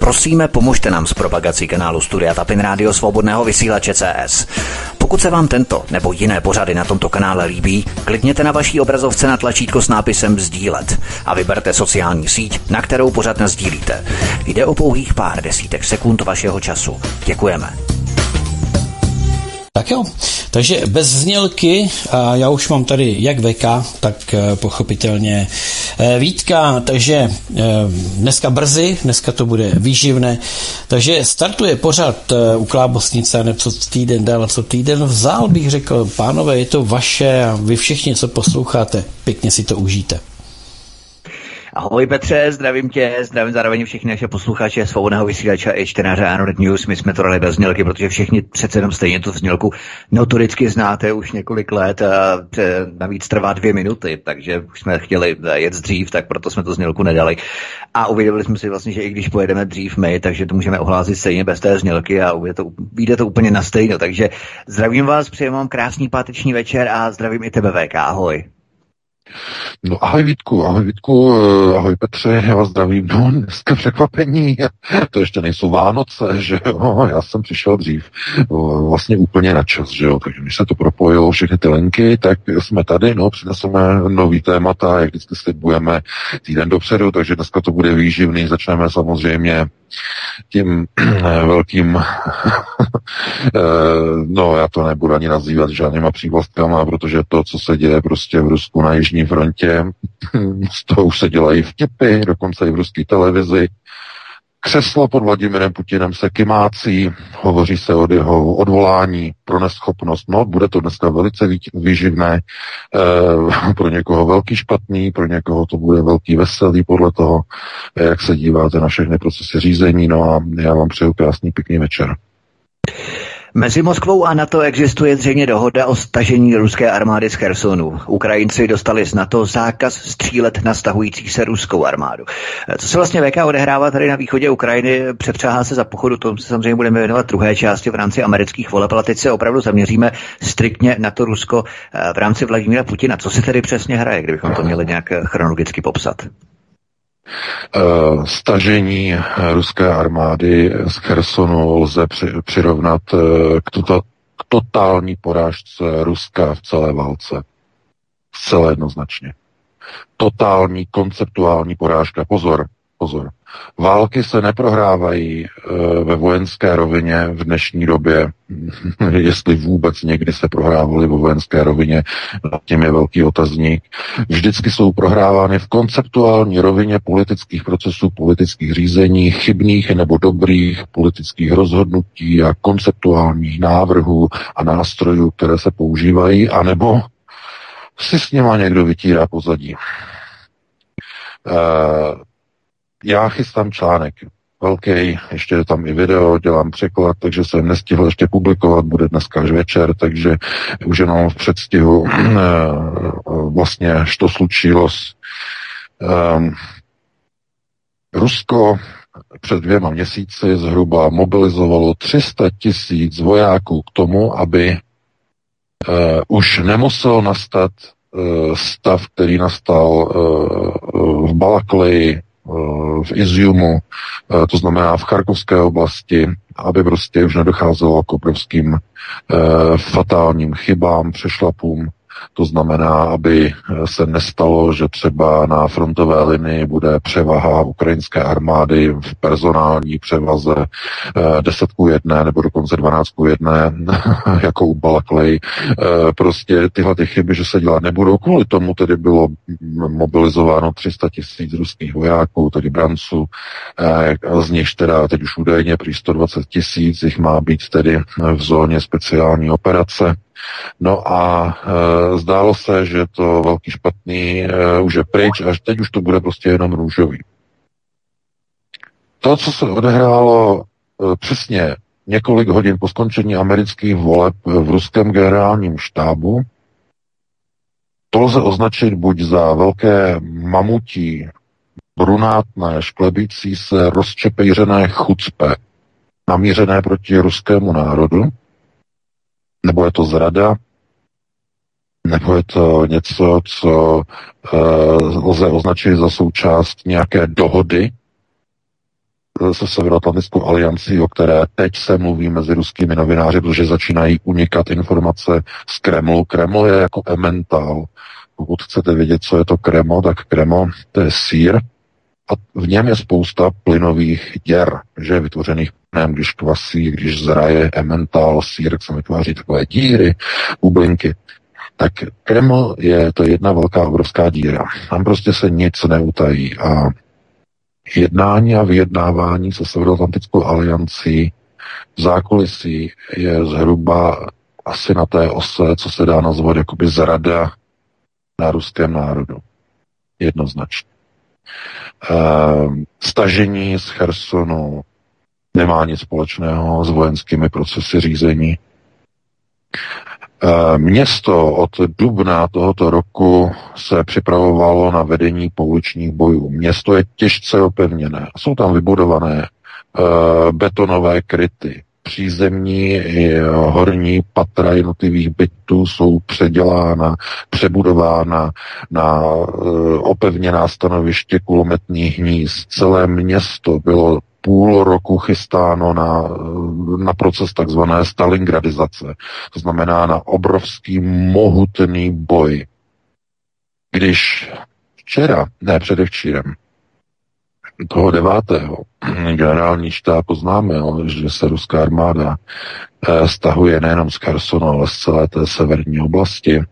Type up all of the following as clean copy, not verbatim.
Prosíme, pomožte nám s propagací kanálu Studia Tapin Rádio Svobodného vysílače CS. Pokud se vám tento nebo jiné pořady na tomto kanále líbí, klikněte na vaší obrazovce na tlačítko s nápisem sdílet a vyberte sociální síť, na kterou pořad nasdílíte. Jde o pouhých pár desítek sekund vašeho času. Děkujeme. Tak jo, takže bez znělky, a já už mám tady jak VK, tak pochopitelně Vítka, takže dneska brzy, dneska to bude výživné, takže startuje pořad u Klábosnice, ne co týden dál, co týden vzal, bych řekl, pánové, je to vaše a vy všichni, co posloucháte, pěkně si to užijte. Ahoj Petře, zdravím tě, zdravím zároveň všechny naše posluchače Svobodného vysílače i čtenáře Anonet News. My jsme to dali bez znělky, protože všichni přece jenom stejně tu znělku notoricky znáte už několik let a navíc trvá 2 minuty, takže už jsme chtěli jet dřív, tak proto jsme tu znělku nedali. A uvědomili jsme si vlastně, že i když pojedeme dřív my, takže to můžeme ohlásit stejně bez té znělky a vyjde to úplně na stejno. Takže zdravím vás, přeji vám krásný páteční večer a zdravím i tebe VK, ahoj. No ahoj Vítku, ahoj Petře, já vás zdravím, no dneska překvapení, to ještě nejsou Vánoce, že jo, já jsem přišel dřív, vlastně úplně na čas, že jo, takže když se to propojilo, všechny ty linky, tak jsme tady, no, přineseme nový témata, jak vždycky slibujeme týden dopředu, takže dneska to bude výživný, začneme samozřejmě tím velkým, no já to nebudu ani nazývat žádnýma přívlastkama, protože to, co se děje prostě v Rusku na jižní frontě, z toho už se dělají vtipy, dokonce i v ruské televizi. Křeslo pod Vladimirem Putinem se kymácí, hovoří se o jeho odvolání pro neschopnost. No, bude to dneska velice výživné, pro někoho velký špatný, pro někoho to bude velký veselý podle toho, jak se díváte na všechny procesy řízení. No a já vám přeju krásný, pěkný večer. Mezi Moskvou a NATO existuje zřejmě dohoda o stažení ruské armády z Chersonu. Ukrajinci dostali z NATO zákaz střílet na stahující se ruskou armádu. Co se vlastně VK odehrává tady na východě Ukrajiny, přepřáhá se za pochodu, tomu se samozřejmě budeme věnovat druhé části v rámci amerických voleb, ale teď se opravdu zaměříme striktně na to Rusko v rámci Vladimíra Putina. Co se tedy přesně hraje, kdybychom to měli nějak chronologicky popsat? Stažení ruské armády z Chersonu lze přirovnat k totální porážce Ruska v celé válce. Zcela jednoznačně. Totální konceptuální porážka. Pozor. Války se neprohrávají ve vojenské rovině v dnešní době, jestli vůbec někdy se prohrávaly ve vojenské rovině, nad tím je velký otazník. Vždycky jsou prohrávány v konceptuální rovině politických procesů, politických řízení, chybných nebo dobrých politických rozhodnutí a konceptuálních návrhů a nástrojů, které se používají, anebo si s něma někdo vytírá pozadí. Já chystám článek velký, ještě je tam i video, dělám překlad, takže jsem nestihl ještě publikovat, bude dneska až večer, takže už jenom v předstihu vlastně, što slučilo. Rusko před 2 měsíci zhruba mobilizovalo 300 000 vojáků k tomu, aby už nemusel nastat stav, který nastal v Balakleji, v Iziumu, to znamená v Charkovské oblasti, aby prostě už nedocházelo k obrovským fatálním chybám, přešlapům. To znamená, aby se nestalo, že třeba na frontové linii bude převaha ukrajinské armády v personální převaze 10:1 nebo dokonce 12:1, jako u Balaklej. Prostě tyhle ty chyby, že se dělat nebudou. Kvůli tomu tedy bylo mobilizováno 300 000 ruských vojáků, tedy branců, z nich teda teď už údajně prý 120 000, jich má být tedy v zóně speciální operace. No a zdálo se, že to velký špatný už je pryč, až teď už to bude prostě jenom růžový. To, co se odehrálo přesně několik hodin po skončení amerických voleb v ruském generálním štábu, to lze označit buď za velké mamutí, brunátné, šklebící se, rozčepejřené chucpe, namířené proti ruskému národu, nebo je to zrada, nebo je to něco, co lze označit za součást nějaké dohody se Severoatlantickou aliancí, o které teď se mluví mezi ruskými novináři, protože začínají unikat informace z Kremlu. Kreml je jako emmental. Pokud chcete vědět, co je to Kreml, tak Kreml to je sýr a v něm je spousta plynových děr, že je vytvořených plynem, když kvasí, když zraje emmental, sýr, jak se vytváří takové díry, bublinky. Tak Kreml je to jedna velká obrovská díra. Tam prostě se nic neutají a jednání a vyjednávání se Severoatlantickou aliancí v zákulisí je zhruba asi na té ose, co se dá nazvat jakoby zrada na ruském národu. Jednoznačně. Stažení z Chersonu nemá nic společného s vojenskými procesy řízení. Město od dubna tohoto roku se připravovalo na vedení pouličních bojů. Město je těžce opevněné. Jsou tam vybudované betonové kryty. Přízemní i horní patra jednotlivých bytů jsou předělána, přebudována na opevněná stanoviště kulometních hnízd. Celé město bylo půl roku chystáno na proces takzvané stalingradizace. To znamená na obrovský mohutný boj. Když předevčírem, toho 9. generální štáb oznámil, že se ruská armáda stahuje nejenom z Chersonu, ale z celé té severní oblasti,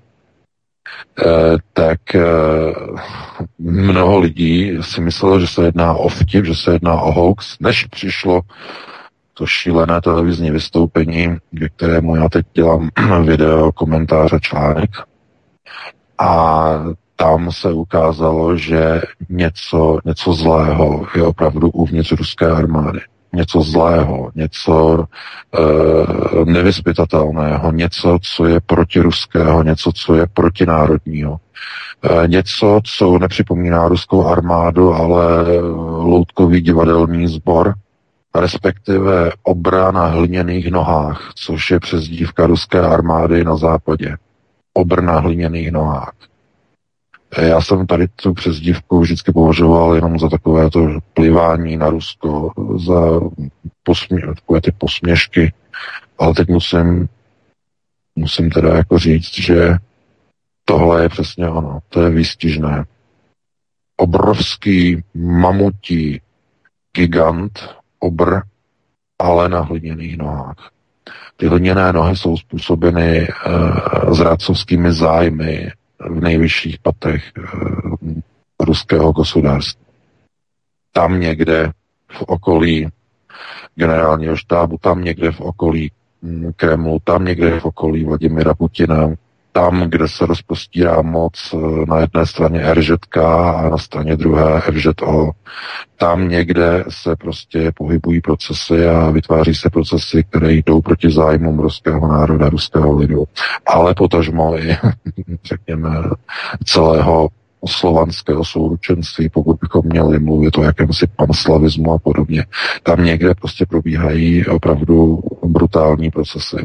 tak mnoho lidí si myslelo, že se jedná o vtip, že se jedná o hoax, než přišlo to šílené televizní vystoupení, ke kterému já teď dělám video, komentář a článek. A tam se ukázalo, že něco zlého je opravdu uvnitř ruské armády. Něco zlého, něco nevyzpytatelného, něco, co je protiruského, něco, co je protinárodního. Něco, co nepřipomíná ruskou armádu, ale loutkový divadelní sbor, respektive obra na hliněných nohách, což je přezdívka ruské armády na západě. Obr na hliněných nohách. Já jsem tady tu přezdívku vždycky považoval jenom za takové to plivání na Rusko, za takové ty posměšky, ale teď musím teda jako říct, že tohle je přesně ono, to je výstižné. Obrovský mamutí gigant, obr, ale na hliněných nohách. Ty hliněné nohy jsou způsobeny zrádcovskými zájmy v nejvyšších patrech ruského hospodářství. Tam někde v okolí generálního štábu, tam někde v okolí Kremlu, tam někde v okolí Vladimira Putina, tam, kde se rozprostírá moc na jedné straně RŽK a na straně druhé RŽO. Tam někde se prostě pohybují procesy a vytváří se procesy, které jdou proti zájmům ruského národa, ruského lidu. Ale potažmo i, řekněme, celého slovanského souručenství, pokud bychom měli mluvit o jakémsi panslavismu a podobně. Tam někde prostě probíhají opravdu brutální procesy.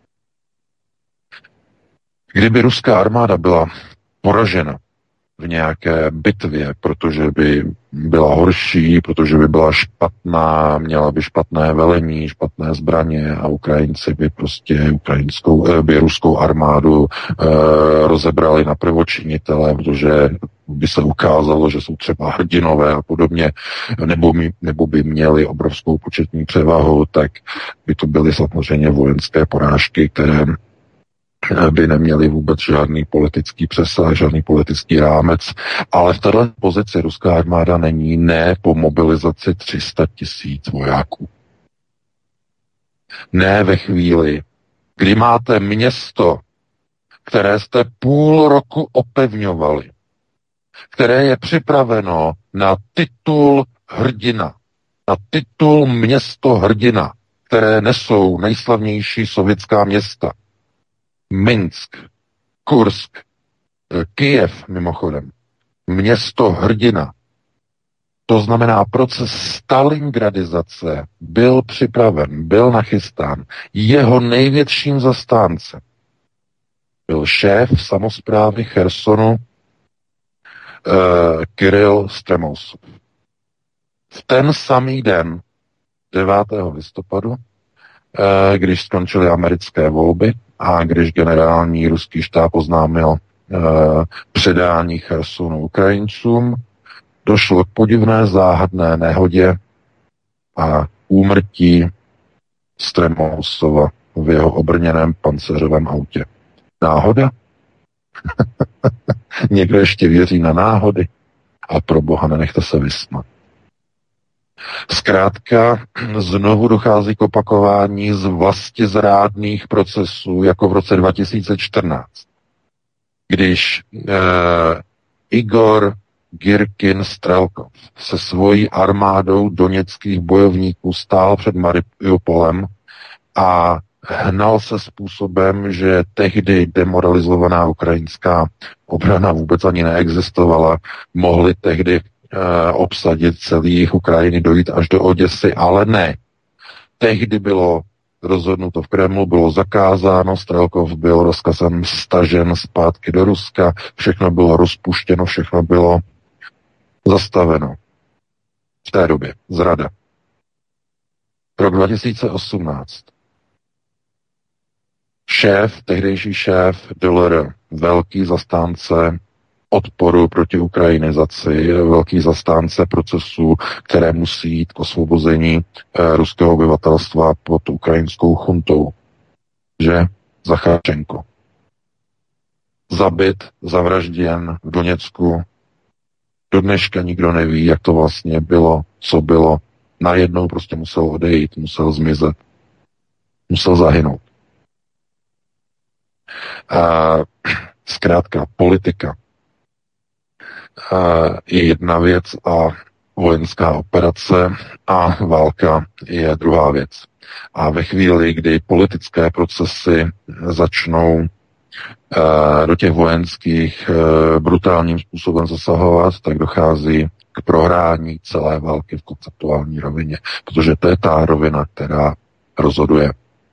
Kdyby ruská armáda byla poražena v nějaké bitvě, protože by byla horší, protože by byla špatná, měla by špatné velení, špatné zbraně a Ukrajinci by prostě by ruskou armádu rozebrali na prvočinitele, protože by se ukázalo, že jsou třeba hrdinové a podobně, nebo by měli obrovskou početní převahu, tak by to byly samozřejmě vojenské porážky, které by neměli vůbec žádný politický přesah, žádný politický rámec, ale v této pozici ruská armáda není ne po mobilizaci 300 000 vojáků. Ne ve chvíli, kdy máte město, které jste půl roku opevňovali, které je připraveno na titul hrdina, na titul město hrdina, které nesou nejslavnější sovětská města. Minsk, Kursk, Kyjev mimochodem, město hrdina. To znamená, proces stalingradizace byl připraven, byl nachystán. Jeho největším zastáncem byl šéf samosprávy Chersonu Kiril Stremousov. V ten samý den 9. listopadu, když skončily americké volby a když generální ruský štáb oznámil předání Chersonu Ukrajincům, došlo k podivné záhadné nehodě a úmrtí Stremousova v jeho obrněném pancéřovém autě. Náhoda? Někdo ještě věří na náhody? A pro Boha nenechte se vysmat. Zkrátka znovu dochází k opakování z vlastizrádných procesů, jako v roce 2014, když Igor Girkin Strelkov se svojí armádou doněckých bojovníků stál před Mariupolem a hnal se způsobem, že tehdy demoralizovaná ukrajinská obrana vůbec ani neexistovala. Mohli tehdy obsadit celý jih Ukrajiny, dojít až do Oděsy, ale ne. Tehdy bylo rozhodnuto v Kremlu, bylo zakázáno, Strelkov byl rozkazem stažen zpátky do Ruska, všechno bylo rozpuštěno, všechno bylo zastaveno. V té době zrada. Rok 2018. Tehdejší šéf DLR, velký zastánce odporu proti ukrajinizaci, velký zastánce procesů, které musí jít k osvobození ruského obyvatelstva pod ukrajinskou chuntou. Že? Zacháčenko. Zabit, zavražděn v Doněcku. Do dneška nikdo neví, jak to vlastně bylo, co bylo. Najednou prostě musel odejít, musel zmizet. Musel zahynout. Zkrátka, politika je jedna věc a vojenská operace a válka je druhá věc. A ve chvíli, kdy politické procesy začnou do těch vojenských brutálním způsobem zasahovat, tak dochází k prohrání celé války v konceptuální rovině, protože to je ta rovina, která rozhoduje.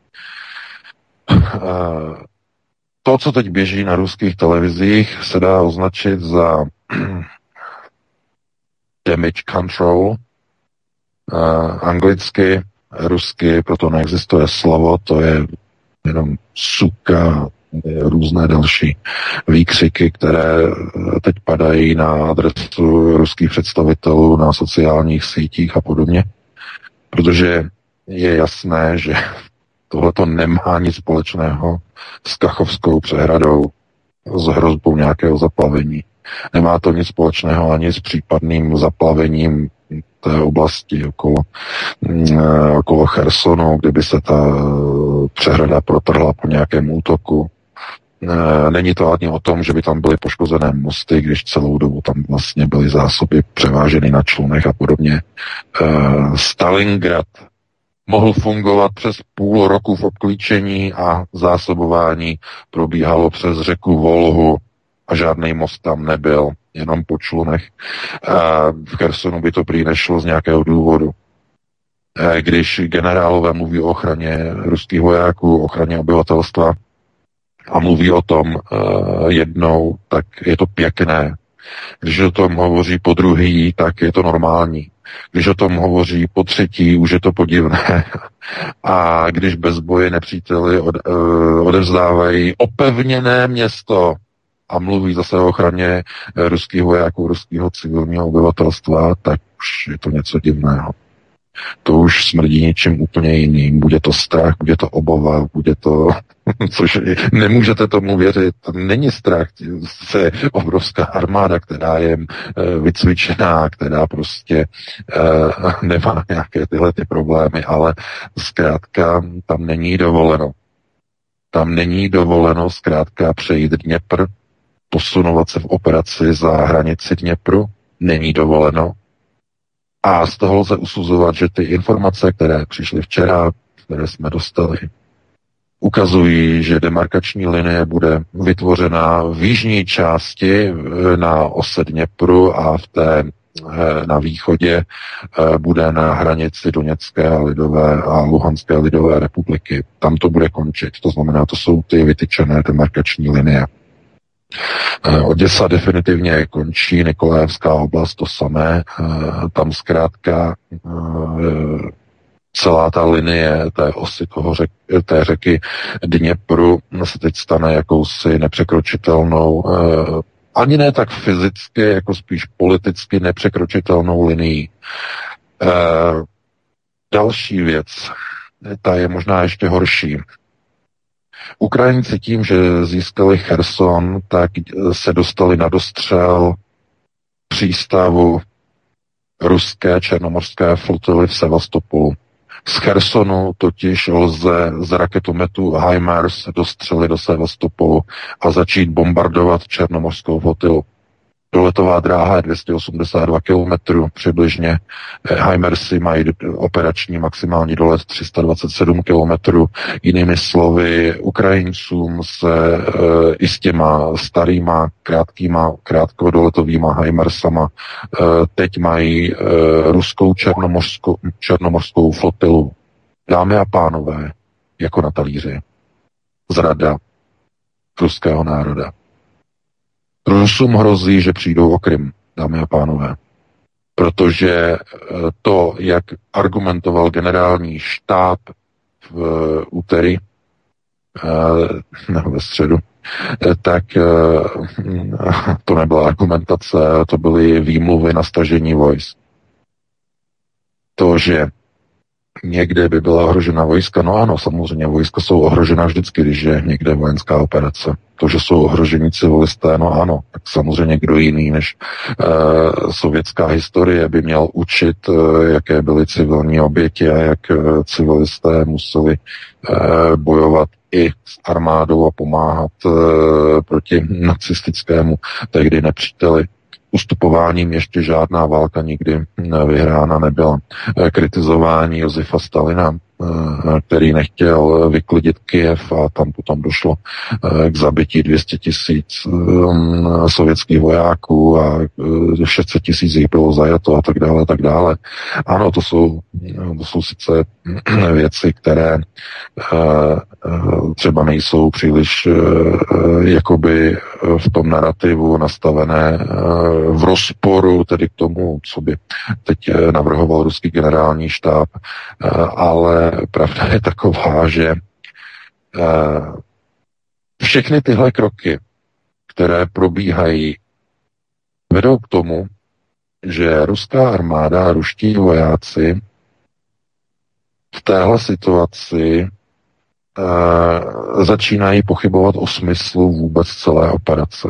To, co teď běží na ruských televizích, se dá označit za damage control. Anglicky, rusky, proto neexistuje slovo, to je jenom suka, různé další výkřiky, které teď padají na adresu ruských představitelů na sociálních sítích a podobně. Protože je jasné, že tohleto nemá nic společného s Kachovskou přehradou, s hrozbou nějakého zaplavení. Nemá to nic společného ani s případným zaplavením té oblasti okolo Chersonu, kdyby se ta přehrada protrhla po nějakém útoku. Není to ani o tom, že by tam byly poškozené mosty, když celou dobu tam vlastně byly zásoby převáženy na člunech a podobně. Stalingrad mohl fungovat přes půl roku v obklíčení a zásobování probíhalo přes řeku Volhu a žádný most tam nebyl, jenom po člunech. V Chersonu by to prý nešlo z nějakého důvodu. Když generálové mluví o ochraně ruských vojáků, ochraně obyvatelstva a mluví o tom jednou, tak je to pěkné. Když o tom hovoří po druhý, tak je to normální. Když o tom hovoří po třetí, už je to podivné. A když bez boje nepříteli odevzdávají opevněné město a mluví zase o ochraně ruských vojáků, ruského civilního obyvatelstva, tak už je to něco divného. To už smrdí něčím úplně jiným. Bude to strach, bude to obava, bude to... Což nemůžete tomu věřit. Není strach. To je obrovská armáda, která je vycvičená, která prostě nemá nějaké tyhle ty problémy, ale zkrátka tam není dovoleno. Tam není dovoleno zkrátka přejít Dněpr, posunovat se v operaci za hranici Dněpru. Není dovoleno. A z toho lze usuzovat, že ty informace, které přišly včera, které jsme dostali, ukazují, že demarkační linie bude vytvořena v jižní části na ose Dněpru a na východě bude na hranici Doněcké lidové a Luhanské lidové republiky. Tam to bude končit. To znamená, to jsou ty vytyčené demarkační linie. Oděsa definitivně končí, Nikolajevská oblast to samé, tam zkrátka celá ta linie té osy té řeky Dněpru se teď stane jakousi nepřekročitelnou, ani ne tak fyzicky, jako spíš politicky nepřekročitelnou linií. Další věc, ta je možná ještě horší. Ukrajinci tím, že získali Cherson, tak se dostali na dostřel přístavu ruské černomorské flotily v Sevastopolu. Z Chersonu totiž lze z raketometu HIMARS dostřelit do Sevastopolu a začít bombardovat černomorskou flotilu. Doletová dráha je 282 km přibližně. HIMARSy mají operační maximální dolet 327 km. Jinými slovy, Ukrajincům se i s těma starýma, krátkodoletovýma HIMARSama teď mají ruskou černomorskou flotilu. Dámy a pánové, jako na talíři. Zrada ruského národa. Rusům hrozí, že přijdou o Krym, dámy a pánové. Protože to, jak argumentoval generální štáb v úterý, ve středu, tak to nebyla argumentace, to byly výmluvy na stažení vojsk. To, že někde by byla ohrožena vojska, no ano, samozřejmě vojska jsou ohrožena vždycky, když je někde vojenská operace. To, že jsou ohroženi civilisté, no ano, tak samozřejmě kdo jiný než sovětská historie by měl učit, jaké byly civilní oběti a jak civilisté museli bojovat i s armádou a pomáhat proti nacistickému tehdy nepříteli. Ustupováním ještě žádná válka nikdy vyhrána nebyla. Kritizování Josefa Stalina, který nechtěl vyklidit Kyjev a tam potom došlo k zabití 200 000 sovětských vojáků a 600 000 jich bylo zajato a tak dále, a tak dále. Ano, to jsou sice věci, které třeba nejsou příliš jakoby v tom narrativu nastavené v rozporu tedy k tomu, co by teď navrhoval ruský generální štáb, ale pravda je taková, že všechny tyhle kroky, které probíhají, vedou k tomu, že ruská armáda a ruští vojáci v téhle situaci začínají pochybovat o smyslu vůbec celé operace.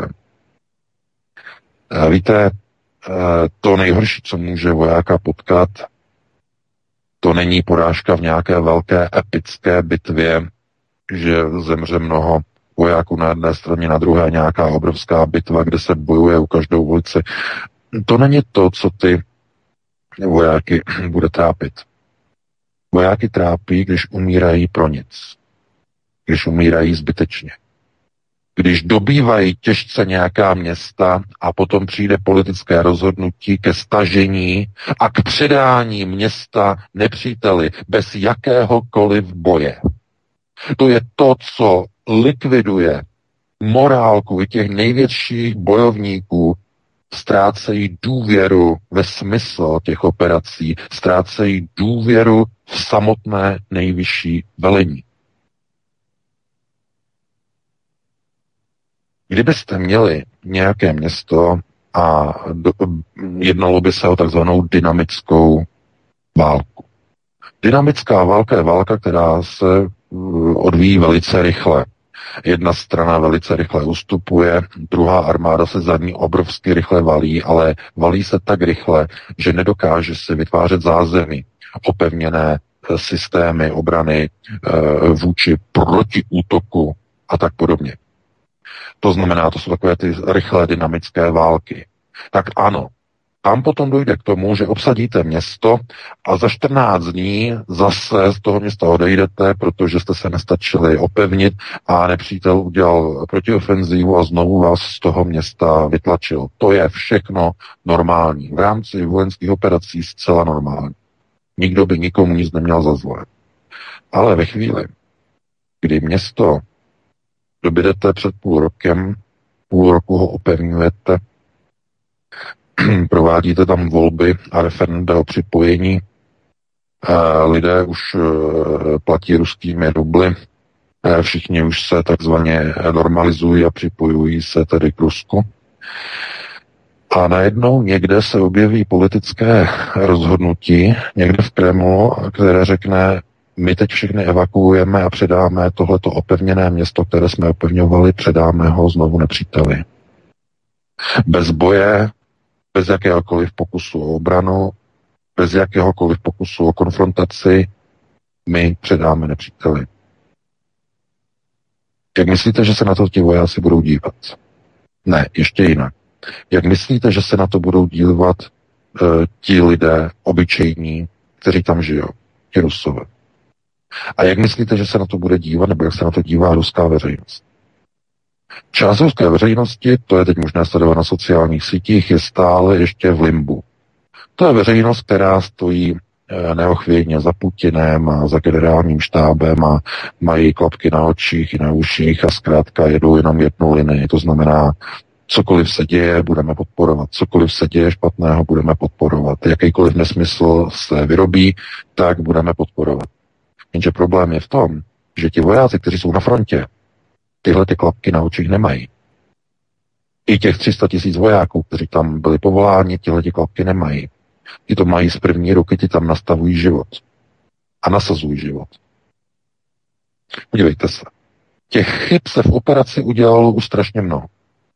Víte, to nejhorší, co může vojáka potkat, to není porážka v nějaké velké epické bitvě, že zemře mnoho vojáků na jedné straně, na druhé nějaká obrovská bitva, kde se bojuje u každou ulici. To není to, co ty vojáky bude trápit. Vojáky trápí, když umírají pro nic. Když umírají zbytečně. Když dobývají těžce nějaká města a potom přijde politické rozhodnutí ke stažení a k předání města nepříteli bez jakéhokoliv boje. To je to, co likviduje morálku i těch největších bojovníků, ztrácejí důvěru ve smysl těch operací, ztrácejí důvěru v samotné nejvyšší velení. Kdybyste měli nějaké město a jednalo by se o takzvanou dynamickou válku. Dynamická válka je válka, která se odvíjí velice rychle. Jedna strana velice rychle ustupuje, druhá armáda se za ní obrovsky rychle valí, ale valí se tak rychle, že nedokáže si vytvářet zázemí, opevněné systémy obrany vůči protiútoku a tak podobně. To znamená, to jsou takové ty rychlé dynamické války. Tak ano, tam potom dojde k tomu, že obsadíte město a za 14 dní zase z toho města odejdete, protože jste se nestačili opevnit a nepřítel udělal protiofenzívu a znovu vás z toho města vytlačil. To je všechno normální. V rámci vojenských operací zcela normální. Nikdo by nikomu nic neměl za zlé. Ale ve chvíli, kdy město dobydete před půl roku ho opevňujete, provádíte tam volby a referenda o připojení Lidé už platí ruskými rubly, všichni už se takzvaně normalizují a připojují se tedy k Rusku. A najednou někde se objeví politické rozhodnutí, někde v Kremlu, které řekne, my teď všechny evakuujeme a předáme tohleto opevněné město, které jsme opevňovali, předáme ho znovu nepříteli. Bez boje, bez jakéhokoliv pokusu o obranu, bez jakéhokoliv pokusu o konfrontaci, my předáme nepříteli. Jak myslíte, že se na to ti vojáci budou dívat? Ne, ještě jinak. Jak myslíte, že se na to budou dívat ti lidé obyčejní, kteří tam žijou, ti Rusové? A jak myslíte, že se na to bude dívat, nebo jak se na to dívá ruská veřejnost? Část ruské veřejnosti, to je teď možné sledovat na sociálních sítích, je stále ještě v limbu. To je veřejnost, která stojí neochvějně za Putinem a za generálním štábem a mají klapky na očích i na uších a zkrátka jedou jenom jednu linii. To znamená, cokoliv se děje, budeme podporovat. Cokoliv se děje špatného, budeme podporovat. Jakýkoliv nesmysl se vyrobí, tak budeme podporovat. Jenže problém je v tom, že ti vojáci, kteří jsou na frontě, tyhle ty klapky na očích nemají. I těch 300 000 vojáků, kteří tam byli povoláni, tyhle ty klapky nemají. Ti to mají z první ruky, ti tam nastavují život. A nasazují život. Podívejte se. Těch chyb se v operaci udělalo už strašně mnoho.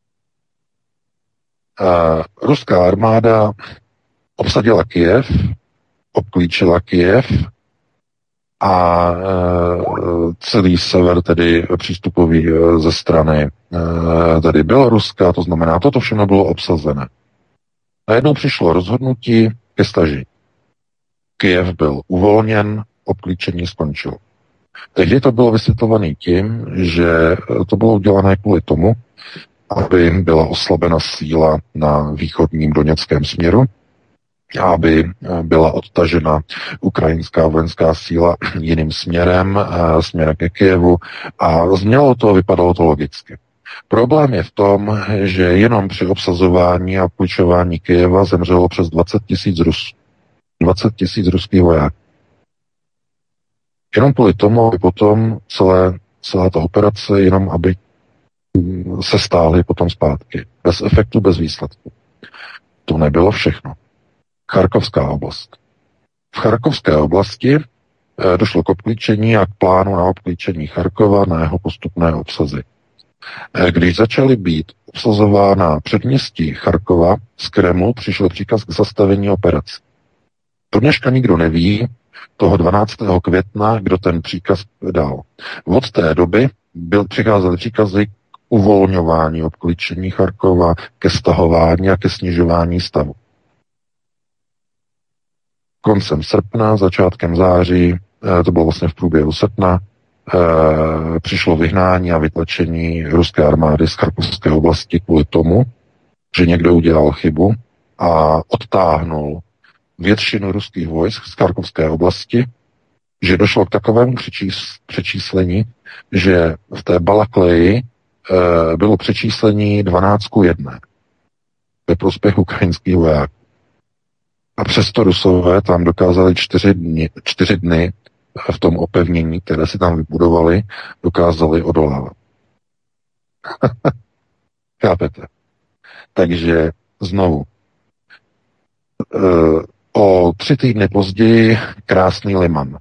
Ruská armáda obsadila Kyjev, obklíčila Kyjev a celý sever tedy přístupový ze strany tedy Běloruska, to znamená, toto všechno bylo obsazené. Najednou přišlo rozhodnutí ke stažení. Kyjev byl uvolněn, obklíčení skončilo. Tehdy to bylo vysvětlované tím, že to bylo udělané kvůli tomu, aby byla oslabena síla na východním doněckém směru, aby byla odtažena ukrajinská vojenská síla jiným směrem, směrem ke Kyjevu a znělo to, vypadalo to logicky. Problém je v tom, že jenom při obsazování a obklíčování Kyjeva zemřelo přes 20 000 Rusů. 20 000 ruských vojáků. Jenom kvůli tomu, aby potom celá ta operace, jenom aby se stáhly potom zpátky. Bez efektu, bez výsledku. To nebylo všechno. Charkovská oblast. V Charkovské oblasti došlo k obklíčení a k plánu na obklíčení Charkova, na jeho postupné obsazení. Když začaly být obsazována předměstí Charkova z Kremlu, přišel příkaz k zastavení operace. To dneška nikdo neví, toho 12. května, kdo ten příkaz dal. Od té doby přicházely příkazy k uvolňování obklíčení Charkova, ke stahování a ke snižování stavu. Koncem srpna, začátkem září, to bylo vlastně v průběhu srpna, přišlo vyhnání a vytlačení ruské armády z Charkovské oblasti kvůli tomu, že někdo udělal chybu a odtáhnul většinu ruských vojsk z Charkovské oblasti, že došlo k takovému přečíslení, že v té Balakleji bylo přečíslení 12:1 ve prospěch ukrajinských vojáků. A přesto Rusové tam dokázali 4 dny v tom opevnění, které si tam vybudovali, dokázali odolávat. Chápete? Takže znovu. O 3 týdny později Krásný Liman.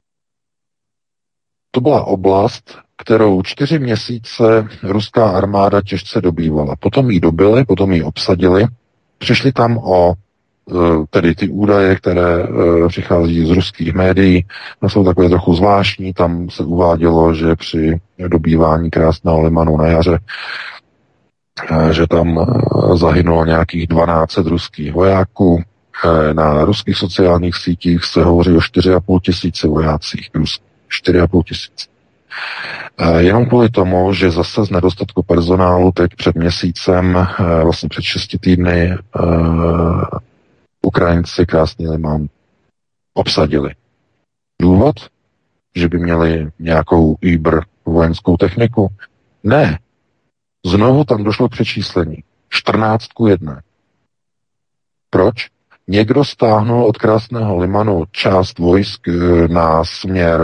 To byla oblast, kterou 4 měsíce ruská armáda těžce dobývala. Potom ji dobili, potom ji obsadili. Přišli tam o tedy ty údaje, které přichází z ruských médií, jsou takové trochu zvláštní. Tam se uvádělo, že při dobývání Krásného Limanu na jaře, že tam zahynulo nějakých 12 ruských vojáků. Na ruských sociálních sítích se hovoří o 4,5 tisíce vojácích. 4,5 tisíce. Jenom kvůli tomu, že zase z nedostatku personálu teď před měsícem, vlastně před 6 týdny, Ukrajinci Krásný Liman obsadili. Důvod? Že by měli nějakou Uber vojenskou techniku? Ne. Znovu tam došlo k přečíslení. 14:1. Proč? někdo stáhnul od Krásného Limanu část vojsk na směr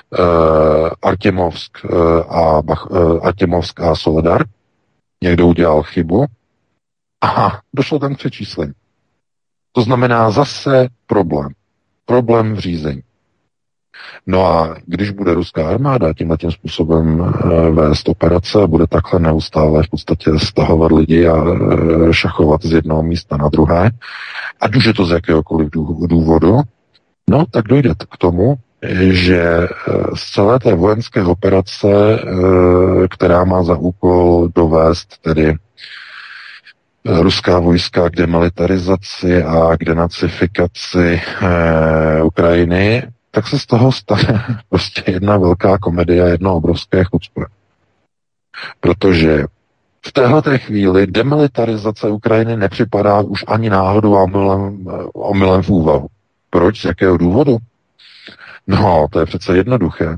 Artěmovsk a Soledar, někdo udělal chybu a došlo tam k přečíslení. To znamená zase problém v řízení. No a když bude ruská armáda tímhletím způsobem vést operace a bude takhle neustále v podstatě stahovat lidi a šachovat z jednoho místa na druhé, ať už je to z jakéhokoliv důvodu, no tak dojde k tomu, že z celé té vojenské operace, která má za úkol dovést tedy ruská vojska k demilitarizaci a k denacifikaci Ukrajiny, tak se z toho stane prostě jedna velká komedie, jedno obrovské chucpe. Protože v téhleté chvíli demilitarizace Ukrajiny nepřipadá už ani náhodou omylem v úvahu. Proč? Z jakého důvodu? No, to je přece jednoduché.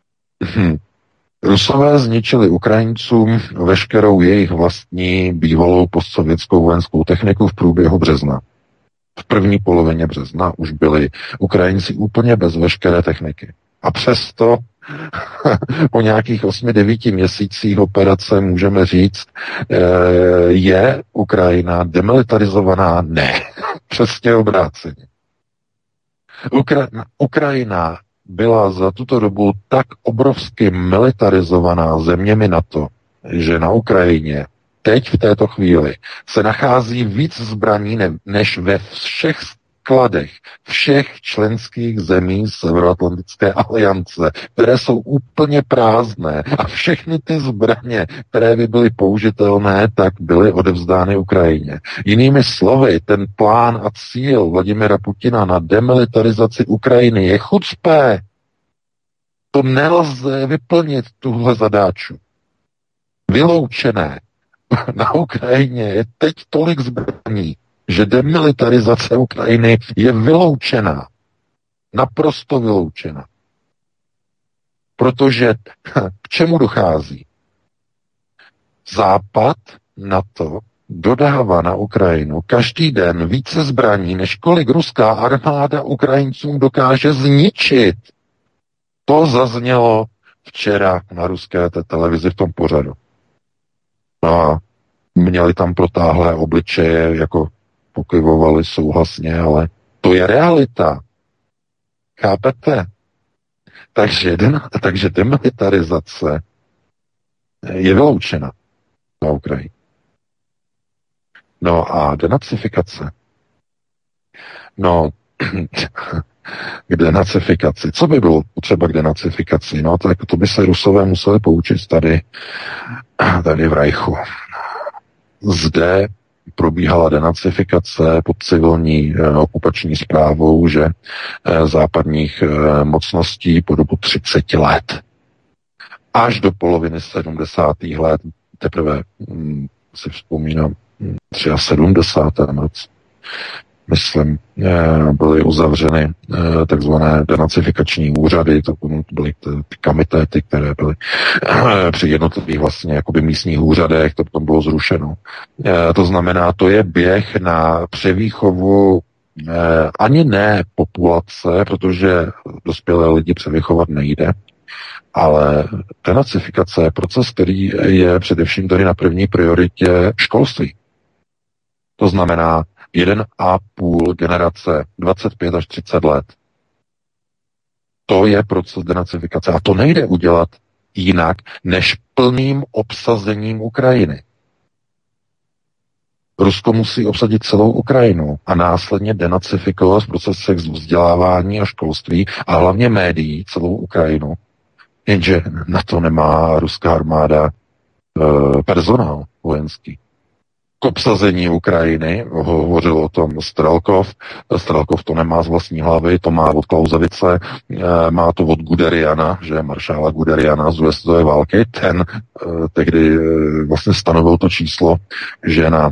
Rusové zničili Ukrajincům veškerou jejich vlastní bývalou postsovětskou vojenskou techniku v průběhu března. V první polovině března už byli Ukrajinci úplně bez veškeré techniky. A přesto po nějakých 8-9 měsících operace můžeme říct, je Ukrajina demilitarizovaná? Ne. Přesně obráceně. Ukrajina byla za tuto dobu tak obrovsky militarizovaná zeměmi NATO, že na Ukrajině teď v této chvíli se nachází víc zbraní než ve všech skladech všech členských zemí Severoatlantické aliance, které jsou úplně prázdné a všechny ty zbraně, které by byly použitelné, tak byly odevzdány Ukrajině. Jinými slovy, ten plán a cíl Vladimira Putina na demilitarizaci Ukrajiny je chucpé. To nelze vyplnit, tuhle zadáču. Vyloučené. Na Ukrajině je teď tolik zbraní, že demilitarizace Ukrajiny je vyloučená. Naprosto vyloučena. Protože k čemu dochází? Západ NATO dodává na Ukrajinu každý den více zbraní, než kolik ruská armáda Ukrajincům dokáže zničit. To zaznělo včera na ruské televizi v tom pořadu. No a měli tam protáhlé obličeje, jako pokyvovali souhlasně, ale to je realita. Chápete? Takže demilitarizace je vyloučena na Ukrajině. No a denacifikace. No, k denacifikaci. Co by bylo potřeba k denacifikaci? No, tak to by se Rusové museli poučit tady v Reichu. Zde probíhala denacifikace pod civilní okupační správou, že západních mocností po dobu 30 let. Až do poloviny 70. let, teprve si vzpomínám, 73. roce, myslím, byly uzavřeny takzvané denacifikační úřady, to byly ty komitéty, které byly při jednotlivých vlastně jakoby místních úřadech, to potom bylo zrušeno. To znamená, to je běh na převýchovu ani ne populace, protože dospělé lidi převýchovat nejde, ale denacifikace je proces, který je především tady na první prioritě školství. To znamená 1,5 generace, 25 až 30 let. To je proces denacifikace. A to nejde udělat jinak, než plným obsazením Ukrajiny. Rusko musí obsadit celou Ukrajinu a následně denacifikovat v procesech vzdělávání a školství a hlavně médií celou Ukrajinu. Jenže na to nemá ruská armáda personál vojenský. K obsazení Ukrajiny hovořil o tom Strelkov. Strelkov to nemá z vlastní hlavy, to má od Klauzevice, má to od Guderiana, že maršála Guderiana z druhé světové války. Ten tehdy vlastně stanovil to číslo, že na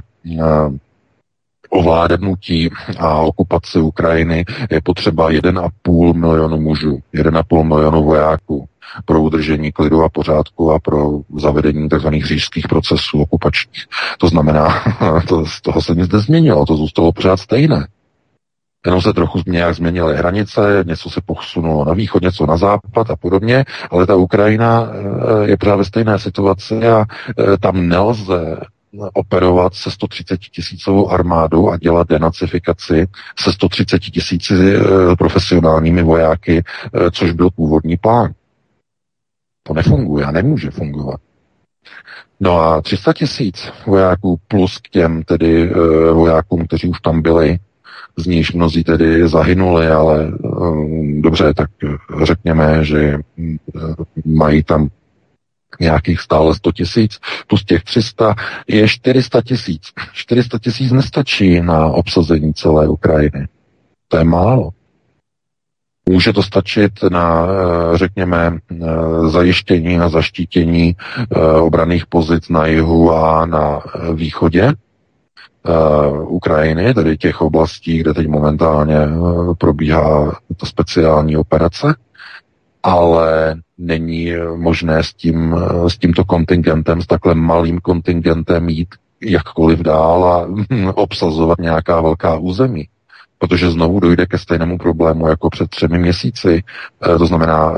ovládnutí a okupaci Ukrajiny je potřeba 1,5 milionu mužů, 1,5 milionu vojáků pro udržení klidu a pořádku a pro zavedení tzv. Říšských procesů okupačních. To znamená, z toho se nic nezměnilo, to zůstalo pořád stejné. Jenom se trochu nějak změnily hranice, něco se posunulo na východ, něco na západ a podobně, ale ta Ukrajina je právě ve stejné situaci a tam nelze operovat se 130 000 armádou a dělat denacifikaci se 130 000 profesionálními vojáky, což byl původní plán. To nefunguje a nemůže fungovat. No a 300 000 vojáků plus k těm tedy vojákům, kteří už tam byli, z níž mnozí tedy zahynuli, ale dobře, tak řekněme, že mají tam nějakých stále 100 000, plus těch 300 je 400 000. 400 000 nestačí na obsazení celé Ukrajiny. To je málo. Může to stačit na, řekněme, zajištění, na zaštítění obranných pozic na jihu a na východě Ukrajiny, tedy těch oblastí, kde teď momentálně probíhá ta speciální operace, ale není možné s tímto kontingentem, s takhle malým kontingentem jít jakkoliv dál a obsazovat nějaká velká území. Protože znovu dojde ke stejnému problému jako před 3 měsíci. To znamená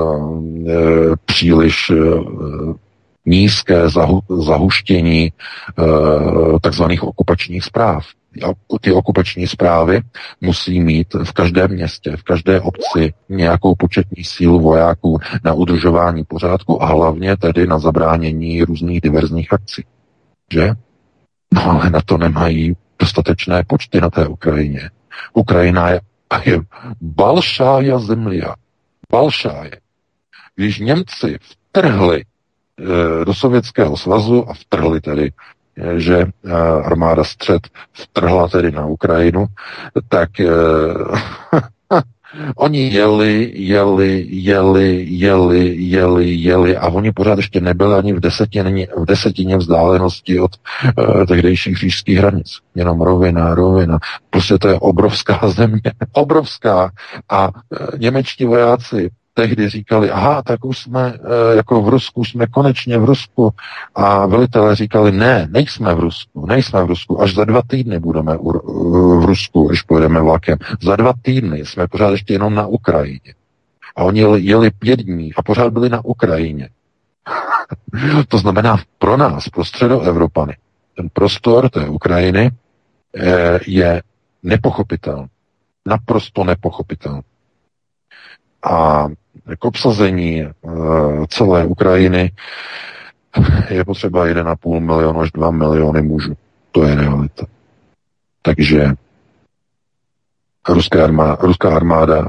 příliš nízké zahuštění takzvaných okupačních správ. Ty okupační správy musí mít v každém městě, v každé obci nějakou početní sílu vojáků na udržování pořádku a hlavně tedy na zabránění různých diverzních akcí. Že? No ale na to nemají dostatečné počty na té Ukrajině. Ukrajina je balšája zemlia. Balšáje. Když Němci vtrhli do Sovětského svazu a vtrhli tedy, že armáda střed vtrhla tedy na Ukrajinu, tak oni jeli a oni pořád ještě nebyli ani v desetině vzdálenosti od tehdejších říšských hranic. Jenom rovina. Prostě to je obrovská země. Obrovská. A němečtí vojáci tehdy říkali, aha, tak už jsme jako v Rusku, jsme konečně v Rusku. A velitelé říkali, ne, nejsme v Rusku, až za 2 týdny budeme v Rusku, když pojedeme vlakem. Za 2 týdny jsme pořád ještě jenom na Ukrajině. A oni jeli 5 dní a pořád byli na Ukrajině. To znamená pro nás, pro Středoevropany, ten prostor té Ukrajiny je nepochopitelný. Naprosto nepochopitelný. A k obsazení celé Ukrajiny je potřeba 1,5 milionu až 2 miliony mužů. To je realita. Takže ruská armáda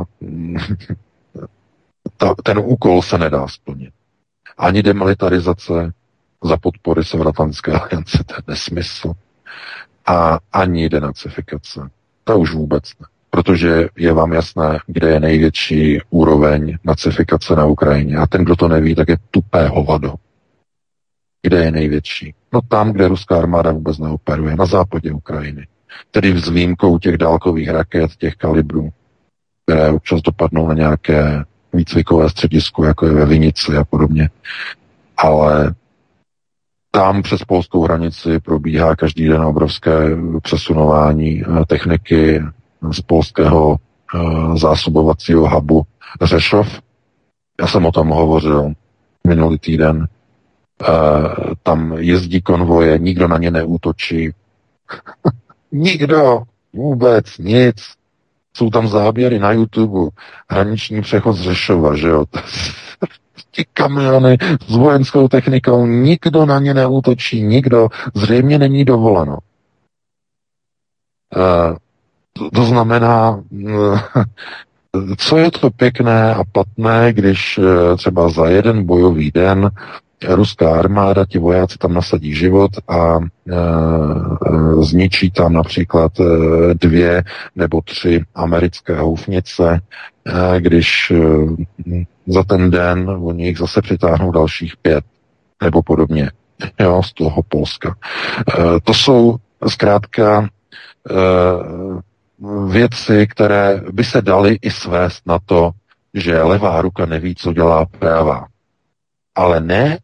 ten úkol se nedá splnit. Ani demilitarizace za podpory Severoatlantické aliance, to je nesmysl. A ani denacifikace. To už vůbec ne. Protože je vám jasné, kde je největší úroveň nacifikace na Ukrajině. A ten, kdo to neví, tak je tupé hovado. Kde je největší? No tam, kde ruská armáda vůbec neoperuje, na západě Ukrajiny. Tedy s výjimkou těch dálkových raket, těch kalibrů, které občas dopadnou na nějaké výcvikové středisko, jako je ve Vinici a podobně. Ale tam přes polskou hranici probíhá každý den obrovské přesunování techniky z polského zásobovacího hubu Řešov. Já jsem o tom hovořil minulý týden. Tam jezdí konvoje, nikdo na ně neútočí. Nikdo, vůbec nic. Jsou tam záběry na YouTube, hraniční přechod z Řešova, že jo. Ty kamiony s vojenskou technikou, nikdo na ně neútočí, nikdo, zřejmě není dovoleno. To znamená, co je to pěkné a platné, když třeba za jeden bojový den ruská armáda, ti vojáci tam nasadí život a zničí tam například 2 nebo 3 americké houfnice, když za ten den oni jich zase přitáhnou dalších 5 nebo podobně, jo, z toho Polska. To jsou zkrátka věci, které by se daly i svést na to, že levá ruka neví, co dělá pravá. Ale ne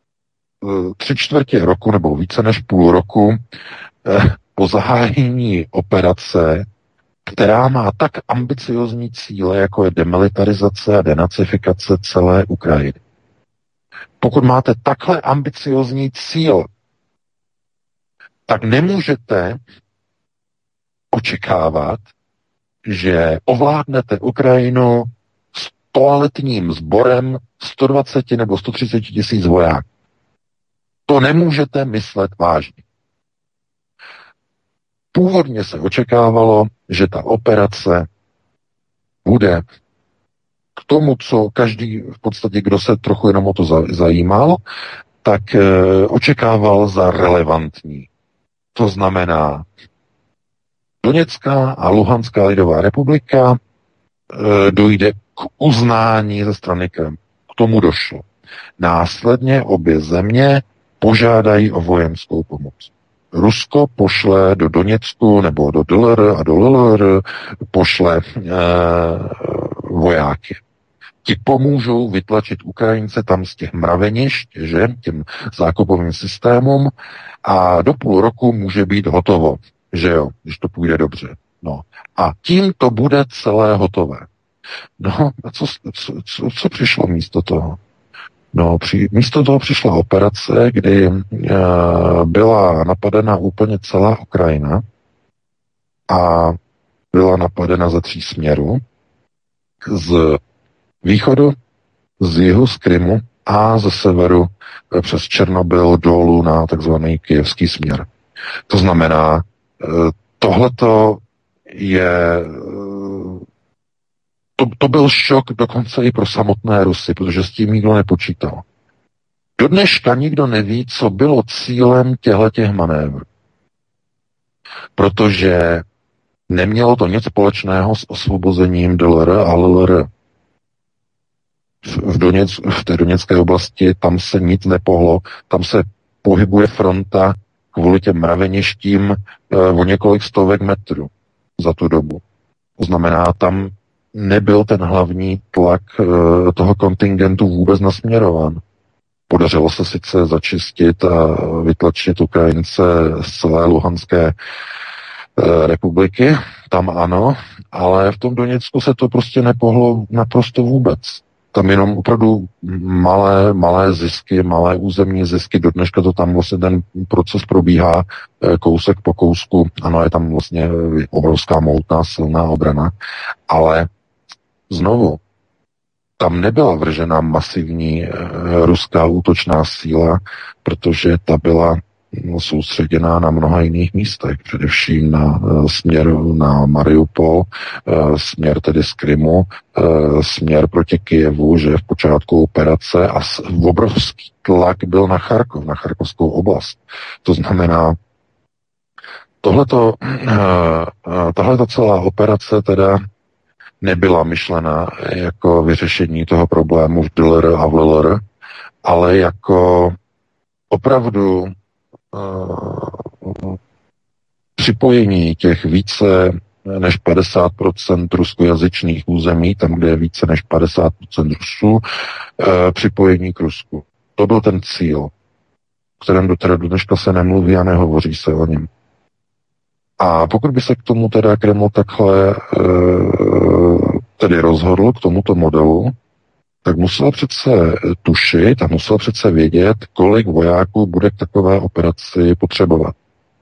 3/4 roku nebo více než půl roku po zahájení operace která má tak ambiciozní cíle, jako je demilitarizace a denacifikace celé Ukrajiny. Pokud máte takhle ambiciozní cíl, tak nemůžete očekávat, že ovládnete Ukrajinu s toaletním sborem 120 nebo 130 tisíc vojáků. To nemůžete myslet vážně. Původně se očekávalo, že ta operace bude k tomu, co každý v podstatě, kdo se trochu jenom o to zajímal, tak očekával za relevantní. To znamená, Doněcká a Luhanská lidová republika dojde k uznání ze strany Kremlu. K tomu došlo. Následně obě země požádají o vojenskou pomoc. Rusko pošle do Doněcku nebo do DLR a do LLR pošle vojáky. Ti pomůžou vytlačit Ukrajince tam z těch mravenišť, že, těm zákopovým systémům a do půl roku může být hotovo, že jo, když to půjde dobře. No. A tím to bude celé hotové. No a co přišlo místo toho? No, místo toho přišla operace, kdy byla napadena úplně celá Ukrajina a byla napadena ze 3 směrů. Z východu, z jihu, z Krymu a ze severu přes Černobyl dolů na takzvaný kyjevský směr. To znamená, tohleto je... To byl šok dokonce i pro samotné Rusy, protože s tím nikdo nepočítal. Do dneška nikdo neví, co bylo cílem těchto manévrů. Protože nemělo to nic společného s osvobozením DLR a LLR. V té doněcké oblasti tam se nic nepohlo, tam se pohybuje fronta kvůli těm mraveništím o několik stovek metrů za tu dobu. To znamená, tam nebyl ten hlavní tlak toho kontingentu vůbec nasměrován. Podařilo se sice začistit a vytlačit Ukrajince z celé Luhanské republiky, tam ano, ale v tom Doněcku se to prostě nepohlo naprosto vůbec. Tam jenom opravdu malé zisky, malé územní zisky, do dneška to tam vlastně ten proces probíhá kousek po kousku, ano, je tam vlastně obrovská mohutná silná obrana, ale znovu, tam nebyla vržena masivní ruská útočná síla, protože ta byla soustředěná na mnoha jiných místech, především na směr na Mariupol, směr tedy z Krymu, směr proti Kyjevu, že v počátku operace a obrovský tlak byl na Charkov, na Charkovskou oblast. To znamená, tohleto celá operace teda nebyla myšlena jako vyřešení toho problému v DLR a v LLR, ale jako opravdu připojení těch více než 50% ruskojazyčných území, tam, kde je více než 50% Rusů, připojení k Rusku. To byl ten cíl, o kterém do dneška se nemluví a nehovoří se o něm. A pokud by se k tomu teda Kreml takhle tedy rozhodl k tomuto modelu, tak musel přece tušit a musel přece vědět, kolik vojáků bude k takové operaci potřebovat.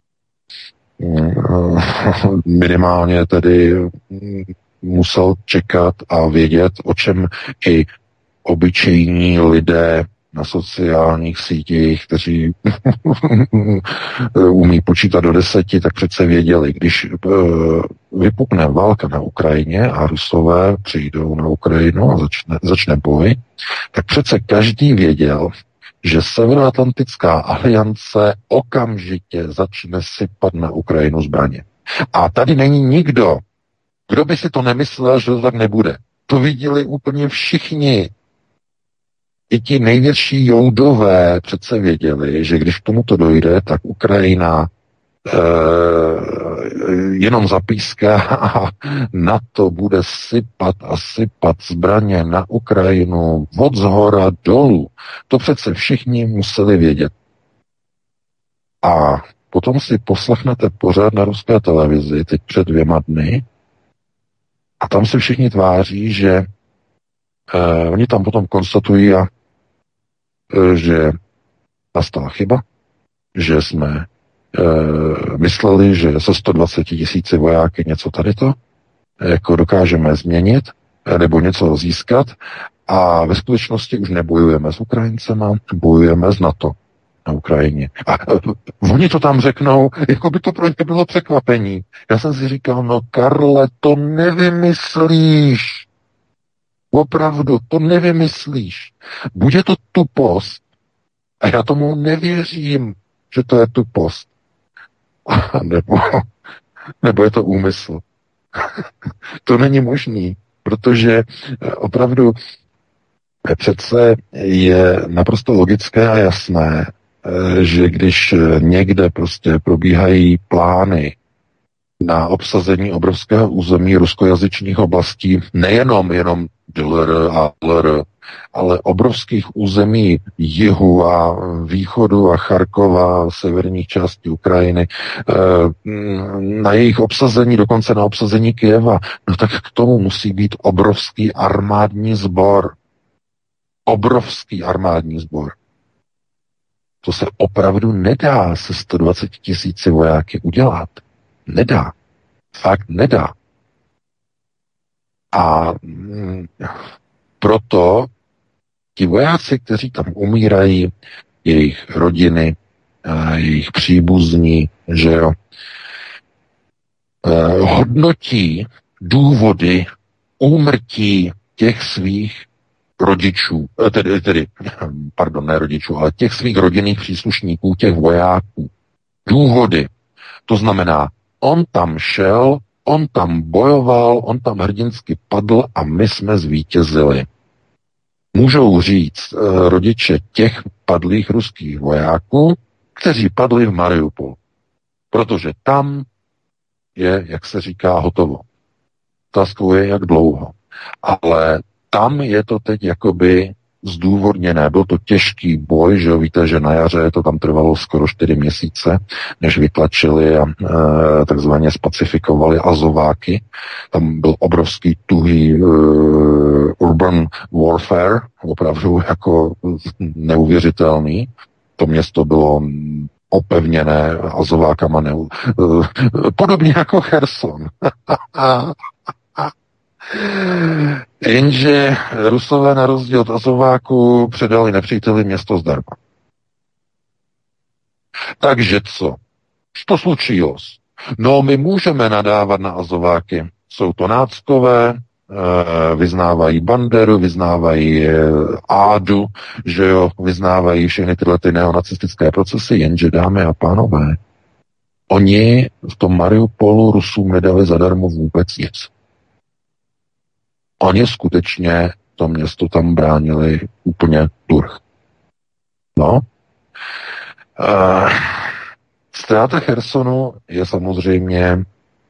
Minimálně tedy musel čekat a vědět, o čem i obyčejní lidé na sociálních sítích, kteří umí počítat do 10, tak přece věděli, když vypukne válka na Ukrajině a Rusové přijdou na Ukrajinu a začne boj, tak přece každý věděl, že Severoatlantická aliance okamžitě začne sypat na Ukrajinu zbraně. A tady není nikdo, kdo by si to nemyslel, že to tak nebude. To viděli úplně všichni. I ti největší joudové přece věděli, že když k tomuto dojde, tak Ukrajina jenom zapíská a na to bude sypat zbraně na Ukrajinu od zhora dolů. To přece všichni museli vědět. A potom si poslechnete pořád na ruské televizi, teď před 2 dny, A tam se všichni tváří, že oni tam potom konstatují, že nastala chyba, že jsme mysleli, že se 120 tisíci vojáky něco tady to jako dokážeme změnit nebo něco získat a ve skutečnosti už nebojujeme s Ukrajincema, bojujeme s NATO na Ukrajině. A oni to tam řeknou, jako by to pro ně bylo překvapení. Já jsem si říkal, no Karle, to nevymyslíš. Opravdu, to nevymyslíš. Bude to tupost. A já tomu nevěřím, že to je tupost. nebo je to úmysl. To není možný, protože opravdu přece je naprosto logické a jasné, že když někde prostě probíhají plány na obsazení obrovského území ruskojazyčných oblastí, nejenom DLR a LR, ale obrovských území jihu a východu a Charkova, severních částí Ukrajiny, na jejich obsazení, dokonce na obsazení Kyjeva, no tak k tomu musí být obrovský armádní sbor. Obrovský armádní sbor. To se opravdu nedá se 120 tisíci vojáky udělat. Nedá. Fakt nedá. A proto ti vojáci, kteří tam umírají, jejich rodiny, jejich příbuzní, že jo, hodnotí důvody úmrtí těch svých rodičů, ne rodičů, ale těch svých rodinných příslušníků, těch vojáků. Důvody. To znamená, on tam šel, on tam bojoval, on tam hrdinsky padl a my jsme zvítězili. Můžou říct rodiče těch padlých ruských vojáků, kteří padli v Mariupolu. Protože tam je, jak se říká, hotovo. Otázkou je, jak dlouho. Ale tam je to teď jakoby zdůvodněné. Byl to těžký boj, že jo, víte, že na jaře to tam trvalo skoro 4 měsíce, než vytlačili a takzvaně spacifikovali Azováky. Tam byl obrovský tuhý urban warfare, opravdu jako neuvěřitelný. To město bylo opevněné Azovákama, podobně jako Cherson. Jenže Rusové na rozdíl od Azováku předali nepříteli město zdarma. Takže co? Co slučilo? No, my můžeme nadávat na Azováky. Jsou to náckové, vyznávají Banderu, vyznávají Ádu, že jo, vyznávají všechny tyhle ty neonacistické procesy, jenže dámy a pánové, oni v tom Mariupolu Rusům nedali zadarmo vůbec nic. Oni skutečně to město tam bránili úplně durch. No. Ztráta Chersonu je samozřejmě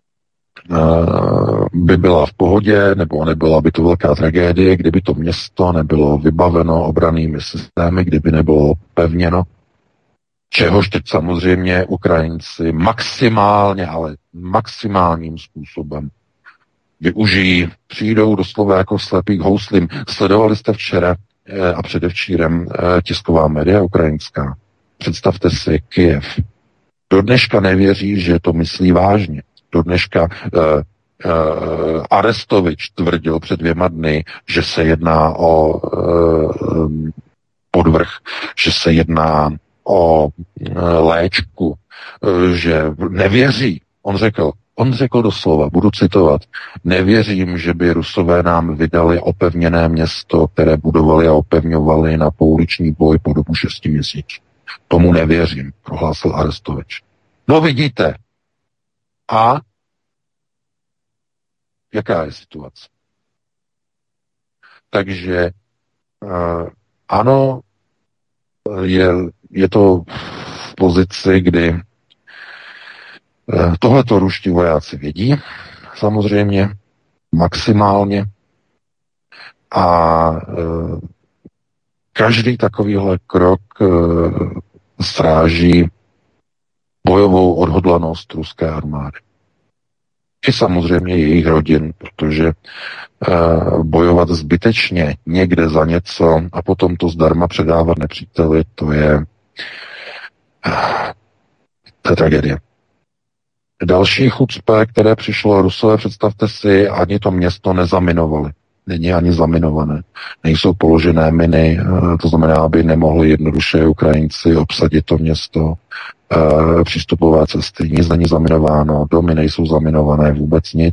by byla v pohodě, nebo nebyla by to velká tragédie, kdyby to město nebylo vybaveno obrannými systémy, kdyby nebylo pevněno, čehož teď samozřejmě Ukrajinci maximálně, ale maximálním způsobem využijí, přijdou doslova jako slepý k houslim. Sledovali jste včera a předevčírem tisková média ukrajinská. Představte si Kyjev. Do dneška nevěří, že to myslí vážně. Do dneška Arestovič tvrdil před 2 dny, že se jedná o podvrh, že se jedná o léčku, že nevěří. On řekl doslova, budu citovat, nevěřím, že by Rusové nám vydali opevněné město, které budovali a opevňovali na pouliční boj po dobu 6 měsíců. Tomu nevěřím, prohlásil Arestovič. No vidíte. A jaká je situace? Takže ano, je to v pozici, kdy tohleto ruští vojáci vědí, samozřejmě, maximálně. A každý takovýhle krok sráží bojovou odhodlanost ruské armády. I samozřejmě jejich rodin, protože bojovat zbytečně někde za něco a potom to zdarma předávat nepříteli, to je tragédie. Další chucpe, které přišlo, Rusové, představte si, ani to město nezaminovali. Není ani zaminované. Nejsou položené miny, to znamená, aby nemohli jednoduše Ukrajinci obsadit to město, přístupové cesty, nic není zaminováno, domy nejsou zaminované, vůbec nic.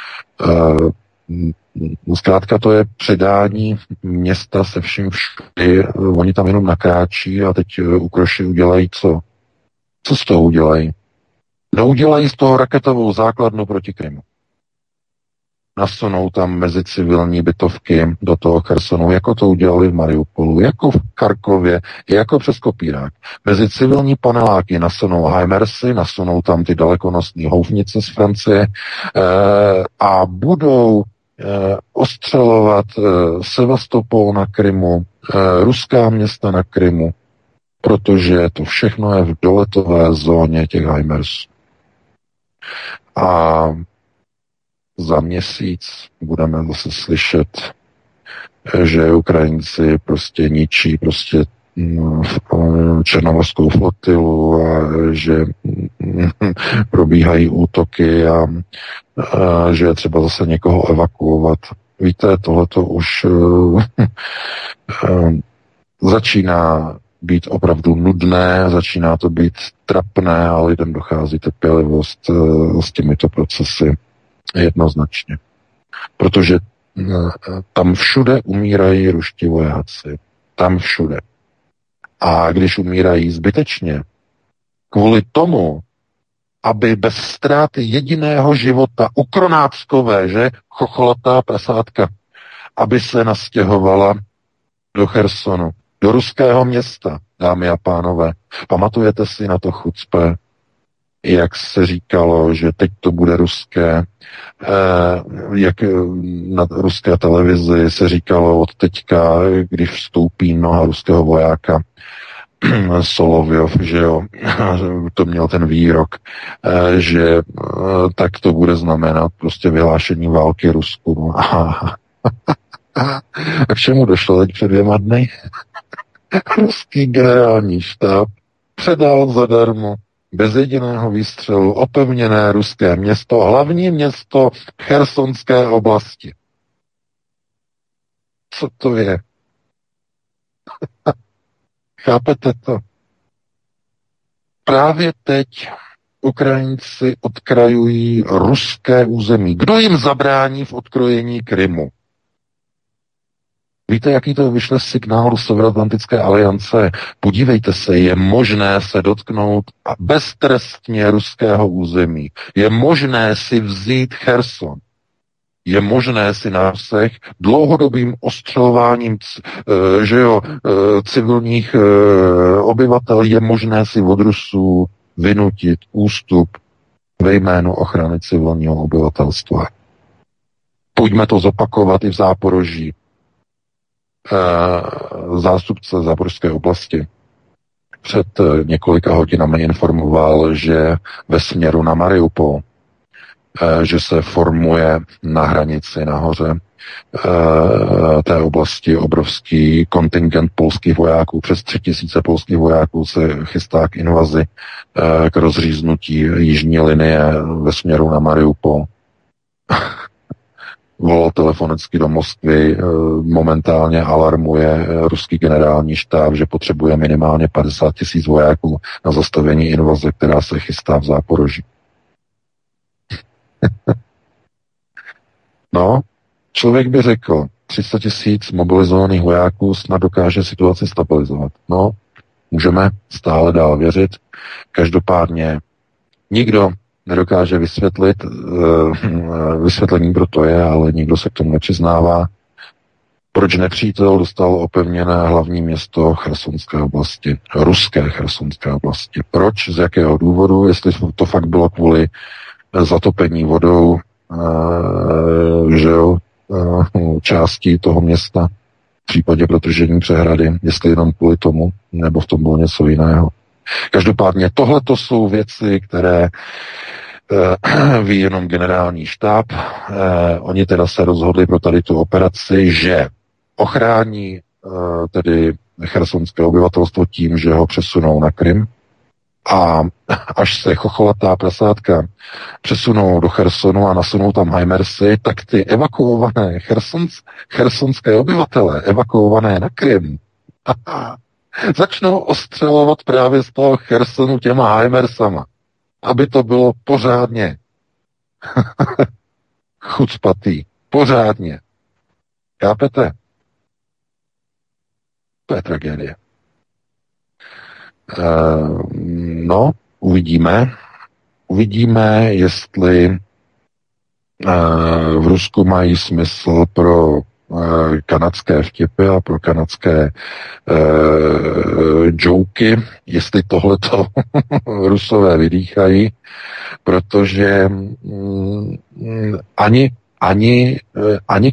Zkrátka to je předání města se vším všudy, oni tam jenom nakráčí a teď Ukroši udělají co? Co z toho udělají? No udělají z toho raketovou základnu proti Krymu. Nasunou tam mezi civilní bytovky do toho Chersonu, jako to udělali v Mariupolu, jako v Charkově, jako přes kopírák. Mezi civilní paneláky nasunou HIMARSy, nasunou tam ty dalekonosní houfnice z Francie a budou ostřelovat Sevastopol na Krymu, ruská města na Krymu, protože to všechno je v doletové zóně těch HIMARSů. A za měsíc budeme zase slyšet, že Ukrajinci prostě ničí prostě černomořskou flotilu a že probíhají útoky a že je třeba zase někoho evakuovat. Víte, tohleto už začíná být opravdu nudné, začíná to být trapné a lidem dochází trpělivost s těmito procesy jednoznačně. Protože tam všude umírají ruští vojáci. Tam všude. A když umírají zbytečně, kvůli tomu, aby bez ztráty jediného života ukronáckové, že, chocholatá prasátka, aby se nastěhovala do Chersonu, do ruského města, dámy a pánové. Pamatujete si na to chucpe, jak se říkalo, že teď to bude ruské, jak na ruské televizi se říkalo od teďka, když vstoupí noha ruského vojáka, Solovjov, že jo, to měl ten výrok, že tak to bude znamenat prostě vyhlášení války Rusku. A k čemu došlo teď před 2 dny? Ruský generální štáb předal zadarmo bez jediného výstřelu opevněné ruské město, hlavní město Chersonské oblasti. Co to je? Chápete to? Právě teď Ukrajinci odkrajují ruské území. Kdo jim zabrání v odkrojení Krymu? Víte, jaký to vyšle signál do Severoatlantické aliance? Podívejte se, je možné se dotknout beztrestně ruského území. Je možné si vzít Cherson. Je možné si na všech dlouhodobým ostřelováním civilních obyvatel, je možné si od Rusů vynutit ústup ve jménu ochrany civilního obyvatelstva. Pojďme to zopakovat i v Záporoží. Zástupce Záporožské oblasti před několika hodinami informoval, že ve směru na Mariupol, že se formuje na hranici nahoře té oblasti obrovský kontingent polských vojáků. Přes 3000 polských vojáků se chystá k invazi, k rozříznutí jižní linie ve směru na Mariupol. Volal telefonicky do Moskvy, momentálně alarmuje ruský generální štáb, že potřebuje minimálně 50 000 vojáků na zastavení invaze, která se chystá v Záporoží. No, člověk by řekl, 300 000 mobilizovaných vojáků snad dokáže situaci stabilizovat. No, můžeme stále dál věřit. Každopádně nikdo nedokáže vysvětlit, vysvětlení pro to je, ale nikdo se k tomu nepřiznává, proč nepřítel dostal opevněné hlavní město Chersonské oblasti, ruské Chersonské oblasti. Proč, z jakého důvodu, jestli to fakt bylo kvůli zatopení vodou, části toho města, v případě protržení přehrady, jestli jenom kvůli tomu, nebo v tom bylo něco jiného. Každopádně tohle to jsou věci, které ví jenom generální štáb. Oni teda se rozhodli pro tady tu operaci, že ochrání tedy chersonské obyvatelstvo tím, že ho přesunou na Krym. A až se chocholatá prasátka přesunou do Chersonu a nasunou tam HIMARSy, tak ty evakuované chersonské obyvatele, evakuované na Krym, začnou ostřelovat právě z toho Chersonu těma HIMARSama, aby to bylo pořádně chucpatý, pořádně. Chápete? To je tragédie. No, uvidíme. Uvidíme, jestli v Rusku mají smysl pro kanadské vtipy a pro kanadské joky, jestli tohleto Rusové vydýchají, protože ani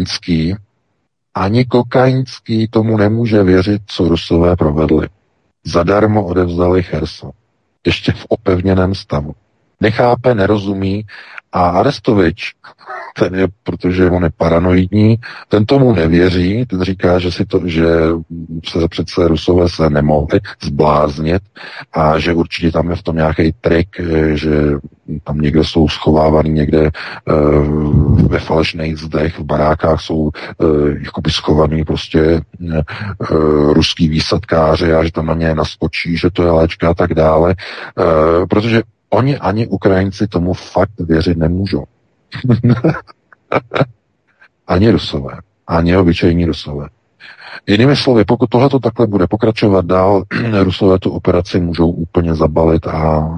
kokainský tomu nemůže věřit, co Rusové provedli. Zadarmo odevzdali Cherson. Ještě v opevněném stavu. Nechápe, nerozumí a Arestovič, ten je, protože on je paranoidní, ten tomu nevěří, ten říká, že se přece Rusové se nemohli zbláznit a že určitě tam je v tom nějaký trik, že tam někde jsou schovávaný někde ve falešných zdech, v barákách jsou jakoby schovaný prostě ruský výsadkáři a že tam na ně naskočí, že to je léčka a tak dále, protože oni ani Ukrajinci tomu fakt věřit nemůžou. Ani Rusové, ani obyčejní Rusové. Jinými slovy, pokud tohleto takhle bude pokračovat dál, Rusové tu operaci můžou úplně zabalit a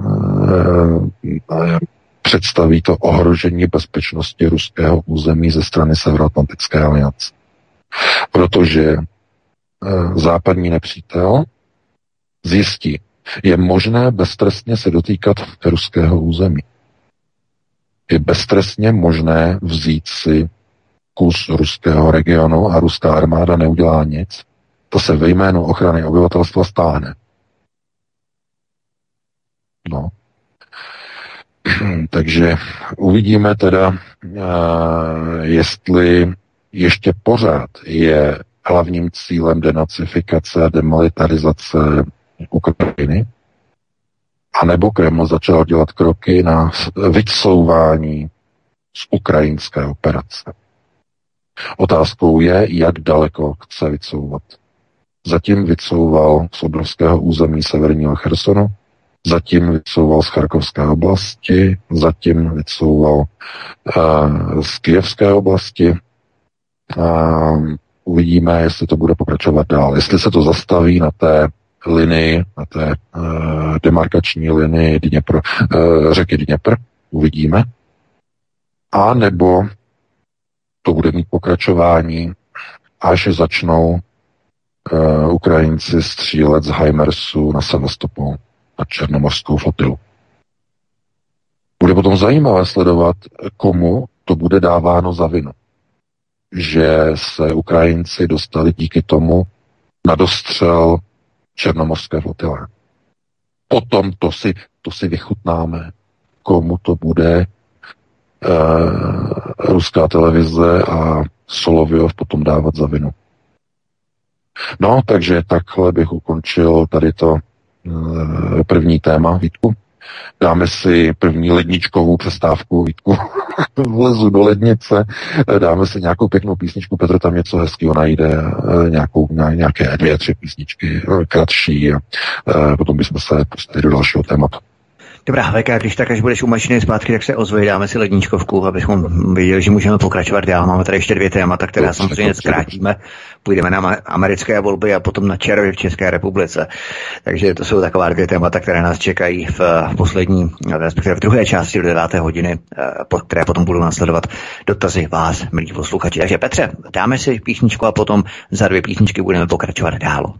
představí to ohrožení bezpečnosti ruského území ze strany Severoatlantické aliance. Protože západní nepřítel zjistí, je možné beztrestně se dotýkat ruského území. Je beztrestně možné vzít si kus ruského regionu a ruská armáda neudělá nic. To se ve jménu ochrany obyvatelstva stáhne. No. Takže uvidíme teda, jestli ještě pořád je hlavním cílem denacifikace a demilitarizace Ukrajiny, anebo Kreml začal dělat kroky na vycouvání z ukrajinské operace. Otázkou je, jak daleko chce vycouvat. Zatím vycouval z obrovského území severního Chersonu, zatím vycouval z Charkovské oblasti, zatím vycouval z Kyjevské oblasti. Uvidíme, jestli to bude pokračovat dál. Jestli se to zastaví na té linii, na té demarkační linii řeky Dněpr, uvidíme. A nebo to bude mít pokračování, až začnou Ukrajinci střílet z HIMARSu na Sevastopol, na Černomořskou flotilu. Bude potom zajímavé sledovat, komu to bude dáváno za vinu. Že se Ukrajinci dostali díky tomu na dostřel Černomořské flotile. Potom to si vychutnáme, komu to bude ruská televize a Solovyov potom dávat za vinu. No, takže takhle bych ukončil tady to první téma, Vítku. Dáme si první ledničkovou přestávku, Vítku. Vlezu do lednice, dáme si nějakou pěknou písničku, Petr tam něco hezkého najde, nějaké 2-3 písničky, kratší a potom bychom se pustili do dalšího tématu. Dobrá, VK, když tak, až budeš u mašiny zpátky, tak se ozvej, dáme si ledničkovku, abychom viděli, že můžeme pokračovat dál. Máme tady ještě 2 témata, která samozřejmě zkrátíme. Půjdeme na americké volby a potom na červy v České republice. Takže to jsou taková 2 témata, které nás čekají v poslední, respektive v druhé části do 9. hodiny, po které potom budou následovat dotazy vás, milí posluchači. Takže Petře, dáme si písničku a potom za 2 písničky budeme pokračovat dál.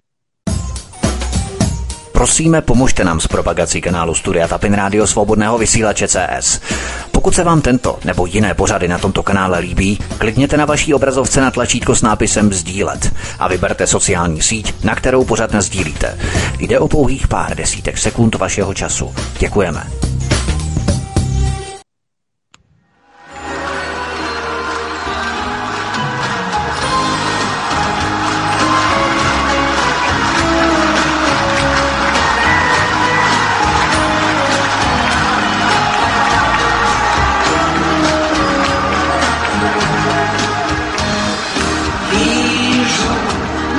Prosíme, pomožte nám s propagací kanálu Studia Tapin Rádio Svobodného vysílače CS. Pokud se vám tento nebo jiné pořady na tomto kanále líbí, klikněte na vaší obrazovce na tlačítko s nápisem sdílet a vyberte sociální síť, na kterou pořad nasdílíte. Jde o pouhých pár desítek sekund vašeho času. Děkujeme.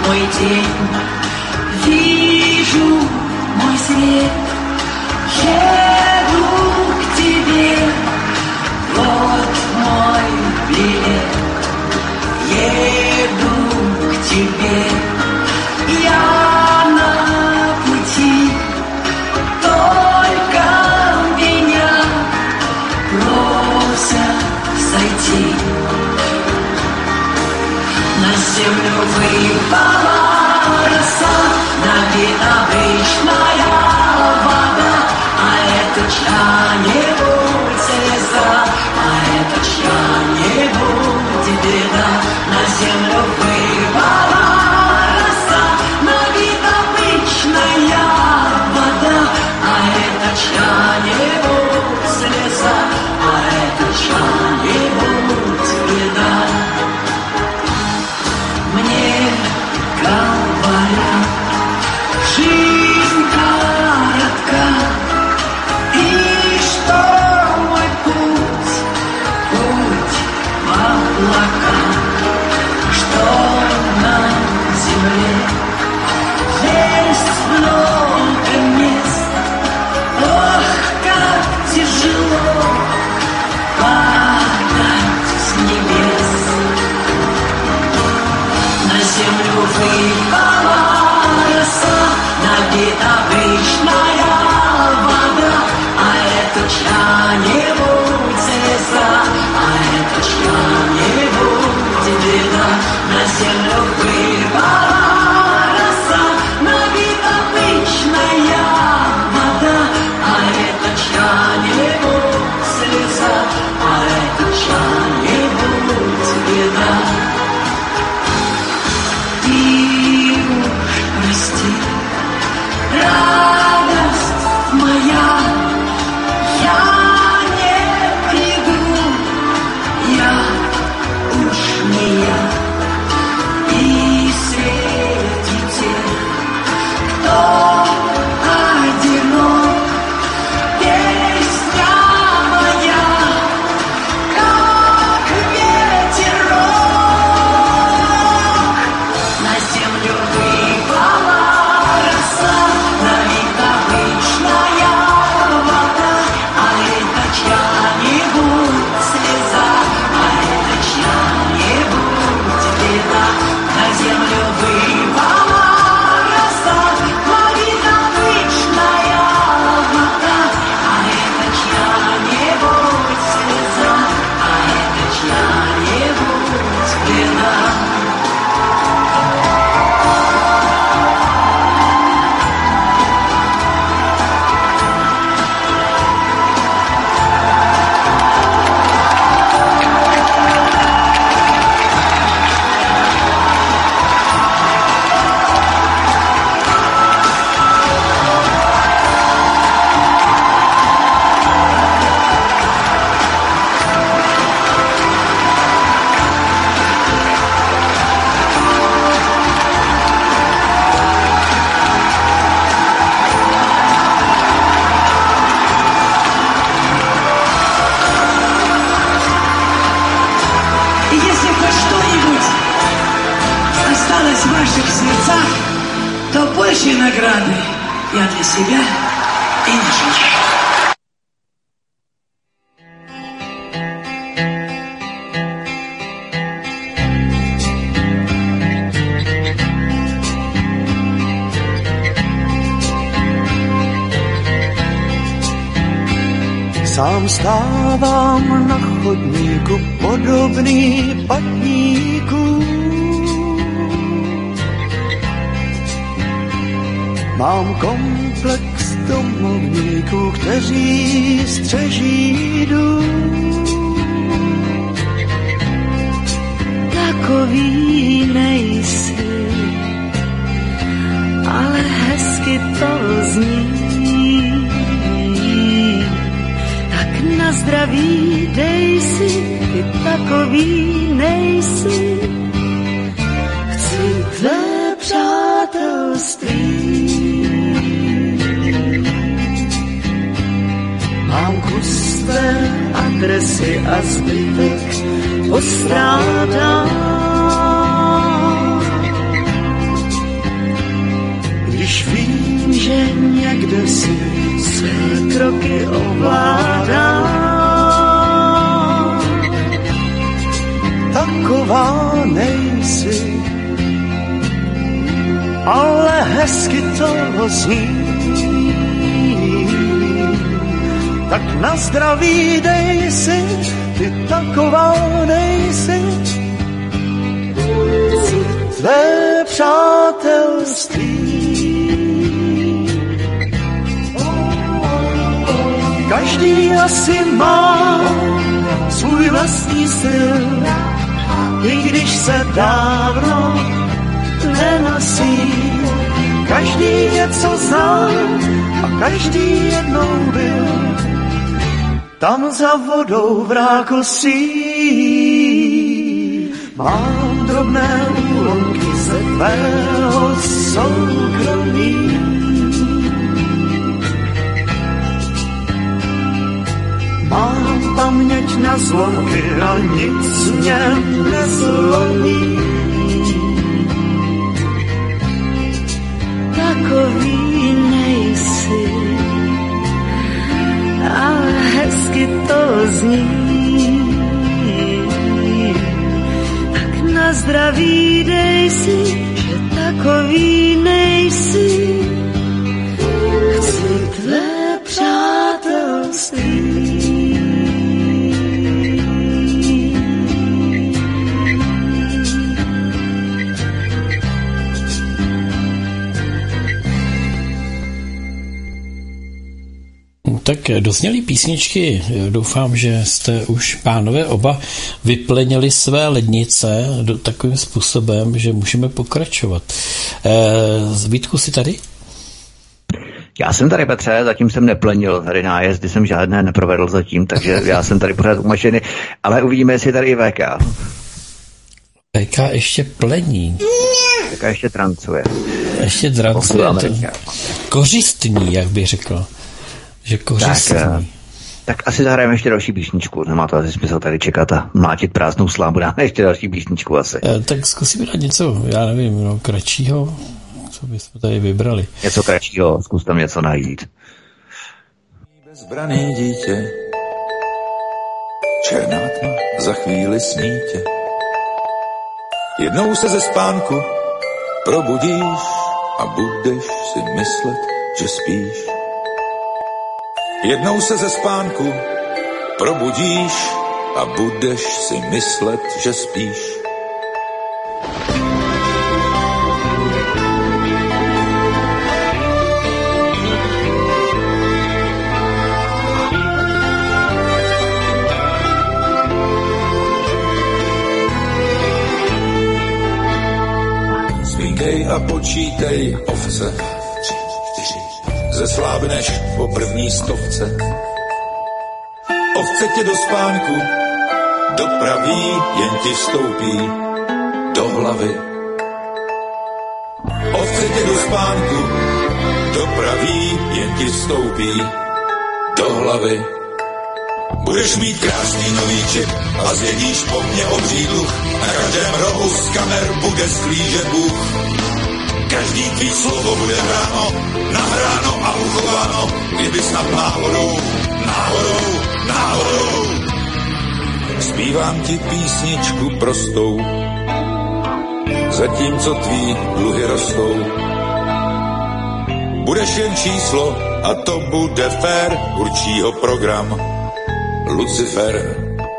мой день, вижу мой свет, еду к тебе, вот мой билет, еду к тебе, я на пути, только меня просят сойти. На землю выпала роса, набита обычная вода, а это чья-нибудь слеза, а это чья-нибудь беда. На землю выпала роса, набита обычная вода, а это чья-нибудь слеза, а это чья-нибудь беда. Мне говорят, жизнь коротка, и что мой путь в облака, что на земле есть много мест, ох, как тяжело падать с небес. На землю выпала роса, набита обычная вода, а это чья-нибудь слеза, а это чья-нибудь беда. На землю выпала роса, набита обычная вода, а это чья-нибудь слеза, а это чья-нибудь беда. Прости, радость моя, я не приду, я уж не я, и среди тех, кто одинок, песня моя, как ветерок. На землю выпала роса, налита обычная вода, а это чья-нибудь слеза, а это чья-нибудь беда. На землю выпала роса, налита обычная вода, а это чья-нибудь слеза, а это чья-нибудь беда. В ваших сердцах, то большей награды я для себя и не желаю. Sám stávám na chodníku podobný patníku. Mám komplex domovníků, kteří střeží dům. Takový nejsi, ale hezky to zní. Tak na zdraví dej si, ty takový nejsi. Chci tvé přátelství. Mám kus tvé adresy a zbytek postrádám. ale hezky to zní. Tak na zdraví dej si, ty taková nejsi. Tvé přátelství. Každý asi má svůj vlastní styl, i když se dávno nenosí. Každý něco zná a každý jednou byl tam za vodou v rákosí. Mám drobné úlomky ze tvého soukromí. Mám paměť na zlomky a nic mě nezlomí. Takový nejsi, ale hezky to zní. Tak na zdraví dej si, že takový nejsi. Chci tvé přátelství. Tak doznělý písničky, doufám, že jste už, pánové, oba vyplenili své lednice takovým způsobem, že můžeme pokračovat. Vítku, jsi tady? Já jsem tady, Petře, zatím jsem neplenil, tady nájezdy jsem žádné neprovedl zatím, takže já jsem tady pořád u mašiny, ale uvidíme, jestli tady i VK. VK ještě plení. VK ještě trancuje. Ještě trancuje. Kořistní, jak bych řekl. Že kořistní. Tak asi zahrajeme ještě další písničku. Nemá to asi smysl tady čekat a mlátit prázdnou slámu. Dáme ještě další písničku asi. Tak zkusíme dát něco, já nevím, kratšího. Co bychom tady vybrali? Něco kratšího, zkus tam něco najít. Bezbraný dítě, černá tma za chvíli smítě. Jednou se ze spánku probudíš a budeš si myslet, že spíš. Jednou se ze spánku probudíš a budeš si myslet, že spíš. Spínkej a počítej ovce, 3, 4, zeslábneš po první 100. Ovce tě do spánku dopraví, jen ti vstoupí do hlavy. Ovce tě do spánku dopraví, jen ti vstoupí do hlavy. Budeš mít krásný nový čip a zjedíš po mně obří dluh. Na každém rohu z kamer bude sklížet Bůh. Každý tvý slovo bude bráno, nahráno a uchováno, kdyby snad náhodou. Zpívám ti písničku prostou, zatímco tvý dluhy rostou. Budeš jen číslo a to bude fér, určí ho program Lucifer.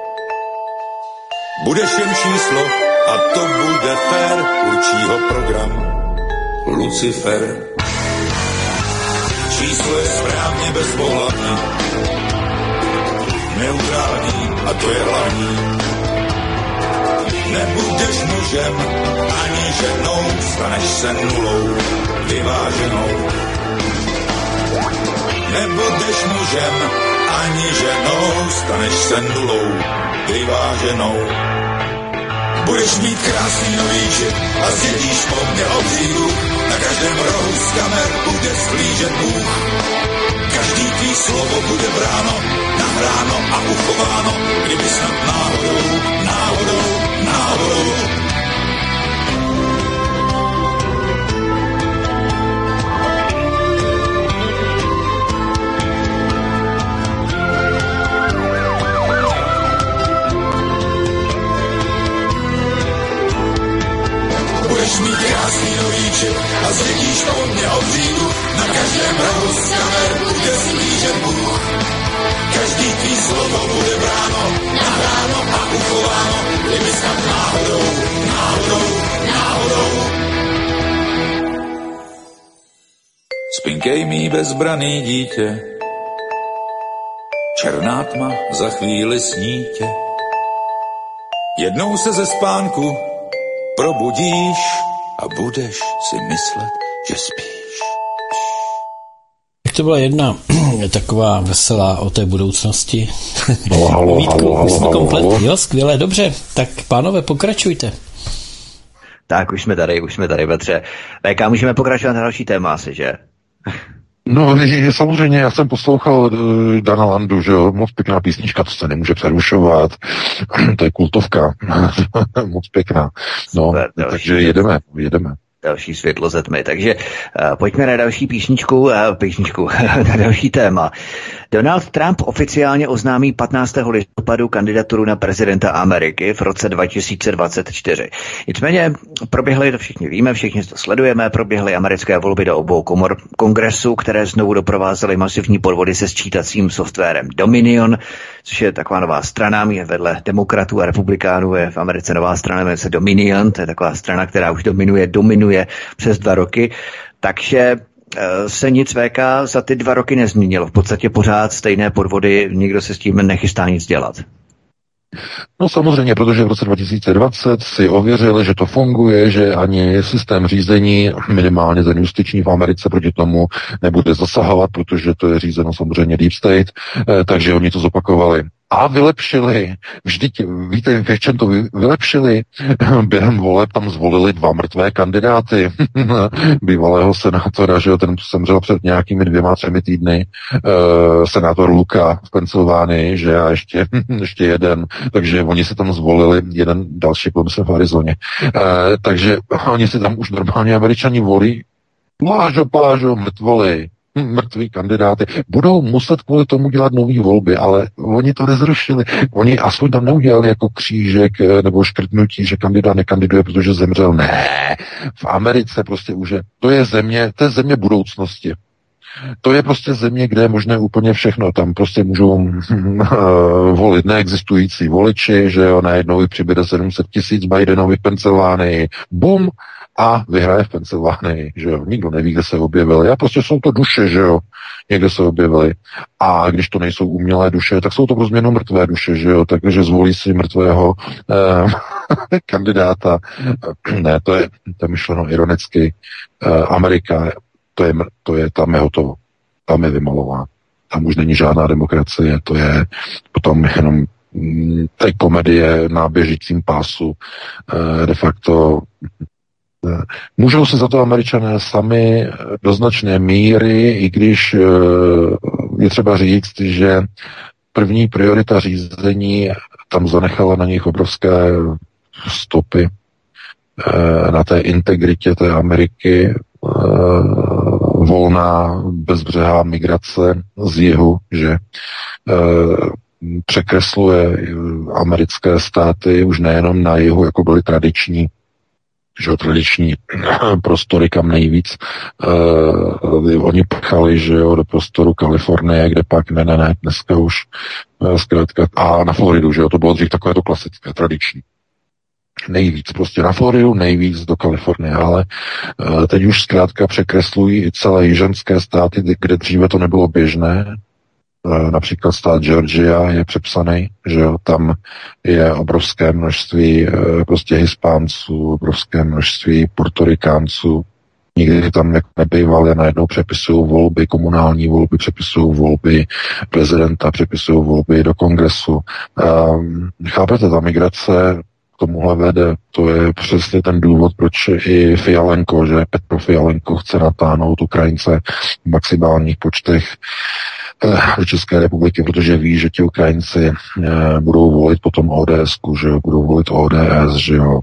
Budeš jen číslo a to bude fér, určí ho program Lucifer. Číslo je správně bezpohlavní, neutrální a to je hlavní. Nebudeš mužem ani ženou, staneš se nulou, vyváženou. Nebudeš mužem ani ženou, staneš se nulou, vyváženou. Budeš mít krásný nový čip a zjedíš po mně obří dluh. Na každém rohu z kamer bude sklížet Bůh. Každý tvý slovo bude bráno, nahráno a uchováno, kdyby snad náhodou. Budeš mít krásný nový čip a zdědíš po mně obříku. Na každém rohu z kamer bude zhlížet Bůh. Každý tvý slovo bude bráno, nahráno a uchováno, kdyby snad náhodou. Spinkej mý bezbraný dítě, černá tma za chvíli snítě. Jednou se ze spánku probudíš a budeš si myslet, že spíš. To byla jedna taková veselá o té budoucnosti. Halo. Komplet. Jo, skvěle, dobře. Tak pánové, pokračujte. Tak, už jsme tady, Petře. VK, můžeme pokračovat na další téma asi, že? No, samozřejmě, já jsem poslouchal Dana Landu, že jo, moc pěkná písnička, to se nemůže přerušovat, to je kultovka, moc pěkná. No, super, takže jedeme. Další světlo ze tmy. Takže pojďme na další písničku, na další téma. Donald Trump oficiálně oznámí 15. listopadu kandidaturu na prezidenta Ameriky v roce 2024. Nicméně proběhly, to všichni víme, všichni to sledujeme, proběhly americké volby do obou komor kongresu, které znovu doprovázely masivní podvody se sčítacím softwarem Dominion, což je taková nová strana, je vedle demokratů a republikánů, je v Americe nová strana, jmenuje se Dominion, to je taková strana, která už dominuje přes 2 roky, takže se nic VK za ty 2 roky nezměnilo. V podstatě pořád stejné podvody, nikdo se s tím nechystá nic dělat. No samozřejmě, protože v roce 2020 si ověřili, že to funguje, že ani systém řízení, minimálně ten justiční v Americe proti tomu nebude zasahovat, protože to je řízeno samozřejmě Deep State, takže oni to zopakovali. A vylepšili, vždyť víte, v čem to vylepšili? Během voleb tam zvolili 2 mrtvé kandidáty. Bývalého senátora, že jo, ten zemřel před nějakými 2-3 týdny, senátor Luka v Pensylvánii, že a ještě jeden, takže oni si tam zvolili jeden další, myslím v Arizoně. Takže oni si tam už normálně Američani volí plážo, mrtví kandidáty. Budou muset kvůli tomu dělat nový volby, ale oni to nezrušili. Oni aspoň tam neudělali jako křížek nebo škrtnutí, že kandidát nekandiduje, protože zemřel. Ne. V Americe prostě už je. To je země budoucnosti. To je prostě země, kde je možné úplně všechno. Tam prostě můžou volit neexistující voliči, že jo, najednou přibude 700 000 Bidenovi v Pensylvánii. Bum! A vyhraje v Pensylvánii, že jo. Nikdo neví, kde se objevili. A prostě jsou to duše, že jo. Někde se objevili. A když to nejsou umělé duše, tak jsou to pro změnu mrtvé duše, že jo. Takže zvolí si mrtvého kandidáta. Ne, to je myšleno ironicky. Amerika, tam je hotovo. Tam je vymalová. Tam už není žádná demokracie, to je potom jenom té komedie na běžícím pásu. De facto můžou se za to Američané sami do značné míry, i když je třeba říct, že první priorita řízení tam zanechala na nich obrovské stopy na té integritě té Ameriky, volná bezbřehá migrace z jihu, že překresluje americké státy už nejenom na jihu, jako byly tradiční prostory, kam nejvíc. Oni pchali, že jo, do prostoru Kalifornie, kde pak ne, dneska už zkrátka, a na Floridu, že jo, to bylo dřív takové to klasické, tradiční. Nejvíc prostě na Floridu, nejvíc do Kalifornie, ale teď už zkrátka překreslují i celé jižanské státy, kde dříve to nebylo běžné. Například stát Georgia je přepsaný, že jo, tam je obrovské množství prostě Hispánců, obrovské množství Portorikánců, nikdy tam jako nebývali, najednou přepisují volby, komunální volby, přepisují volby prezidenta, přepisují volby do kongresu. Chápete, ta migrace k tomuhle vede, to je přesně ten důvod, proč i Fialenko, že Petro Fialenko chce natáhnout Ukrajince v maximálních počtech do České republiky, protože ví, že ti Ukrajinci budou volit potom ODS-ku, že jo, budou volit ODS, že jo.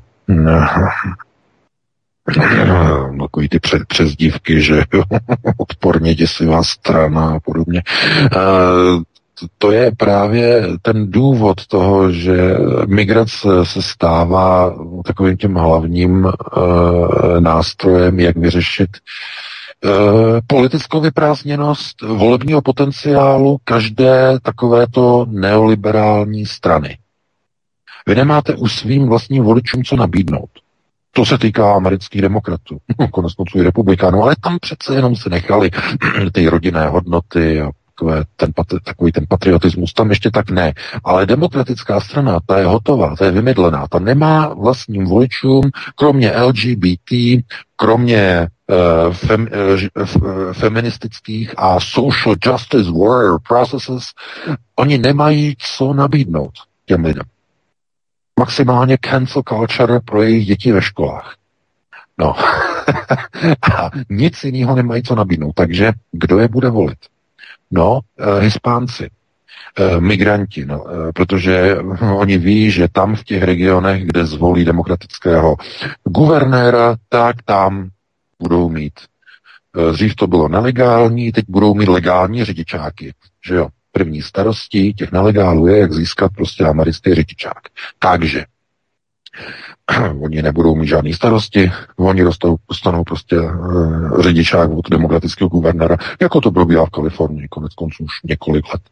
Takový ty přezdívky, že jo, odporně děsivá strana a podobně. to je právě ten důvod toho, že migrace se stává takovým tím hlavním nástrojem, jak vyřešit politickou vyprázdněnost volebního potenciálu každé takovéto neoliberální strany. Vy nemáte už svým vlastním voličům co nabídnout. To se týká amerických demokratů, koneckonců i republikánů, ale tam přece jenom se nechali ty rodinné hodnoty a takový ten patriotismus, tam ještě tak ne. Ale demokratická strana, ta je hotová, ta je vymydlená, ta nemá vlastním voličům, kromě LGBT, kromě feministických a social justice warrior processes, oni nemají co nabídnout těm lidem. Maximálně cancel culture pro jejich děti ve školách. No. A nic jiného nemají co nabídnout. Takže kdo je bude volit? No, Hispánci, migranti, no, protože oni ví, že tam v těch regionech, kde zvolí demokratického guvernéra, tak tam budou mít. Dřív to bylo nelegální, teď budou mít legální řidičáky, že jo. První starostí těch nelegálů je, jak získat prostě americký řidičák. Takže oni nebudou mít žádný starosti, oni dostanou prostě řidičák od demokratického guvernéra, jako to probíhá v Kalifornii, konec konců už několik let.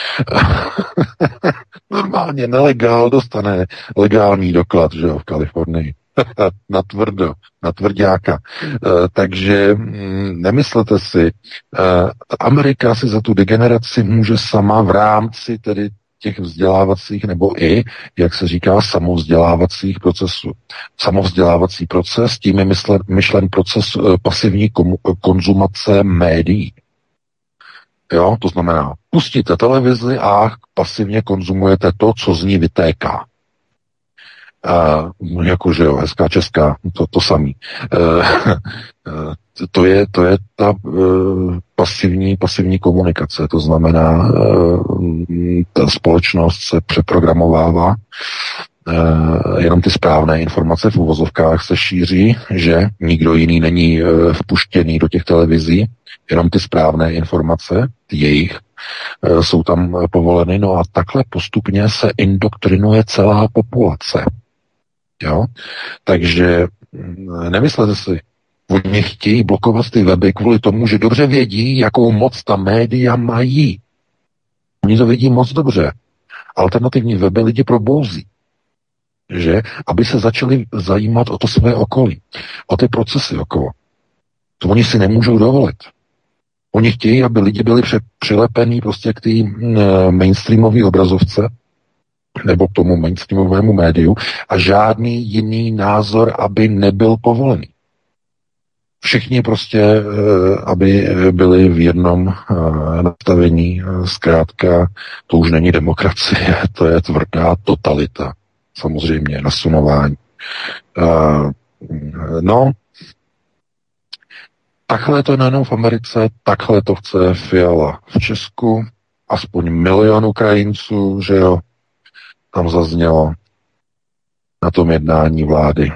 Normálně nelegál dostane legální doklad, že jo, v Kalifornii. Na tvrďáka. Takže nemyslete si, Amerika si za tu degeneraci může sama v rámci tedy těch vzdělávacích, nebo i, jak se říká, samovzdělávacích procesů. Samovzdělávací proces, tím je myšlen proces pasivní konzumace médií. Jo, to znamená, pustíte televizi a pasivně konzumujete to, co z ní vytéká. Jakože jo, hezká česká, to samý. To je ta pasivní komunikace, to znamená, ta společnost se přeprogramovává, jenom ty správné informace v uvozovkách se šíří, že nikdo jiný není vpuštěný do těch televizí, jenom ty správné informace, ty jejich, jsou tam povoleny, no a takhle postupně se indoktrinuje celá populace. Jo? Takže nemyslete si, oni chtějí blokovat ty weby kvůli tomu, že dobře vědí, jakou moc ta média mají. Oni to vědí moc dobře. Alternativní weby lidi probouzí. Že? Aby se začali zajímat o to své okolí. O ty procesy okolo. To oni si nemůžou dovolit. Oni chtějí, aby lidi byli přilepení prostě k té mainstreamové obrazovce nebo k tomu mainstreamovému médiu a žádný jiný názor, aby nebyl povolený. Všichni prostě, aby byli v jednom nastavení, zkrátka, to už není demokracie, to je tvrdá totalita, samozřejmě, nasunování. No, takhle je to nejenom v Americe, takhle to chce Fiala v Česku, aspoň 1 milion Ukrajinců, že jo, tam zaznělo na tom jednání vlády.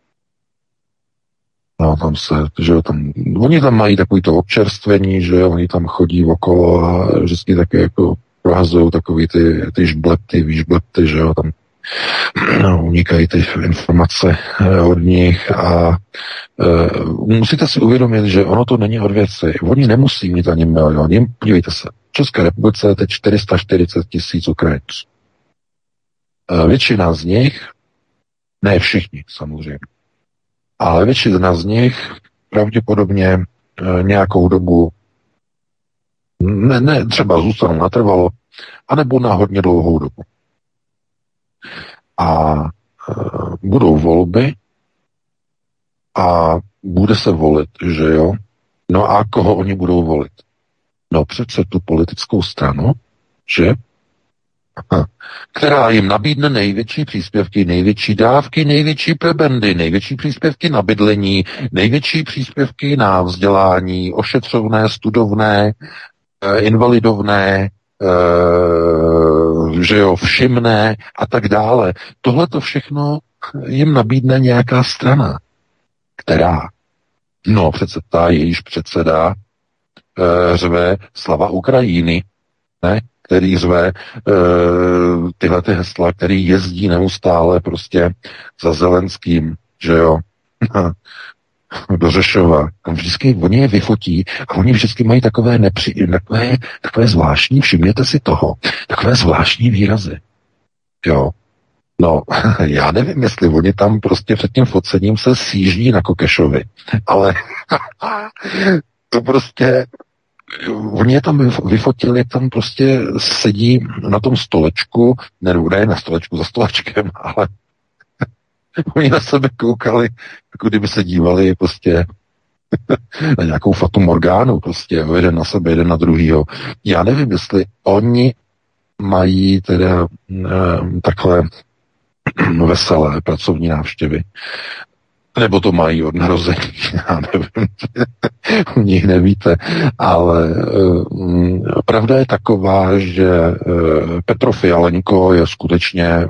No, tam se, že jo, oni tam mají takový to občerstvení, že jo, oni tam chodí okolo a vždycky taky jako prohazují takový ty výžblepty, že jo, tam unikají ty informace od nich a musíte si uvědomit, že ono to není od věci. Oni nemusí mít ani milion. Podívejte se, v České republice je teď 440 000 Ukrajinců. Většina z nich, ne všichni samozřejmě, ale většina z nich pravděpodobně nějakou dobu ne třeba zůstanou natrvalo, anebo na hodně dlouhou dobu. A budou volby a bude se volit, že jo? No a koho oni budou volit? No přece tu politickou stranu, že? Která jim nabídne největší příspěvky, největší dávky, největší prebendy, největší příspěvky na bydlení, největší příspěvky na vzdělání, ošetřovné, studovné, invalidovné, že jo, všimné a tak dále. Tohle to všechno jim nabídne nějaká strana, která, no přece ta jejíž předseda řve slava Ukrajiny, ne? který řve tyhle ty hesla, který jezdí neustále prostě za Zelenským, že jo, do Řešova. Vždycky oni je vyfotí a oni vždycky mají takové zvláštní, všimněte si toho, takové zvláštní výrazy. Jo. No, já nevím, jestli oni tam prostě před tím focením se sjíždí na Kokešovi, ale to prostě, oni je tam vyfotili, jak tam prostě sedí na tom stolečku, ne na stolečku, za stolečkem, ale oni na sebe koukali, jako kdyby se dívali prostě na nějakou Fatu Morgánu, prostě jeden na sebe, jeden na druhýho. Já nevím, jestli oni mají teda takhle veselé pracovní návštěvy, nebo to mají od narození, já nevím, u nich nevíte, ale pravda je taková, že Petro Fialenko je skutečně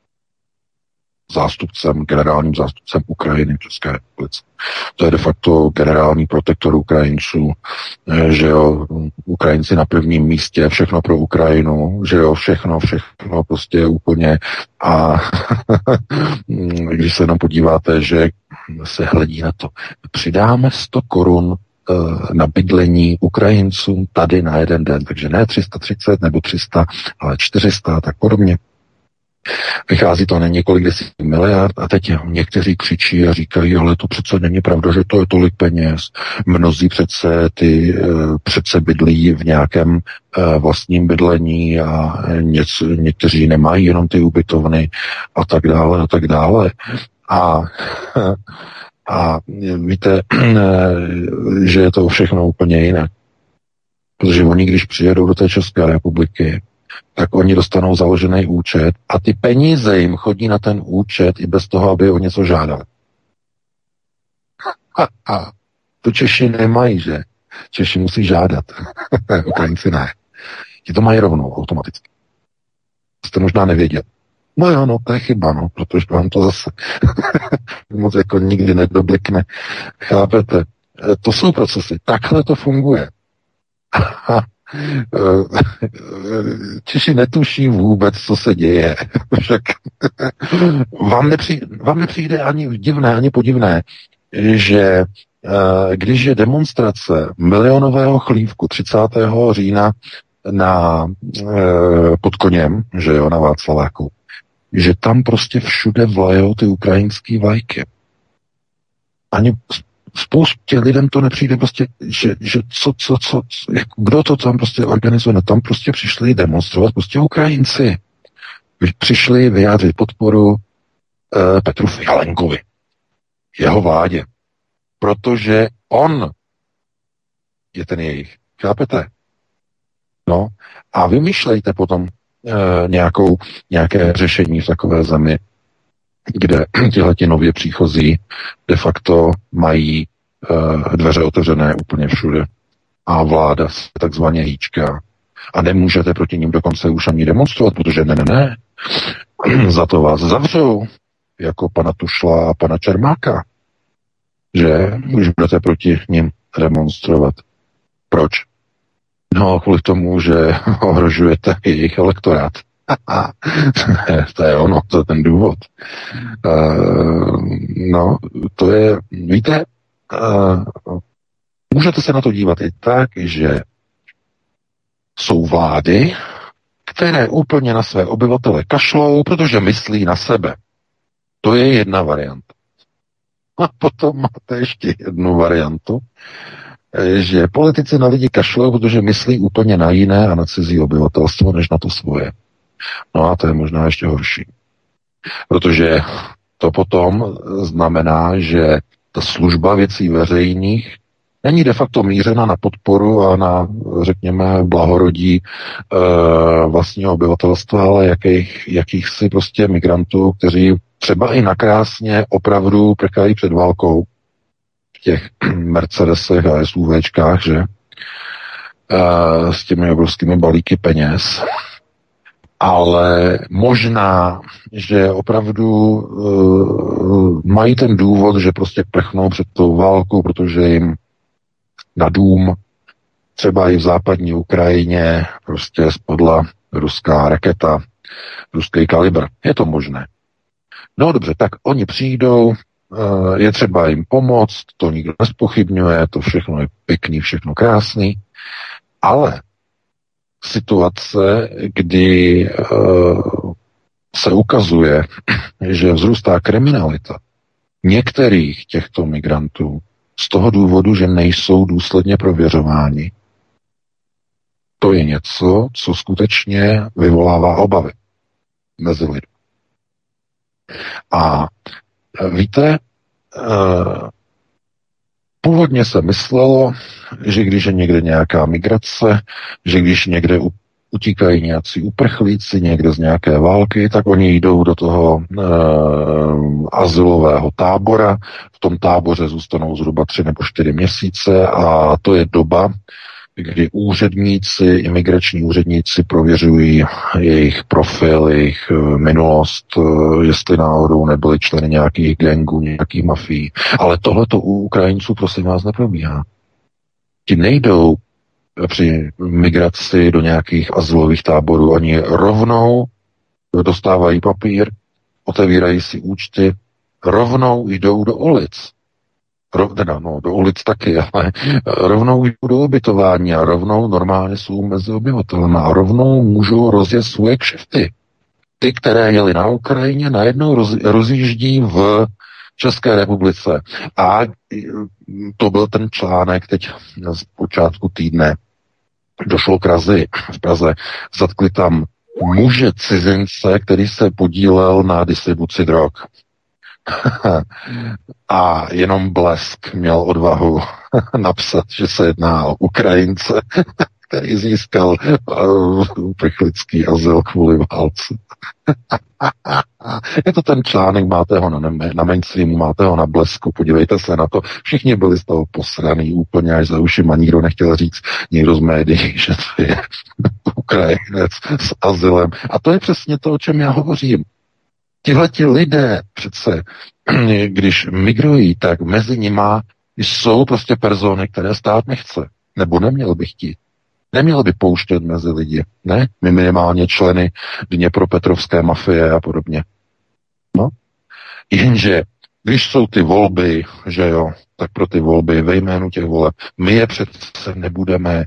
generálním zástupcem Ukrajiny v České republice. To je de facto generální protektor Ukrajinců, že jo, Ukrajinci na prvním místě, všechno pro Ukrajinu, že jo, všechno prostě úplně a když se jenom podíváte, že se hledí na to, přidáme 100 korun na bydlení Ukrajincům tady na jeden den, takže ne 330 nebo 300, ale 400 a tak podobně. Vychází to na několik desítek miliard a teď někteří křičí a říkají, ale to přece není pravda, že to je tolik peněz. Mnozí přece bydlí v nějakém vlastním bydlení a někteří nemají jenom ty ubytovny a tak dále a tak dále. A víte, že je to všechno úplně jinak. Protože oni, když přijedou do té České republiky, tak oni dostanou založený účet a ty peníze jim chodí na ten účet i bez toho, aby o něco žádali. A to Češi nemají, že? Češi musí žádat. Ukrajinci ne. Ti to mají rovnou, automaticky. Jste možná nevěděli. No jo, no, to je chyba, no, protože vám to zase moc jako nikdy nedoblikne. Chápete? To jsou procesy. Takhle to funguje. Češi netuší vůbec, co se děje. Však vám nepřijde ani divné, ani podivné, že když je demonstrace milionového chlívku 30. října pod Koněm, že jo, na Václaváku, že tam prostě všude vlajou ty ukrajinský vlajky. Ani spoustě lidem to nepřijde prostě, že kdo to tam prostě organizuje, no tam prostě přišli demonstrovat prostě Ukrajinci. Přišli vyjádřit podporu Petru Fialenkovi, jeho vládě, protože on je ten jejich. Chápete? No a vymýšlejte potom nějaké řešení v takové zemi, kde tihleti nově příchozí de facto mají dveře otevřené úplně všude a vláda se takzvaně hýčká a nemůžete proti ním dokonce už ani demonstrovat, protože ne, za to vás zavřou, jako pana Tušla a pana Čermáka, že už budete proti ním demonstrovat. Proč? No, kvůli tomu, že ohrožujete jejich elektorát. To je ono, to je ten důvod. No, to je, víte, můžete se na to dívat i tak, že jsou vlády, které úplně na své obyvatele kašlou, protože myslí na sebe. To je jedna varianta. A potom máte ještě jednu variantu, že politici na lidi kašlou, protože myslí úplně na jiné a na cizí obyvatelstvo, než na to svoje. No a to je možná ještě horší. Protože to potom znamená, že ta služba věcí veřejných není de facto mířena na podporu a na, řekněme, blahorodí vlastního obyvatelstva, ale jakýchsi prostě migrantů, kteří třeba i nakrásně opravdu prchají před válkou v těch Mercedesech a SUVčkách, že? S těmi obrovskými balíky peněz. Ale možná, že opravdu mají ten důvod, že prostě prchnou před tou válkou, protože jim na dům třeba i v západní Ukrajině prostě spadla ruská raketa, ruský kalibr. Je to možné. No dobře, tak oni přijdou, je třeba jim pomoct, to nikdo nezpochybňuje, to všechno je pěkný, všechno krásný, ale situace, kdy se ukazuje, že vzrůstá kriminalita některých těchto migrantů z toho důvodu, že nejsou důsledně prověřováni, to je něco, co skutečně vyvolává obavy mezi lidmi. A víte, původně se myslelo, že když je někde nějaká migrace, že když někde utíkají nějací uprchlíci někde z nějaké války, tak oni jdou do toho azylového tábora. V tom táboře zůstanou zhruba 3 nebo 4 měsíce a to je doba, kdy úředníci, imigrační úředníci prověřují jejich profil, jejich minulost, jestli náhodou nebyli členy nějakých gangů, nějakých mafií. Ale tohleto u Ukrajinců, prosím vás, neprobíhá. Ti nejdou při migraci do nějakých azylových táborů, oni rovnou dostávají papír, otevírají si účty, rovnou jdou do ulic. Do ulic taky, ale rovnou jdou do ubytování a rovnou normálně jsou mezi obyvatelem a rovnou můžou rozjet svoje kšefty. Ty, které jeli na Ukrajině, najednou rozjíždí v České republice. A to byl ten článek teď z počátku týdne. Došlo k razi v Praze. Zatkli tam muže cizince, který se podílel na distribuci drog. A jenom Blesk měl odvahu napsat, že se jedná o Ukrajince, který získal uprchlický azyl kvůli válce. Je to ten článek, máte ho na mainstreamu, máte ho na Blesku, podívejte se na to. Všichni byli z toho posraný úplně až za ušima, nikdo nechtěl říct, někdo z médií, že to je Ukrajinec s azylem. A to je přesně to, o čem já hovořím. Tihleti lidé přece, když migrují, tak mezi nima jsou prostě persony, které stát nechce. Nebo neměl by chtít. Neměl by pouštět mezi lidi. Ne? Minimálně členy Dněpropetrovské mafie a podobně. No. Jenže, když jsou ty volby, že jo, tak pro ty volby ve jménu těch voleb, my je přece nebudeme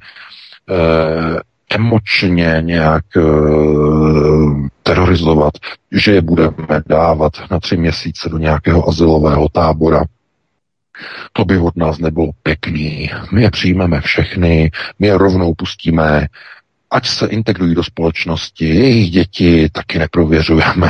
emočně nějak terorizovat, že je budeme dávat na 3 měsíce do nějakého azylového tábora. To by od nás nebylo pěkný. My je přijmeme všechny, my je rovnou pustíme, ať se integrují do společnosti, jejich děti taky neprověřujeme.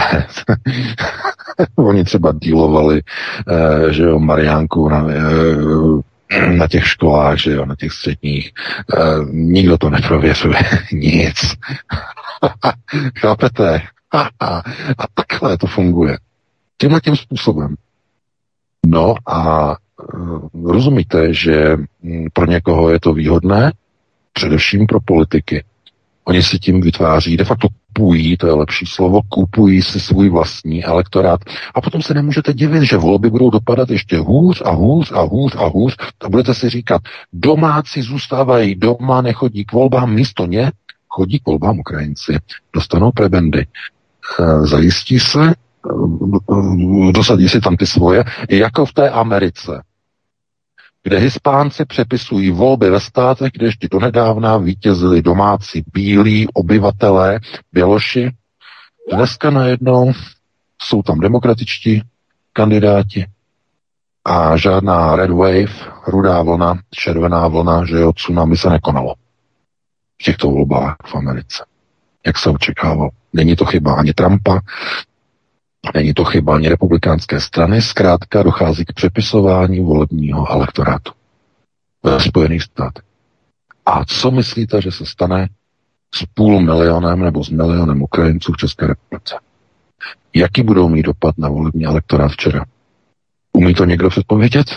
Oni třeba dealovali, že jo, Mariánku na těch školách, že jo, na těch středních. Nikdo to neprověřuje. Nic. Chápete? A takhle to funguje. Tímhletím způsobem. No a rozumíte, že pro někoho je to výhodné, především pro politiky. Oni si tím vytváří, de facto kupují, to je lepší slovo, kupují si svůj vlastní elektorát a potom se nemůžete divit, že volby budou dopadat ještě hůř a hůř a hůř a hůř a budete si říkat, domácí zůstávají doma, nechodí k volbám, místo ně chodí k volbám Ukrajinci, dostanou prebendy, zajistí se, dosadí si tam ty svoje, jako v té Americe, kde Hispánci přepisují volby ve státech, kde ještě donedávna vítězili domácí bílí obyvatelé, běloši. Dneska najednou jsou tam demokratičtí kandidáti a žádná red wave, rudá vlna, červená vlna, že jo, tsunami se nekonalo v těchto volbách v Americe, jak se očekávalo. Není to chyba ani Trumpa, není to chyba ani republikánské strany, zkrátka dochází k přepisování volebního elektorátu ve Spojených státech. A co myslíte, že se stane s 500 000 nebo s 1 000 000 Ukrajinců v České republice? Jaký budou mít dopad na volební elektorát včera? Umí to někdo předpovědět?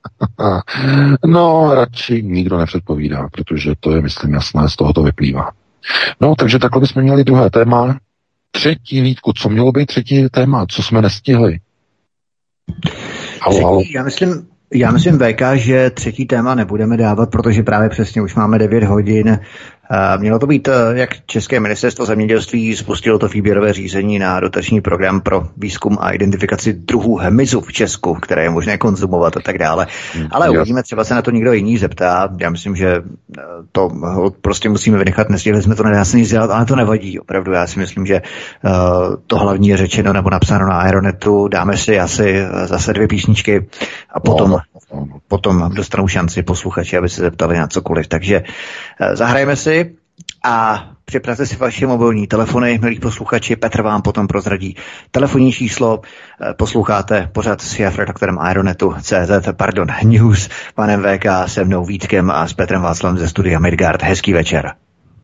No, radši nikdo nepředpovídá, protože to je, myslím, jasné, z toho to vyplývá. No, takže takhle bychom měli druhé téma. Třetí, Vítku, co mělo být třetí téma? Co jsme nestihli? Já myslím, Já myslím, VK, že třetí téma nebudeme dávat, protože právě přesně už máme 9 hodin. Mělo to být, jak České ministerstvo zemědělství spustilo to výběrové řízení na dotační program pro výzkum a identifikaci druhů hmyzu v Česku, které je možné konzumovat a tak dále. Ale uvidíme, třeba se na to někdo jiný zeptá. Já myslím, že to prostě musíme vynechat, nestihli jsme to nedá se nic dělat, ale to nevadí. Opravdu já si myslím, že to hlavní je řečeno nebo napsáno na Aeronetu. Dáme si asi zase 2 písničky a potom dostanou šanci posluchači, aby se zeptali na cokoliv. Takže zahrajeme si a připravte si vaše mobilní telefony, milí posluchači. Petr vám potom prozradí telefonní číslo. Posloucháte pořad s redaktorem Aeronetu News, panem VK, se mnou Vítkem a s Petrem Václavem ze studia Midgard. Hezký večer.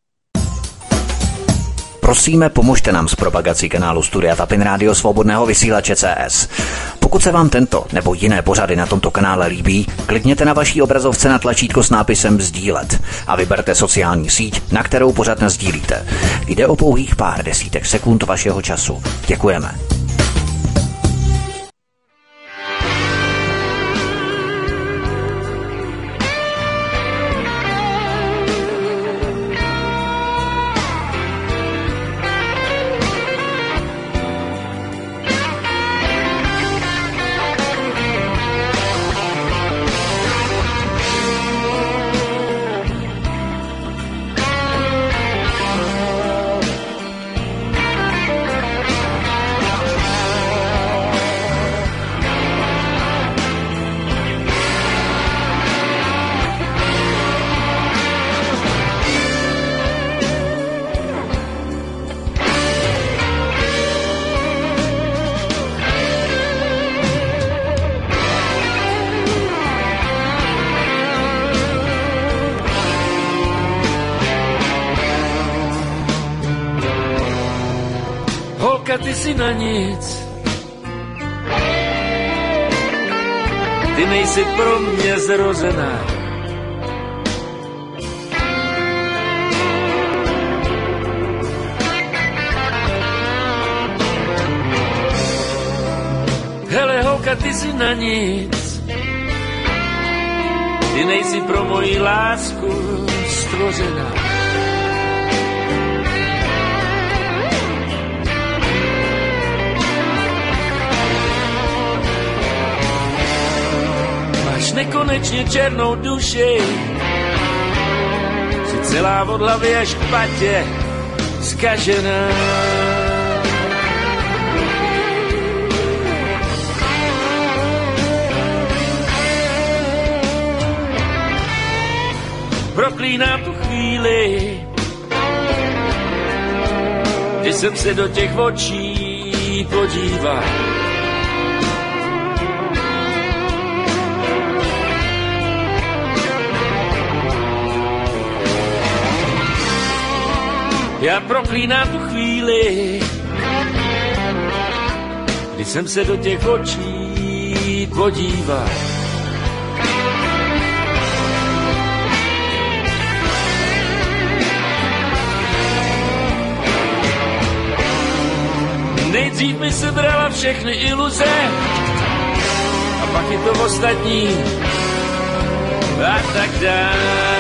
Prosíme, pomožte nám s propagací kanálu Studia Tapin Rádio Svobodného vysílače CS. Pokud se vám tento nebo jiné pořady na tomto kanále líbí, klikněte na vaší obrazovce na tlačítko s nápisem sdílet a vyberte sociální síť, na kterou pořad nasdílíte. Jde o pouhých pár desítek sekund vašeho času. Děkujeme. Ty jsi na nic, ty nejsi pro mě zrozená. Hele holka, ty jsi na nic, ty nejsi pro moji lásku stvořená. Nekonečně černou duši, si celá od hlavy až k patě zkažená. Proklínám tu chvíli, kdy jsem se do těch očí podíval. Já proklínám tu chvíli, kdy jsem se do těch očí podíval. Nejdřív mi se brala všechny iluze a pak je to ostatní a tak dále.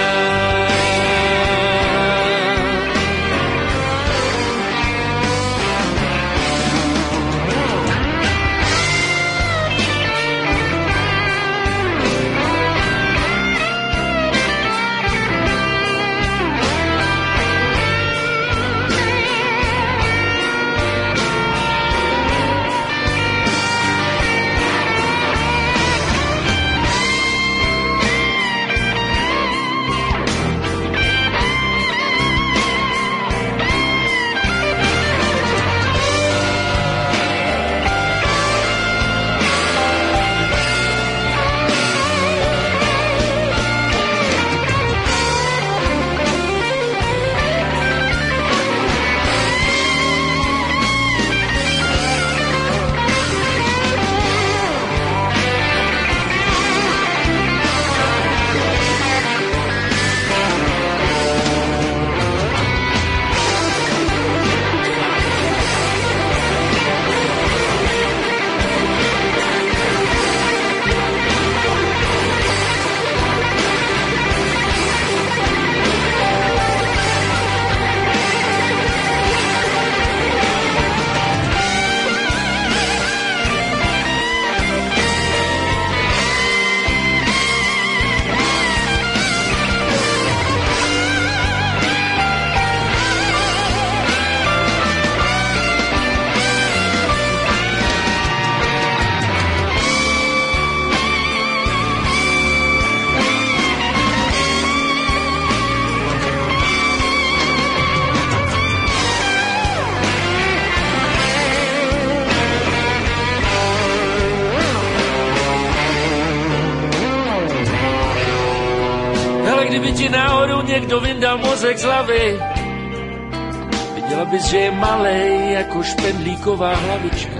kdyby ti náhodou někdo vyndal mozek z hlavy, viděla bys, že je malej jako špendlíková hlavička.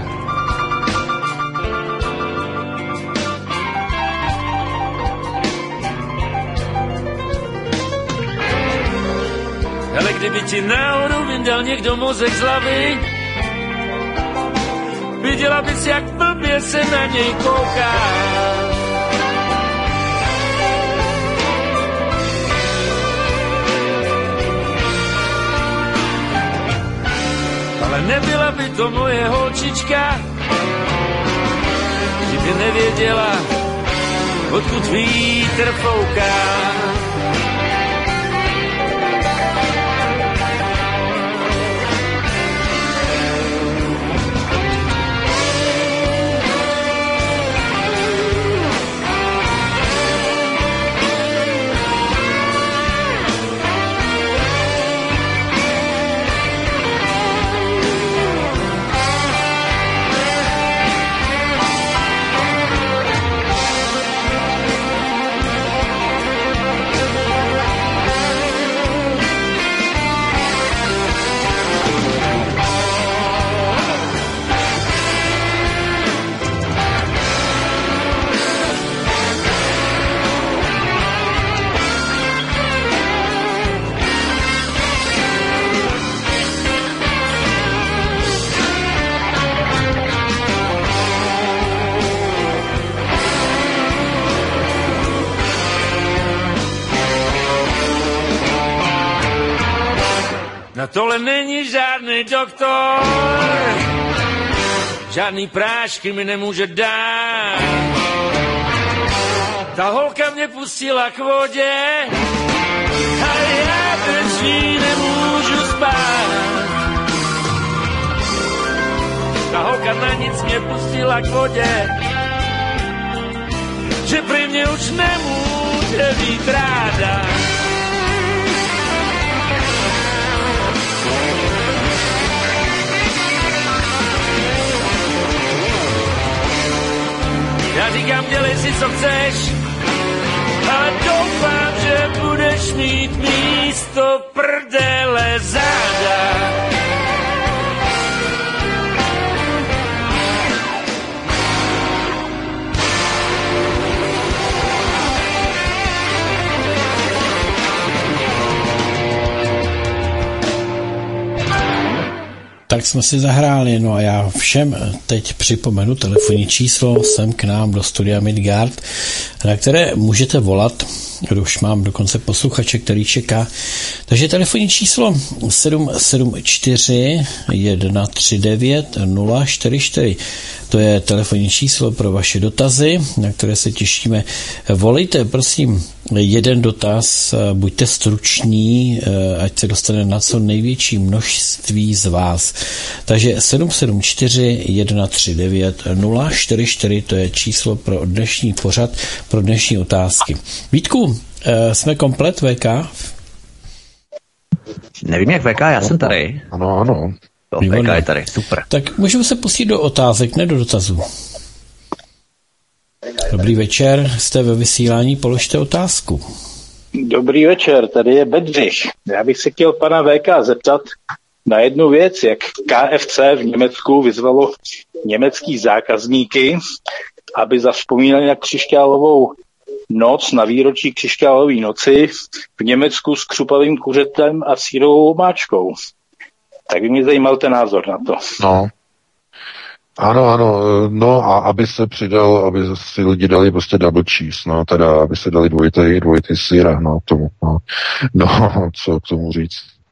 Ale kdyby ti náhodou vyndal někdo mozek z hlavy, viděla bys, jak blbě se na něj kouká. Ale nebyla by to moje holčička, kdyby nevěděla, odkud vítr fouká. Na tohle není žádný doktor, žádný prášky mi nemůže dát. Ta holka mě pustila k vodě a já bez ní nemůžu spát. Ta holka na nic mě pustila k vodě, že prý mě už nemůže být ráda. Já říkám, dělej si, co chceš, ale doufám, že budeš mít místo prdele záda. Tak jsme si zahráli, no a já všem teď připomenu telefonní číslo sem k nám do studia Midgard, na které můžete volat, už mám dokonce posluchače, který čeká. Takže telefonní číslo 774 139 044. To je telefonní číslo pro vaše dotazy, na které se těšíme. Volejte, prosím, jeden dotaz, buďte struční, ať se dostane na co největší množství z vás. Takže 774 139 044, to je číslo pro dnešní pořad, pro dnešní otázky. Vítku, jsme komplet VK? Nevím jak VK, já jsem tady. Ano. VK je tady, super. Tak můžeme se pustit do otázek, ne do dotazů. Dobrý večer, jste ve vysílání, položte otázku. Dobrý večer, tady je Bedřich. Já bych se chtěl pana VK zeptat na jednu věc, jak KFC v Německu vyzvalo německý zákazníky, aby zavzpomínali na křišťálovou noc, na výročí křišťálové noci v Německu s křupavým kuřetem a sýrovou omáčkou. Tak by mě zajímal ten názor na to. No. Ano, no a aby se přidal, aby si lidi dali prostě double cheese, no, teda, aby se dali dvojitý sýr, no, k tomu, no, co k tomu říct.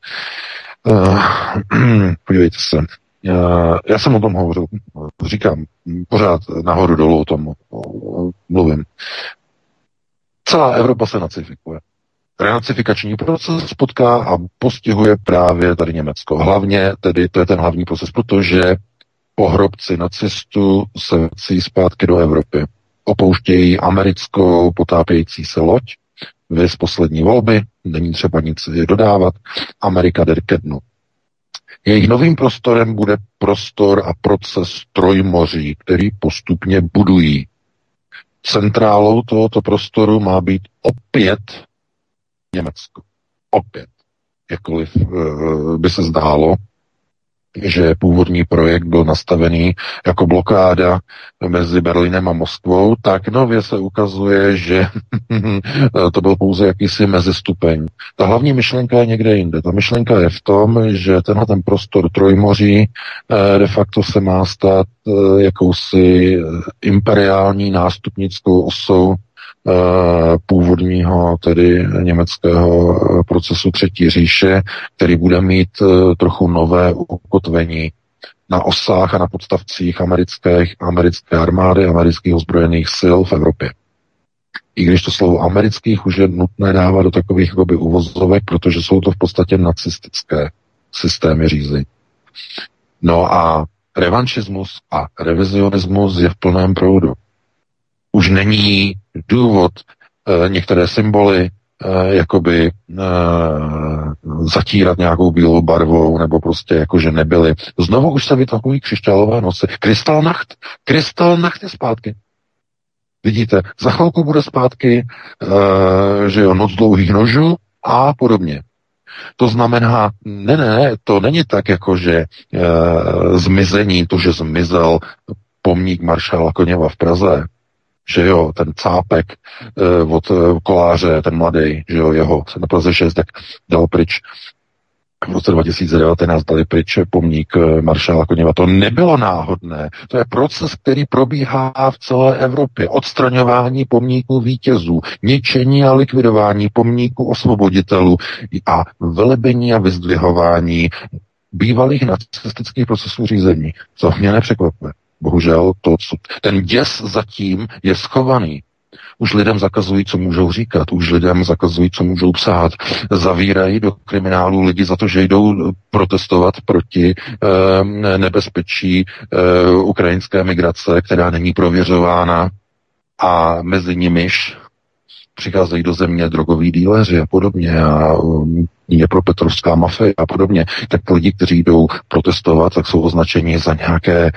Podívejte se, já jsem o tom hovořil, říkám, pořád nahoru dolů o tom mluvím. Celá Evropa se nacifikuje. Renacifikační proces potká a postihuje právě tady Německo. Hlavně tedy, to je ten hlavní proces, protože pohrobci nacistů se vrací zpátky do Evropy. Opouštějí americkou potápějící se loď, viz poslední volby, není třeba nic dodávat, Amerika jde ke dnu. Jejich novým prostorem bude prostor a proces trojmoří, který postupně budují. Centrálou tohoto prostoru má být opět Německo. Opět. Jakkoliv by se zdálo, že původní projekt byl nastavený jako blokáda mezi Berlínem a Moskvou, tak nově se ukazuje, že to byl pouze jakýsi mezistupeň. Ta hlavní myšlenka je někde jinde. Ta myšlenka je v tom, že ten prostor Trojmoří de facto se má stát jakousi imperiální nástupnickou osou původního, tedy německého procesu Třetí říše, který bude mít trochu nové ukotvení na osách a na podstavcích americké armády, amerických ozbrojených sil v Evropě. I když to slovo amerických už je nutné dávat do takových jakoby uvozovek, protože jsou to v podstatě nacistické systémy řízení. No a revanšismus a revizionismus je v plném proudu. Už není důvod některé symboly jakoby zatírat nějakou bílou barvou, nebo prostě jakože nebyly. Znovu už se vytahují křišťálové noci. Krystalnacht je zpátky. Vidíte, za chvilku bude zpátky, že jo, noc dlouhých nožů a podobně. To znamená, to není tak, jako že zmizení, to, že zmizel pomník maršála Koněva v Praze, že jo, ten cápek od Koláře, ten mladý, že jo, jeho se na Praze 6 tak dal pryč. V roce 2019 dali pryč pomník maršála Koněva. To nebylo náhodné. To je proces, který probíhá v celé Evropě. Odstraňování pomníků vítězů, ničení a likvidování pomníků osvoboditelů a velebení a vyzdvihování bývalých nacistických procesů řízení. To mě nepřekvapuje. Bohužel ten děs zatím je schovaný. Už lidem zakazují, co můžou říkat, už lidem zakazují, co můžou psát. Zavírají do kriminálu lidi za to, že jdou protestovat proti nebezpečí ukrajinské migrace, která není prověřována, a mezi nimiž přicházejí do země drogoví díleři a podobně a Dněpropetrovská mafie a podobně. Tak lidi, kteří jdou protestovat, tak jsou označeni za nějaké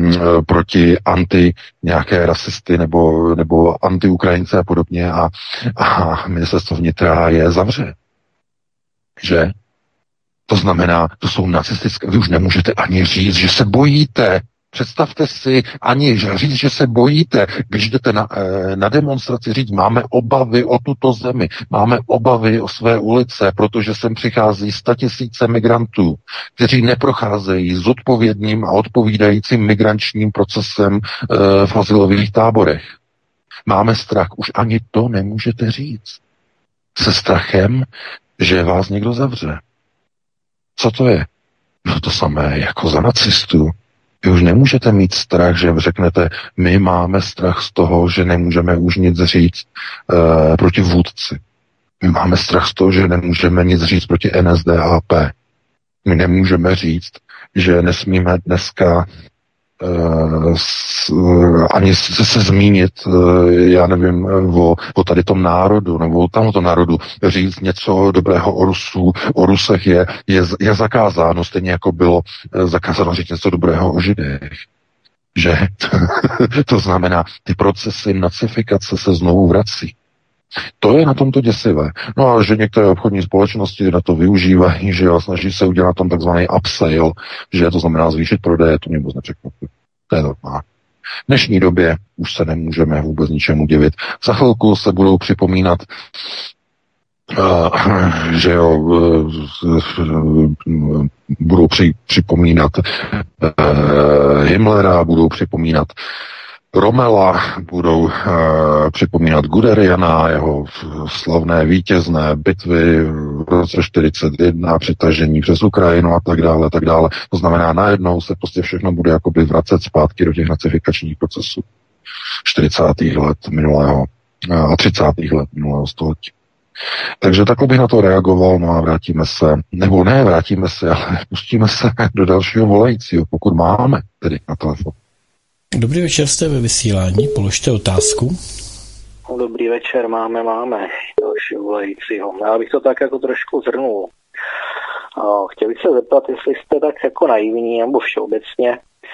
nějaké rasisty nebo anti-Ukrajince a podobně a ministerstvo vnitra je zavře. Že? To znamená, to jsou nacistické, vy už nemůžete ani říct, že se bojíte. Představte si ani říct, že se bojíte, když jdete na demonstraci říct, máme obavy o tuto zemi, máme obavy o své ulice, protože sem přichází 100 000 migrantů, kteří neprocházejí zodpovědným a odpovídajícím migrančním procesem v azylových táborech. Máme strach, už ani to nemůžete říct. Se strachem, že vás někdo zavře. Co to je? No to samé jako za nacistů. Vy už nemůžete mít strach, že řeknete, my máme strach z toho, že nemůžeme už nic říct proti vůdci. My máme strach z toho, že nemůžeme nic říct proti NSDAP. My nemůžeme říct, že nesmíme dneska ani se zmínit, já nevím, o tady tom národu, nebo o tamto národu, říct něco dobrého o Rusů. O Rusech je zakázáno, stejně jako bylo zakázáno říct něco dobrého o Židech. Že? To znamená, ty procesy nacifikace se znovu vrací. To je na tomto děsivé. No a že některé obchodní společnosti na to využívají, že jo, snaží se udělat tam takzvaný upsale, že to znamená zvýšit prodeje, to mě vůbec nepřekvapuje. To je normální. V dnešní době už se nemůžeme vůbec ničemu divit. Za chvilku se budou připomínat že jo, budou připomínat Himmlera, budou připomínat Rommela, budou připomínat Guderiana, jeho slavné vítězné bitvy v roce 1941, přitažení přes Ukrajinu a tak dále, tak dále. To znamená, najednou se prostě všechno bude jakoby vracet zpátky do těch nacifikačních procesů 40. let minulého a 30. let minulého století. Takže takhle bych na to reagoval, no a vrátíme se, ale pustíme se do dalšího volajícího, pokud máme tedy na telefon. Dobrý večer, jste ve vysílání, položte otázku. Dobrý večer, máme dalšího volajícího. Já bych to tak jako trošku zhrnul. Chtěl bych se zeptat, jestli jste tak jako naivní nebo všeobecně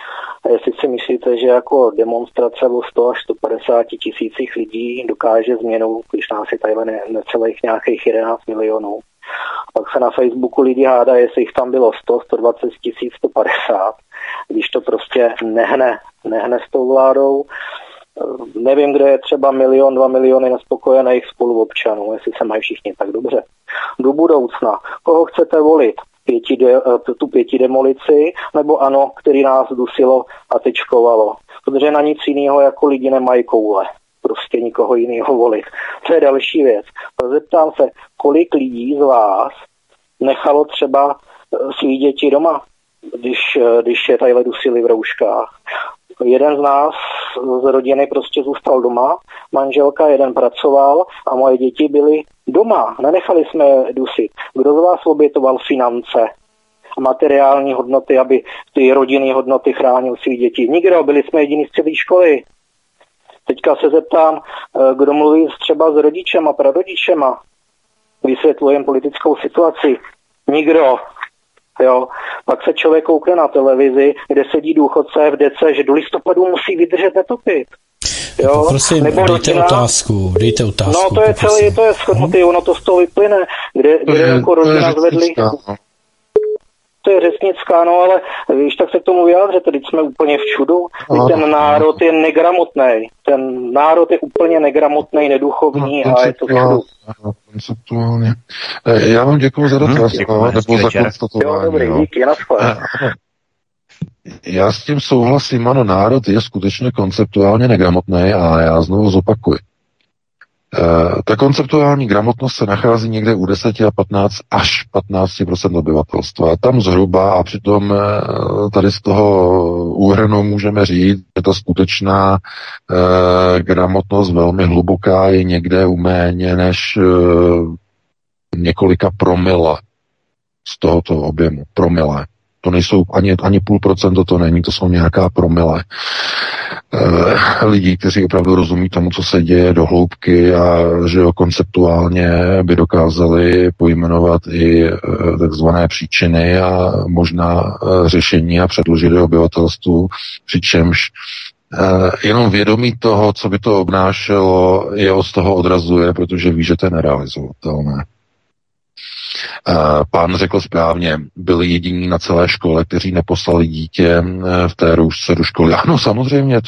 A jestli si myslíte, že jako demonstrace o 100 až 150 tisících lidí dokáže změnu, když nás je tady necelých nějakých 11 milionů. Pak se na Facebooku lidi hádají, jestli jich tam bylo 100, 120 tisíc, 150. Když to prostě nehne s tou vládou. Nevím, kde je třeba 1, 2 miliony nespokojených spoluobčanů, jestli se mají všichni tak dobře. Do budoucna, koho chcete volit? Tu pětidemolici, nebo ANO, který nás dusilo a tečkovalo. Protože na nic jiného jako lidi nemají koule. Prostě nikoho jiného volit. To je další věc. Zeptám se, kolik lidí z vás nechalo třeba svý děti doma, když je tadyhle dusili v rouškách. Jeden z nás z rodiny prostě zůstal doma, manželka, jeden pracoval a moje děti byly doma. Nenechali jsme je dusit. Kdo z vás obětoval finance a materiální hodnoty, aby ty rodinné hodnoty chránil svých dětí? Nikdo, byli jsme jediní z celé školy. Teďka se zeptám, kdo mluví třeba s rodičema, prarodičema, vysvětlujem politickou situaci. Nikdo. Jo. Pak se člověk koukne na televizi, kde sedí důchodce v dece, že do listopadu musí vydržet netopit. Jo. Prosím, nebo dejte otázku. No to je celé, to je shodnotý, ono to z toho vyplyne, kde jako rodina zvedli. To je Řesnická, no ale víš, tak se k tomu vyjádřete, teď jsme úplně v čudu. Ten národ je negramotnej. Ten národ je úplně negramotnej, neduchovní a je to čudu. Konceptuálně. Já vám děkuji za dotaz, nebo za konstatování. Jo, dobrý, díky, naschle. Já s tím souhlasím, ano, národ je skutečně konceptuálně negramotný a já znovu zopakuji. Ta konceptuální gramotnost se nachází někde u 10 a 15 až 15% obyvatelstva. Tam zhruba a přitom tady z toho úhrnu můžeme říct, že ta skutečná gramotnost velmi hluboká je někde u méně než několika promile z tohoto objemu. Promile. To nejsou ani 0,5%, to není, to jsou nějaká promile lidí, kteří opravdu rozumí tomu, co se děje do hloubky a že konceptuálně by dokázali pojmenovat i takzvané příčiny a možná řešení a předložit do obyvatelstvu, přičemž jenom vědomí toho, co by to obnášelo, je od toho odrazuje, protože ví, že to je nerealizovatelné. Pán řekl správně, byli jediní na celé škole, kteří neposlali dítě v té roušce do školy. Ano, samozřejmě,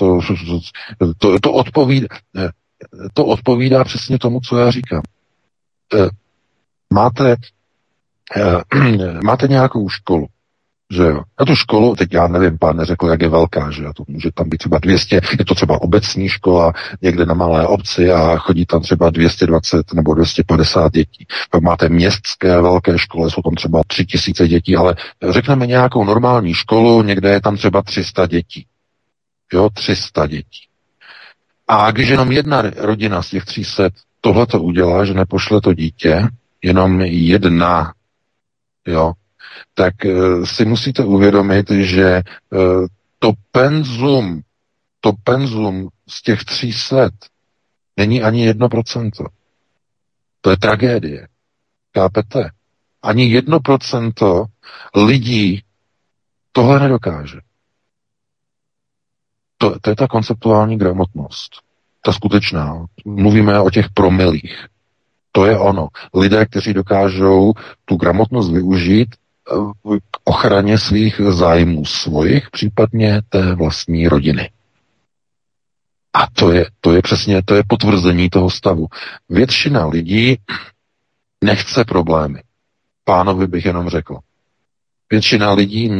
to odpovídá přesně tomu, co já říkám. Máte nějakou školu, že jo? A tu školu, teď já nevím, pán neřekl, jak je velká, že jo? To může tam být třeba 200, je to třeba obecní škola někde na malé obci a chodí tam třeba 220 nebo 250 dětí. Pak máte městské velké školy, jsou tam třeba 3000 dětí, ale řekneme nějakou normální školu, někde je tam třeba 300 dětí. Jo, 300 dětí. A když jenom jedna rodina z těch 300 tohle to udělá, že nepošle to dítě, jenom jedna, jo, tak si musíte uvědomit, že to penzum z těch 300 není ani 1%. To je tragédie. Chápete? Ani 1% lidí tohle nedokáže. To je ta konceptuální gramotnost. Ta skutečná. Mluvíme o těch promilích. To je ono. Lidé, kteří dokážou tu gramotnost využít k ochraně svých zájmů svojich, případně té vlastní rodiny. A to je přesně, to je potvrzení toho stavu. Většina lidí nechce problémy. Pánovi bych jenom řekl. Většina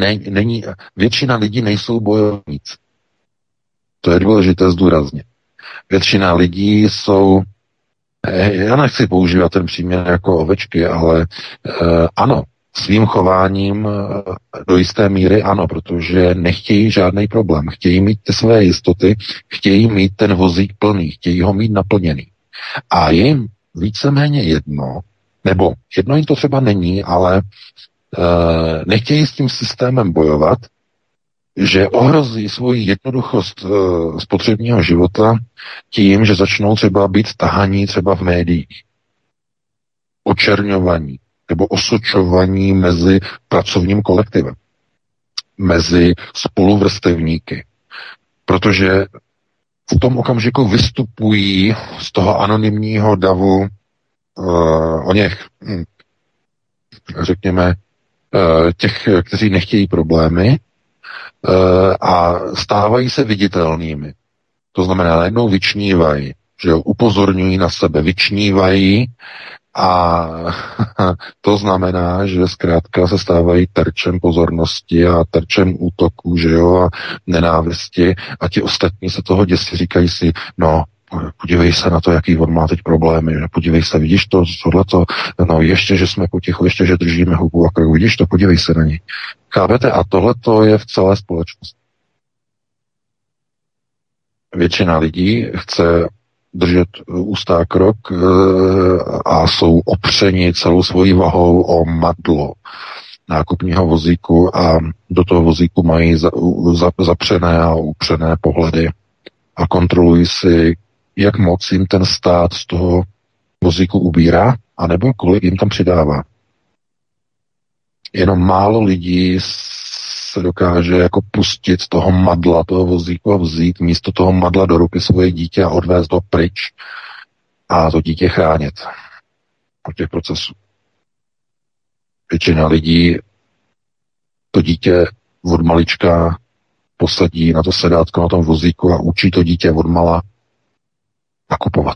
lidí nejsou bojovníci. To je důležité zdůraznit. Většina lidí jsou, já nechci používat ten příměr jako ovečky, ale ano, svým chováním do jisté míry ano, protože nechtějí žádný problém. Chtějí mít ty své jistoty, chtějí mít ten vozík plný, chtějí ho mít naplněný. A je jim víceméně jedno, nebo jedno jim to třeba není, ale nechtějí s tím systémem bojovat, že ohrozí svoji jednoduchost spotřebního života tím, že začnou třeba být tahaní třeba v médiích. Očerňovaní nebo osočovaní mezi pracovním kolektivem, mezi spoluvrstevníky, Protože v tom okamžiku vystupují z toho anonymního davu o něch, řekněme, těch, kteří nechtějí problémy a stávají se viditelnými. To znamená, najednou vyčnívají, že upozorňují na sebe, vyčnívají a to znamená, že zkrátka se stávají terčem pozornosti a terčem útoků, že jo, a nenávisti a ti ostatní se toho děsí, říkají si, no, podívej se na to, jaký on má teď problémy, podívej se, vidíš to, tohleto, no ještě, že jsme potichu, ještě, že držíme hubu a krok, vidíš to, podívej se na něj. Chápete? A tohleto je v celé společnosti. Většina lidí chce držet ústa krok a jsou opřeni celou svojí vahou o madlo nákupního vozíku a do toho vozíku mají zapřené a upřené pohledy a kontrolují si, jak moc jim ten stát z toho vozíku ubírá, anebo kolik jim tam přidává. Jenom málo lidí se dokáže jako pustit toho madla, toho vozíku a vzít místo toho madla do ruky svoje dítě a odvést ho pryč a to dítě chránit od těch procesů. Většina lidí to dítě od malička posadí na to sedátko na tom vozíku a učí to dítě odmala nakupovat.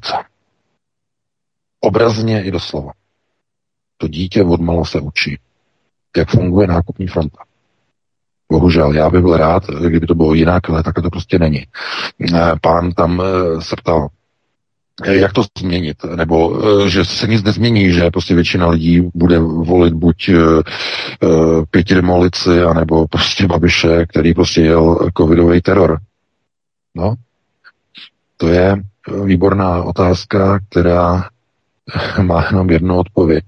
Obrazně i doslova. To dítě odmala se učí, jak funguje nákupní fronta. Bohužel, já bych byl rád, kdyby to bylo jinak, ale takhle to prostě není. Pán tam se ptal, jak to změnit, nebo že se nic nezmění, že prostě většina lidí bude volit buď pětidemolici, anebo prostě Babiše, který prostě jel covidový teror. No, to je výborná otázka, která má jenom jednu odpověď.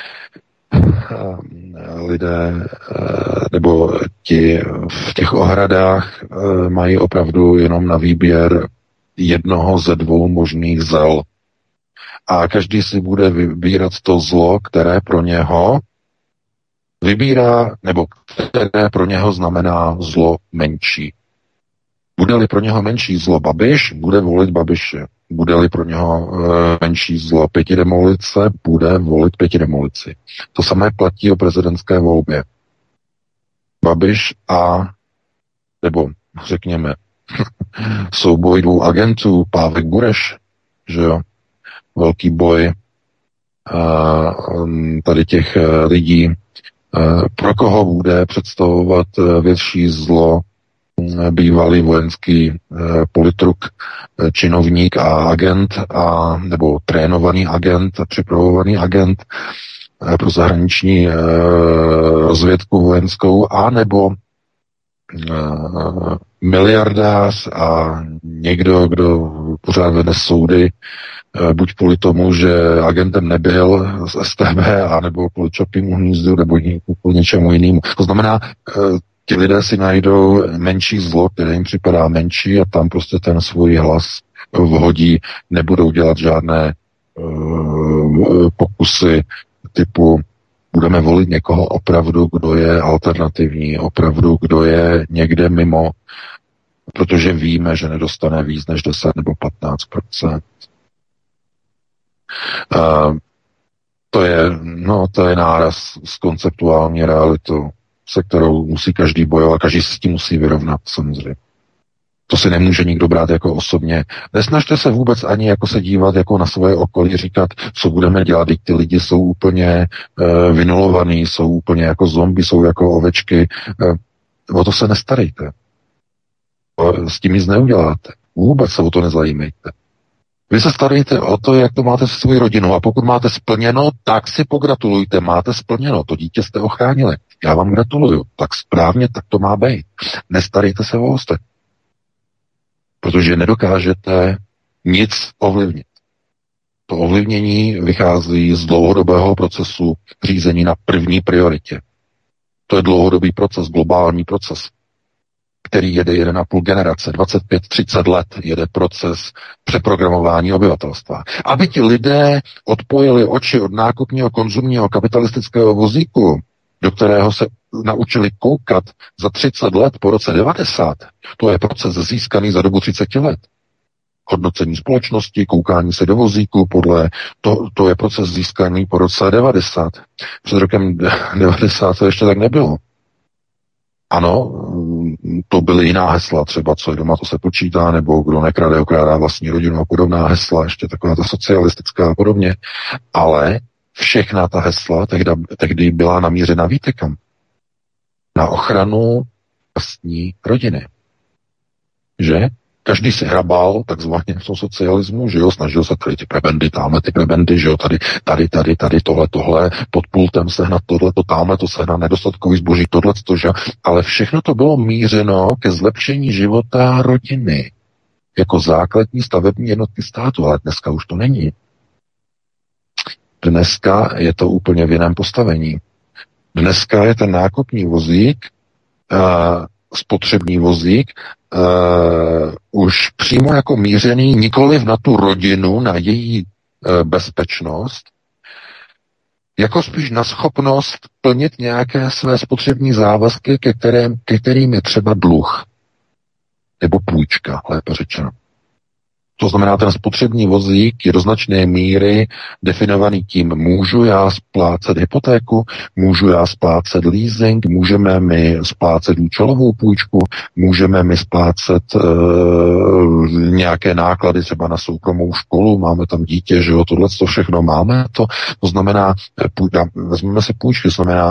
Lidé nebo ti v těch ohradách mají opravdu jenom na výběr jednoho ze dvou možných zel. A každý si bude vybírat to zlo, které pro něho vybírá, nebo které pro něho znamená zlo menší. Bude-li pro něho menší zlo Babiš, bude volit Babiše. Bude-li pro něho menší zlo pětidemolice, bude volit pětidemolici. To samé platí o prezidentské volbě. Babiš a, nebo řekněme, souboj dvou agentů, Pávek Bureš, že jo, velký boj tady těch lidí, pro koho bude představovat větší zlo bývalý vojenský politruk, činovník a agent, nebo trénovaný agent, připravovaný agent pro zahraniční rozvědku vojenskou, a nebo miliardář a někdo, kdo pořád vede soudy, buď kvůli tomu, že agentem nebyl z StB, anebo kvůli Čapímu hnízdu, nebo kvůli něčemu jinému. To znamená, ti lidé si najdou menší zlo, které jim připadá menší, a tam prostě ten svůj hlas vhodí, nebudou dělat žádné pokusy typu budeme volit někoho opravdu, kdo je alternativní, opravdu, kdo je někde mimo, protože víme, že nedostane víc než 10 nebo 15%. To je náraz s konceptuální realitou, se kterou musí každý bojovat, každý se s tím musí vyrovnat, samozřejmě. To si nemůže nikdo brát jako osobně. Nesnažte se vůbec ani jako se dívat jako na svoje okolí, říkat, co budeme dělat, teď ty lidi jsou úplně vynulovaný, jsou úplně jako zombie, jsou jako ovečky. O to se nestarejte. S tím nic neuděláte. Vůbec se o to nezajímejte. Vy se starejte o to, jak to máte se svou rodinou, a pokud máte splněno, tak si pogratulujte, máte splněno, to dítě jste ochránili. Já vám gratuluju, tak správně, tak to má být. Nestarejte se o ostatní, protože nedokážete nic ovlivnit. To ovlivnění vychází z dlouhodobého procesu řízení na první prioritě. To je dlouhodobý proces, globální proces, který jede 1,5 generace, 25-30 let jede proces přeprogramování obyvatelstva. Aby ti lidé odpojili oči od nákupního konzumního kapitalistického vozíku, do kterého se naučili koukat za 30 let po roce 90, to je proces získaný za dobu 30 let. Hodnocení společnosti, koukání se do vozíku, to je proces získaný po roce 90. Před rokem 90 to ještě tak nebylo. Ano, to byly jiná hesla, třeba co je doma, to se počítá, nebo kdo nekrade, okrádá vlastní rodinu a podobná hesla, ještě taková ta socialistická a podobně. Ale všechna ta hesla tehdy byla namířena víte kam? Na ochranu vlastní rodiny. Že? Každý si hrabal takzvaně v tom socialismu, že jo, snažil se tady ty prebendy, tamhle ty prebendy, že jo, tady, tohle, pod pultem sehnat tohleto, tamhle to sehnat, nedostatkový zboží, tohleto, že, ale všechno to bylo mířeno ke zlepšení života rodiny, jako základní stavební jednotky státu, ale dneska už to není. Dneska je to úplně v jiném postavení. Dneska je ten nákupní vozík, spotřební vozík, už přímo jako mířený nikoliv na tu rodinu, na její bezpečnost, jako spíš na schopnost plnit nějaké své spotřební závazky, ke kterým je třeba dluh. Nebo půjčka, lépe řečeno. To znamená, ten spotřební vozík je do značné míry definovaný tím, můžu já splácet hypotéku, můžu já splácet leasing, můžeme mi splácet účelovou půjčku, můžeme mi splácet nějaké náklady třeba na soukromou školu, máme tam dítě, že jo, tohle to všechno máme. To znamená, vezmeme si půjčky, znamená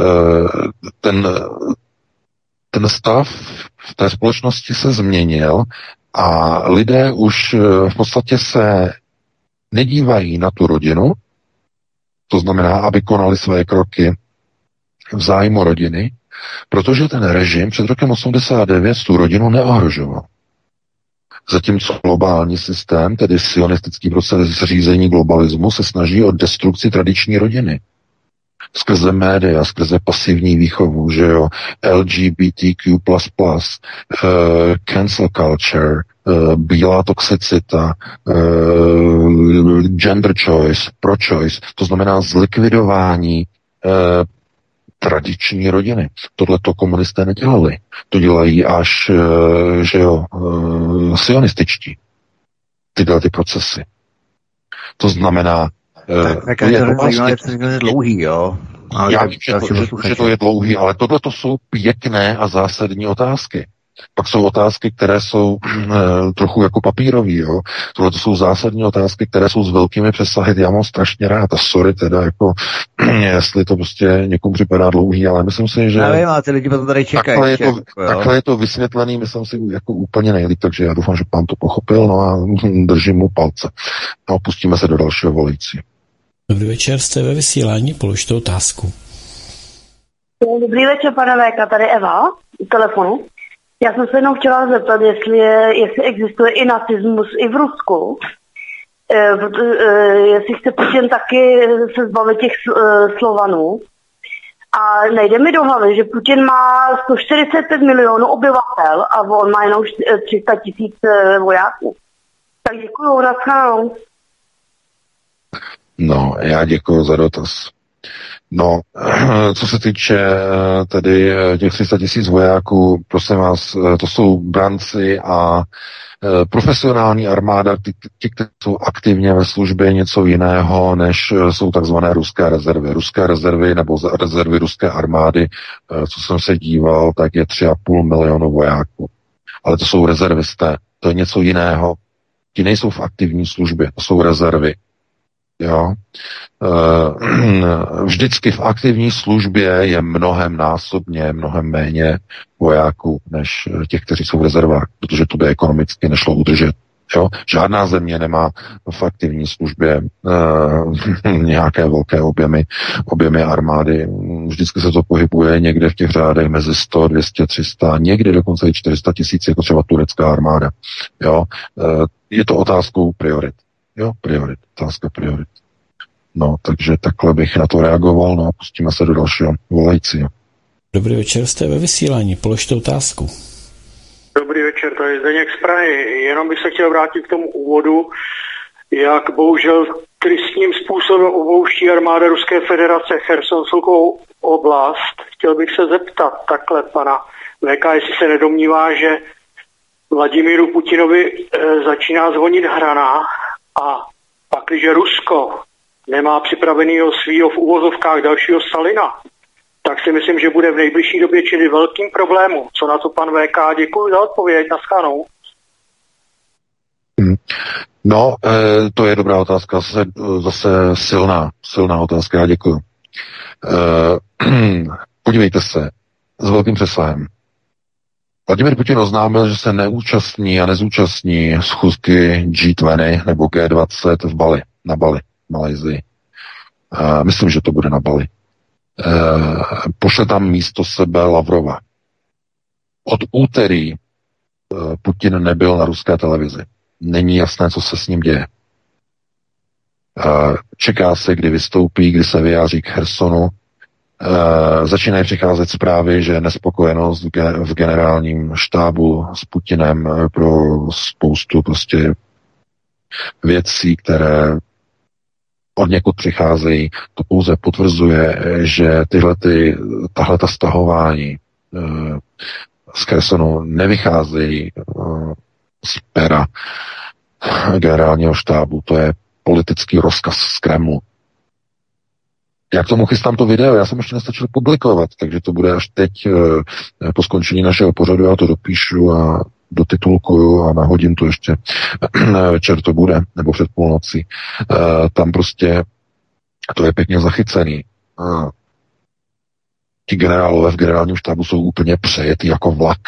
ten stav v té společnosti se změnil a lidé už v podstatě se nedívají na tu rodinu, to znamená, aby konali své kroky v zájmu rodiny, protože ten režim před rokem 89 tu rodinu neohrožoval. Zatímco globální systém, tedy sionistický proces řízení globalismu, se snaží o destrukci tradiční rodiny. Skrze média, skrze pasivní výchovu, že jo, LGBTQ++, cancel culture, bílá toxicita, gender choice, pro-choice, to znamená zlikvidování tradiční rodiny. Tohle to komunisté nedělali. To dělají až, že jo, sionističtí. Tyhle ty procesy. To znamená, tak je to dlouhý, jo. Já vím, že to je dlouhý, ale tohle to jsou pěkné a zásadní otázky. Pak jsou otázky, které jsou trochu jako papírový, jo. Tohle to jsou zásadní otázky, které jsou s velkými přesahy. Já mám strašně rád a sorry teda, jako, jestli to prostě někomu připadá dlouhý, ale myslím si, že nevím, ale ty lidi potom tady čekají. Takhle je to vysvětlený, myslím si, jako úplně nejlíp, takže já doufám, že pán to pochopil, no a držím mu palce. A pustíme se do dalšího volající. Dobrý večer, jste ve vysílání, položte otázku. Dobrý večer, pane VK, tady Eva, u telefonu. Já jsem se jenom chtěla zeptat, jestli existuje i nacismus i v Rusku. Jestli chce Putin taky se zbavit těch Slovanů. A nejde mi do hlavy, že Putin má 145 milionů obyvatel a on má jenom 300 000 vojáků. Tak děkuju, naschledanou. No, já děkuji za dotaz. No, co se týče tedy těch 300 000 vojáků, prosím vás, to jsou branci a profesionální armáda, ti, kteří jsou aktivně ve službě, něco jiného, než jsou takzvané ruské rezervy. Ruské rezervy nebo rezervy ruské armády, co jsem se díval, tak je 3,5 milionu vojáků. Ale to jsou rezervisté, to je něco jiného. Ti nejsou v aktivní službě, to jsou rezervy. Jo. Vždycky v aktivní službě je mnohem méně vojáků, než těch, kteří jsou v rezervách, protože to by ekonomicky nešlo udržet. Jo? Žádná země nemá v aktivní službě nějaké velké objemy armády. Vždycky se to pohybuje někde v těch řádech mezi 100, 200, 300, někdy dokonce i 400 000, jako třeba turecká armáda. Jo? Je to otázkou priorit. Jo, otázka priorit. No, takže takhle bych na to reagoval, no a pustíme se do dalšího volajícího. Dobrý večer, jste ve vysílání, položte otázku. Dobrý večer, to je Zdeněk z Prahy. Jenom bych se chtěl vrátit k tomu úvodu, jak bohužel tristním způsobem opouští armáda Ruské federace Chersonskou oblast. Chtěl bych se zeptat takhle pana VK, jestli se nedomnívá, že Vladimíru Putinovi začíná zvonit hrana a pak, když Rusko nemá připravenýho svýho v uvozovkách dalšího Stalina, tak si myslím, že bude v nejbližší době čili velkým problémům. Co na to pan VK? Děkuji za odpověď, naschledanou. No, to je dobrá otázka, zase silná otázka, já děkuji. Podívejte se, s velkým přesahem. Vladimír Putin oznámil, že se neúčastní a nezúčastní schůzky G20 nebo G20 na Bali, Malajsii. Myslím, že to bude na Bali. Pošle tam místo sebe Lavrova. Od úterý Putin nebyl na ruské televizi. Není jasné, co se s ním děje. Čeká se, kdy vystoupí, kdy se vyjádří k Chersonu. Začínají přicházet zprávy, že nespokojenost v generálním štábu s Putinem pro spoustu prostě věcí, které od někud přicházejí, to pouze potvrzuje, že tahle stahování z Chersonu nevycházejí z pera generálního štábu. To je politický rozkaz z Kremlu. Já k tomu chystám to video, já jsem ještě nestačil publikovat, takže to bude až teď po skončení našeho pořadu, já to dopíšu a dotitulkuju a nahodím to ještě večer to bude, nebo před půlnocí. Tam prostě to je pěkně zachycený. Ti generálové v generálním štábu jsou úplně přejetý jako vlak.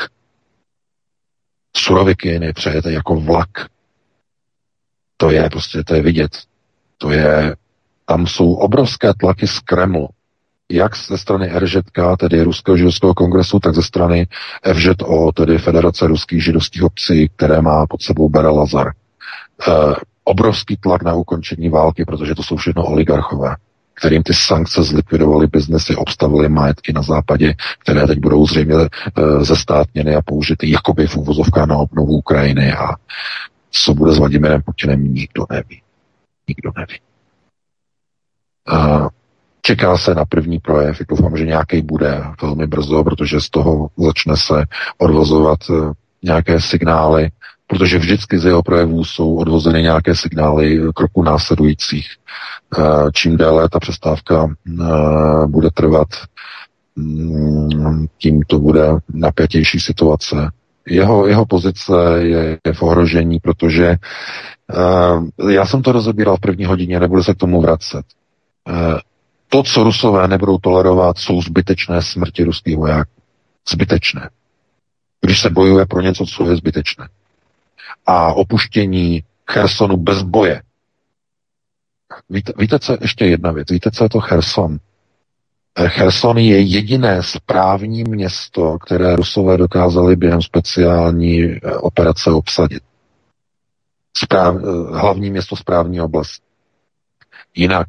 Suroviky přejete jako vlak. To je vidět. Tam jsou obrovské tlaky z Kremlu. Jak ze strany RŽK, tedy Ruského židovského kongresu, tak ze strany FŽO, tedy Federace ruských židovských obcí, které má pod sebou Berel Lazar. Obrovský tlak na ukončení války, protože to jsou všechno oligarchové, kterým ty sankce zlikvidovaly biznesy, obstavily majetky na západě, které teď budou zřejmě zestátněny a použity jakoby v uvozovkách na obnovu Ukrajiny. A co bude s Vladimirem Putinem, nikdo neví. Čeká se na první projev, doufám, že nějaký bude velmi brzo, protože z toho začne se odvozovat nějaké signály, protože vždycky z jeho projevů jsou odvozeny nějaké signály kroků následujících. Čím déle ta přestávka bude trvat, tím to bude napjatější situace. Jeho pozice je v ohrožení, protože já jsem to rozebíral v první hodině, nebudu se k tomu vracet. To, co Rusové nebudou tolerovat, jsou zbytečné smrti ruských vojáků. Zbytečné. Když se bojuje pro něco, co je zbytečné. A opuštění Chersonu bez boje. Víte, co ještě jedna věc? Víte, co je to Cherson? Cherson je jediné správní město, které Rusové dokázali během speciální operace obsadit. Hlavní město správní oblasti. Jinak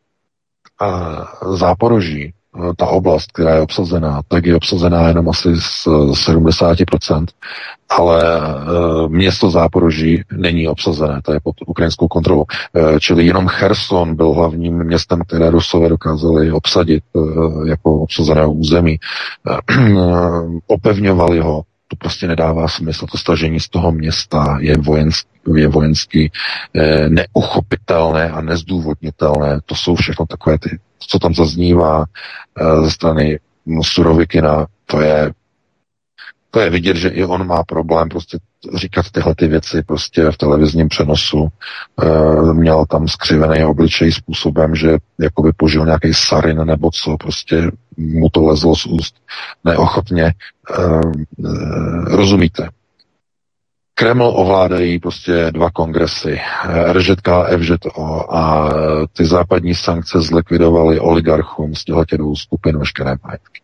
Záporoží, ta oblast, která je obsazená, tak je obsazená jenom asi z 70%, ale město Záporoží není obsazené, to je pod ukrajinskou kontrolou. Čili jenom Cherson byl hlavním městem, které Rusové dokázali obsadit jako obsazené území. Opevňovali ho, to prostě nedává smysl, to stažení z toho města je vojensky neuchopitelné a nezdůvodnitelné. To jsou všechno takové ty, co tam zaznívá ze strany Surovikina, to je vidět, že i on má problém prostě říkat tyhle ty věci prostě v televizním přenosu. Měl tam skřivený obličej způsobem, že jakoby požil nějaký sarin nebo co, prostě mu to lezlo z úst neochotně. Rozumíte? Kreml ovládají prostě dva kongresy, RŽK a FŽO, a ty západní sankce zlikvidovaly oligarchům z těchto dvou skupin veškeré majetky.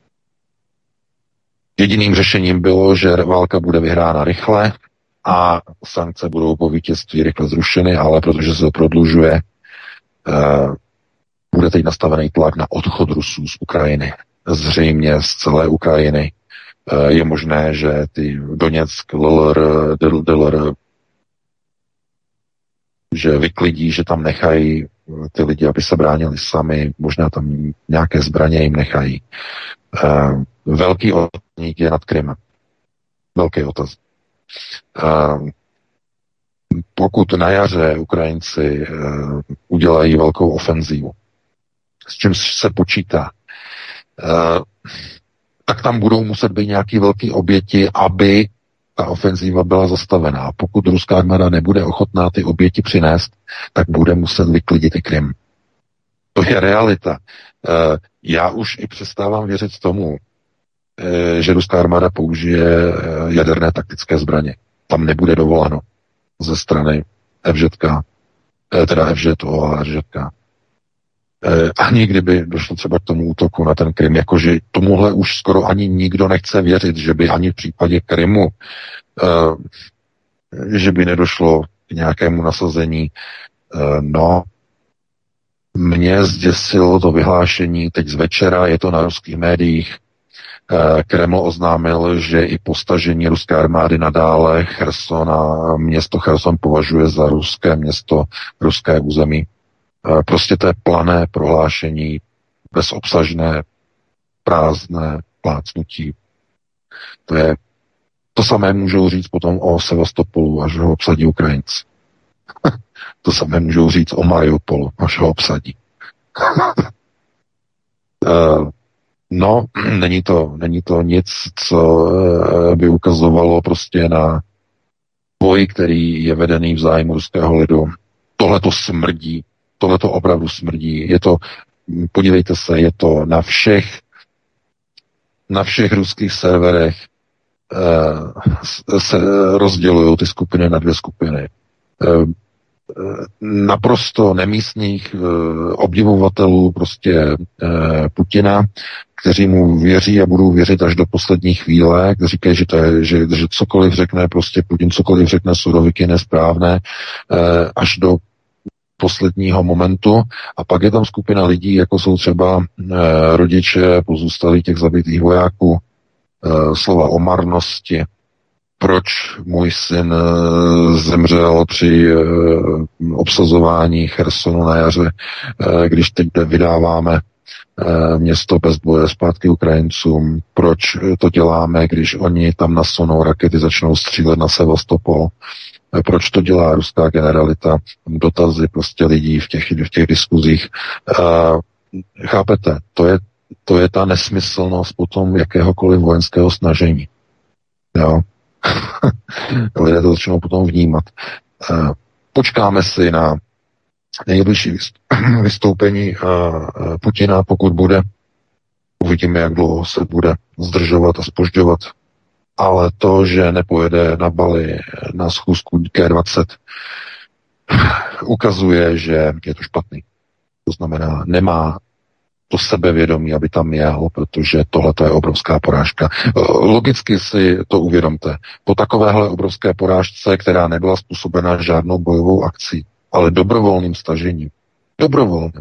Jediným řešením bylo, že válka bude vyhrána rychle a sankce budou po vítězství rychle zrušeny, ale protože se to prodlužuje, bude teď nastavený tlak na odchod Rusů z Ukrajiny. Zřejmě z celé Ukrajiny. Je možné, že ty Doněck, DLR že vyklidí, že tam nechají ty lidi, aby se bránili sami, možná tam nějaké zbraně jim nechají. Velký otazník je nad Krymem. Velký otazník. Pokud na jaře Ukrajinci udělají velkou ofenzívu, s čím se počítá, tak tam budou muset být nějaké velké oběti, aby ta ofenzíva byla zastavená. Pokud ruská armáda nebude ochotná ty oběti přinést, tak bude muset vyklidit i Krym. To je realita. Já už i přestávám věřit tomu, že ruská armáda použije jaderné taktické zbraně. Tam nebude dovoleno ze strany FŽK, teda FŽO a RŽK. Ani kdyby došlo třeba k tomu útoku na ten Krym, jakože tomuhle už skoro ani nikdo nechce věřit, že by ani v případě Krymu, že by nedošlo k nějakému nasazení. No, mě zděsilo to vyhlášení teď z večera, je to na ruských médiích. Kreml oznámil, že i po stažení ruské armády nadále město Cherson považuje za ruské město, ruské území. Prostě to je plané prohlášení, bezobsažné, prázdné plácnutí. To samé můžou říct potom o Sevastopolu, až ho obsadí Ukrajinci. To samé můžou říct o Mariupolu, až ho obsadí. No, není to nic, co by ukazovalo prostě na boj, který je vedený v zájmu ruského lidu. Tohle to smrdí. Tohle to opravdu smrdí. Podívejte se, je to na všech ruských serverech se rozdělují ty skupiny na dvě skupiny. Naprosto nemístných obdivovatelů prostě Putina, kteří mu věří a budou věřit až do poslední chvíle, kteří říkají, že cokoliv řekne, prostě Putin cokoliv řekne, Suroviky nesprávné, až do posledního momentu. A pak je tam skupina lidí, jako jsou třeba rodiče pozůstalých těch zabitých vojáků, slova o marnosti, proč můj syn zemřel při obsazování Chersonu na jaře, když teď vydáváme město bez boje zpátky Ukrajincům, proč to děláme, když oni tam nasunou rakety, začnou střílet na Sevastopol, proč to dělá ruská generalita, dotazy prostě lidí v těch diskuzích. Chápete, to je ta nesmyslnost potom jakéhokoliv vojenského snažení. Jo? Lidé to začnou potom vnímat. Počkáme si na nejbližší vystoupení Putina, pokud bude. Uvidíme, jak dlouho se bude zdržovat a zpožďovat. Ale to, že nepojede na Bali na schůzku G20, ukazuje, že je to špatný. To znamená, nemá to sebevědomí, aby tam jel, protože tohle je obrovská porážka. Logicky si to uvědomte. Po takovéhle obrovské porážce, která nebyla způsobena žádnou bojovou akcí, ale dobrovolným stažením. Dobrovolným.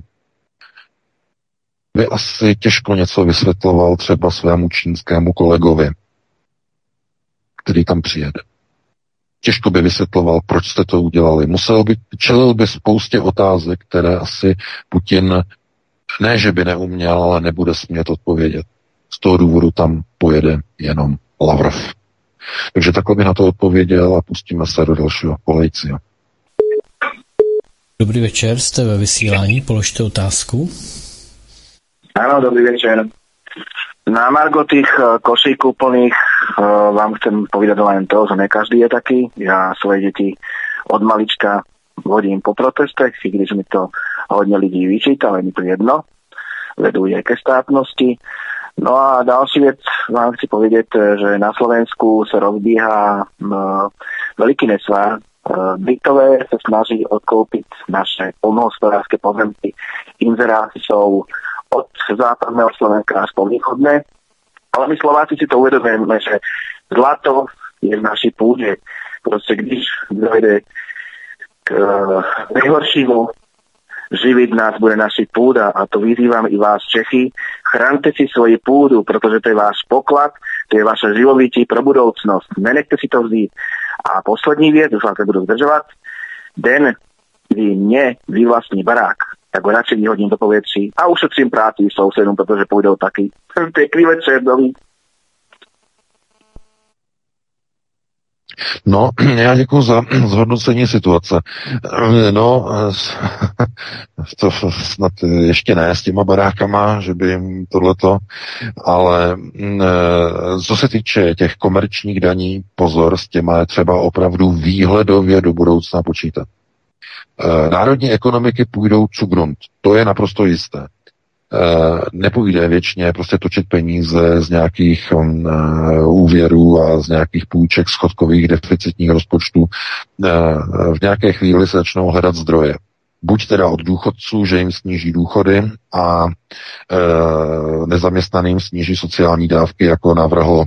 By asi těžko něco vysvětloval třeba svému čínskému kolegovi, který tam přijede. Těžko by vysvětloval, proč jste to udělali. Čelil by spoustě otázek, které asi Putin ne, že by neuměl, ale nebude smět odpovědět. Z toho důvodu tam pojede jenom Lavrov. Takže takhle by na to odpověděl a pustíme se do dalšího kolejce. Dobrý večer, jste ve vysílání, položte otázku. Áno, dobrý večer. Na margo tých košíkov plných vám chcem povedať len to, že ne každý je taký. Ja svoje deti od malička vodím po protestech, i když mi to hodně lidí vyčíta, ale mi to jedno. Vedú je ke státnosti. No a další věc vám chci povedať, že na Slovensku sa rozbíha veľký nesvár. Britové sa snaží odkoupiť naše poľnohospodárske pozemky. Inzeráty sú od západného Slovenska až po východné. Ale my Slováci si to uvedomujeme, že zlato je v naší půdě. Prostě když dojde k nejhoršímu, živit nás bude naši půda a to vyzývam i vás Čechy. Chránte si svoji půdu, protože to je váš poklad, to je vaše živobytí pro budoucnost. Nenechte si to vzít. A poslední věc, už vás nebudu zdržovat. Den kdy mne vyvlastní barák, tak ho radšej vyhodím do povětří a ušetřím práci sousedům, protože půjdou taky. Pěkný večer, doví. No, já děkuji za zhodnocení situace. No, to snad ještě ne s těma barákama, že by jim tohleto, ale co se týče těch komerčních daní, pozor, s těma je třeba opravdu výhledově do budoucna počítat. Národní ekonomiky půjdou cugnut, to je naprosto jisté. Nepůjde věčně prostě točit peníze z nějakých úvěrů a z nějakých půjček schodkových deficitních rozpočtů. V nějaké chvíli se začnou hledat zdroje. Buď teda od důchodců, že jim sníží důchody a nezaměstnaným sníží sociální dávky, jako navrhl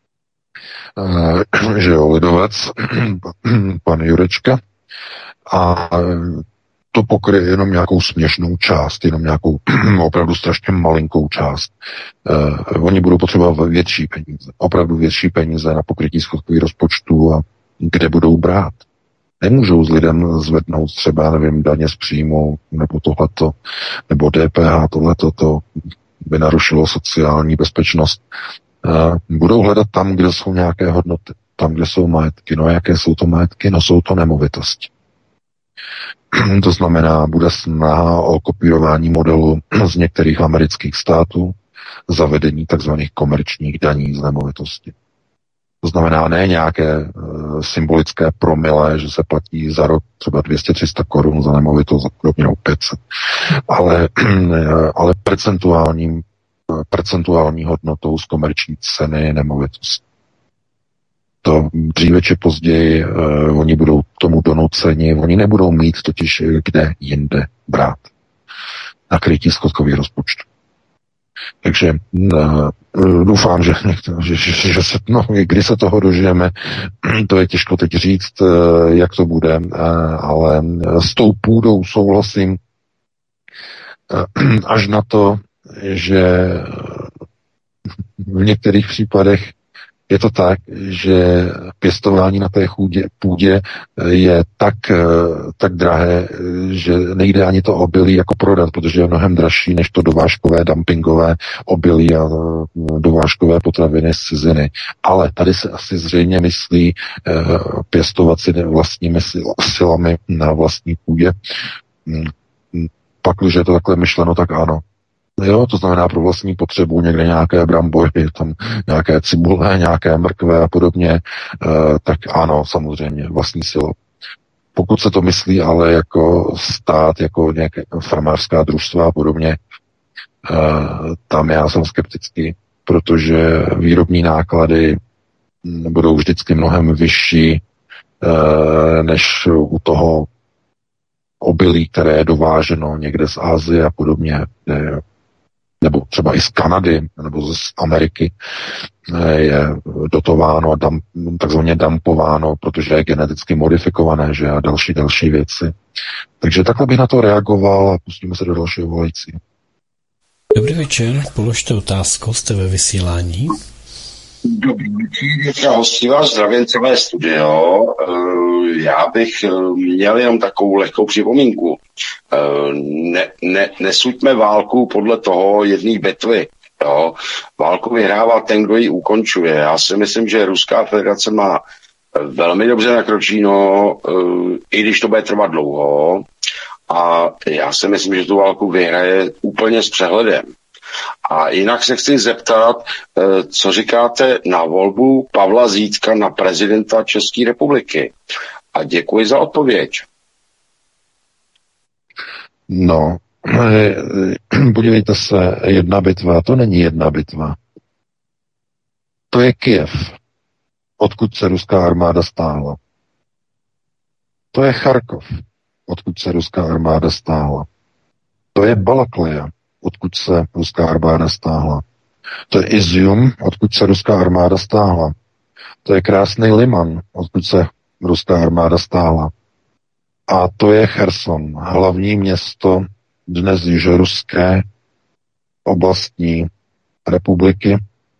že jo, lidovec pan Jurečka. A to pokryje jenom nějakou směšnou část, jenom nějakou opravdu strašně malinkou část. Oni budou potřebovat větší peníze, opravdu větší peníze na pokrytí schodkových rozpočtů a kde budou brát. Nemůžou s lidem zvednout třeba, nevím, daně z příjmu, nebo tohleto, nebo DPH, tohleto, to by narušilo sociální bezpečnost. Budou hledat tam, kde jsou nějaké hodnoty, tam, kde jsou majetky. No a jaké jsou to majetky? No jsou to nemovitosti. To znamená, bude snaha o kopírování modelu z některých amerických států, zavedení tzv. Komerčních daní z nemovitosti. To znamená ne nějaké symbolické promile, že se platí za rok třeba 200-300 korun za nemovitost, za podobně 500, ale percentuální hodnotou z komerční ceny nemovitosti. To dříve či později oni budou k tomu donuceni, oni nebudou mít totiž kde jinde brát na krytí schodkových rozpočtů. Takže doufám, že se, kdy se toho dožijeme, to je těžko teď říct, jak to bude, ale s tou půdou souhlasím až na to, že v některých případech je to tak, že pěstování na té půdě je tak drahé, že nejde ani to obilí jako prodat, protože je mnohem dražší než to dovážkové, dumpingové obilí a dovážkové potraviny z ciziny. Ale tady se asi zřejmě myslí pěstovat si vlastními silami na vlastní půdě. Pak, když je to takhle myšleno, tak ano. Jo, to znamená pro vlastní potřebu někde nějaké brambory, tam nějaké cibule, nějaké mrkve a podobně, tak ano, samozřejmě, vlastní silou. Pokud se to myslí ale jako stát, jako nějaké farmářská družstva a podobně, tam já jsem skeptický, protože výrobní náklady budou vždycky mnohem vyšší než u toho obilí, které je dováženo někde z Asie a podobně, nebo třeba i z Kanady, nebo z Ameriky, je dotováno a takzvaně dumpováno, protože je geneticky modifikované, že a další věci. Takže takhle bych na to reagoval a pustíme se do dalšího volající. Dobrý večer, položte otázku, jste ve vysílání. Dobrý večer, hostí vás zdravěncové studio. Já bych měl jenom takovou lehkou připomínku. Nesuďme válku podle toho jedné bitvy. Jo. Válku vyhrává ten, kdo ji ukončuje. Já si myslím, že Ruská federace má velmi dobře nakročeno, i když to bude trvat dlouho. A já si myslím, že tu válku vyhraje úplně s přehledem. A jinak se chci zeptat, co říkáte na volbu Pavla Zítka na prezidenta České republiky. A děkuji za odpověď. No, podívejte se, jedna bitva, to není jedna bitva. To je Kyjev, odkud se ruská armáda stáhla. To je Charkov, odkud se ruská armáda stáhla. To je Balakleja, odkud se ruská armáda stáhla. To je Izium, odkud se ruská armáda stáhla. To je krásný Liman, odkud se ruská armáda stáhla. A to je Cherson, hlavní město dnes již ruské oblastní republiky,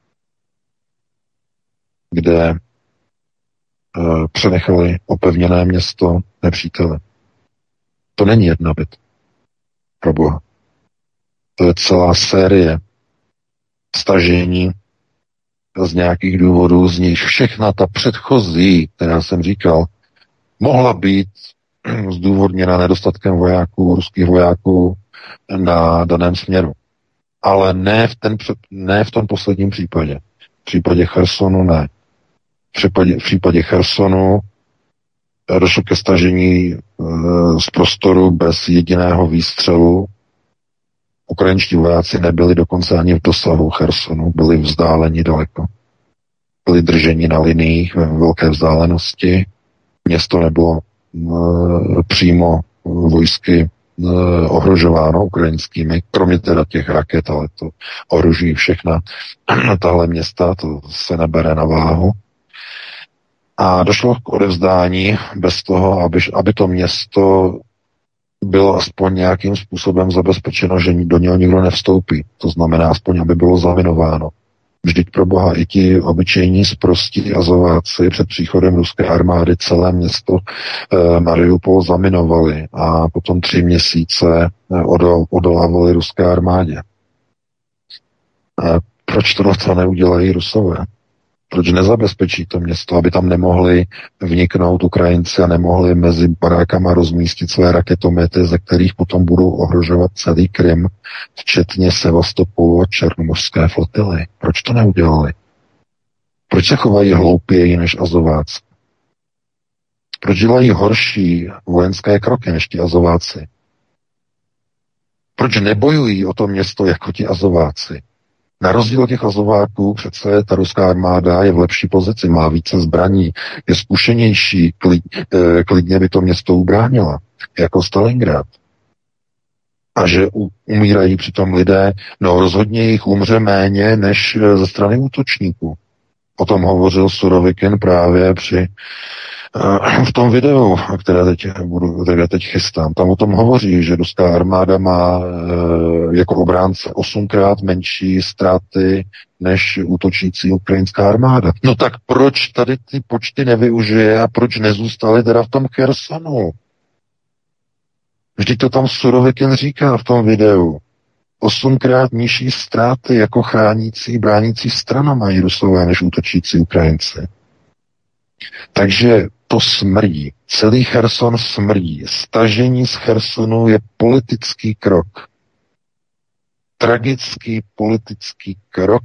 kde přenechali opevněné město nepříteli. To není jedna bitva. Pro Boha. To je celá série stažení z nějakých důvodů, z nich všechna ta předchozí, která jsem říkal, mohla být zdůvodněna nedostatkem vojáků, ruských vojáků na daném směru. Ale ne v tom posledním případě. V případě Chersonu ne. V případě Chersonu došlo ke stažení z prostoru bez jediného výstřelu. Ukrajinští vojáci nebyli dokonce ani v dosahu Chersonu, byli vzdáleni daleko. Byli drženi na liniích ve velké vzdálenosti. Město nebylo přímo vojsky ohrožováno ukrajinskými, kromě teda těch raket, ale to ohrožují všechna tahle města, to se nebere na váhu. A došlo k odevzdání bez toho, aby to město bylo aspoň nějakým způsobem zabezpečeno, že do něho nikdo nevstoupí. To znamená aspoň, aby bylo zaminováno. Vždyť pro Boha i ti obyčejní sprostí azováci před příchodem ruské armády celé město Mariupol zaminovali a potom 3 měsíce odolávali ruské armádě. Proč to neudělají Rusové? Proč nezabezpečí to město, aby tam nemohli vniknout Ukrajinci a nemohli mezi barákama rozmístit své raketomety, ze kterých potom budou ohrožovat celý Krym, včetně Sevastopolu a černomořské flotily? Proč to neudělali? Proč se chovají hloupěji než Azováci? Proč dělají horší vojenské kroky než ti Azováci? Proč nebojují o to město jako ti Azováci? Na rozdíl od těch Azováků přece ta ruská armáda je v lepší pozici, má více zbraní, je zkušenější, klidně by to město ubránila, jako Stalingrad. A že umírají přitom lidé, no rozhodně jich umře méně než ze strany útočníků. O tom hovořil Surovikin právě v tom videu, které teď chystám. Tam o tom hovoří, že ruská armáda má jako obránce 8krát menší ztráty než útočící ukrajinská armáda. No tak proč tady ty počty nevyužije a proč nezůstaly teda v tom Chersonu? Vždyť to tam Surovikin říká v tom videu. 8krát nižší ztráty jako bránící strana mají Rusové než útočící Ukrajinci. Takže to smrdí. Celý Cherson smrdí. Stažení z Chersonu je politický krok. Tragický politický krok,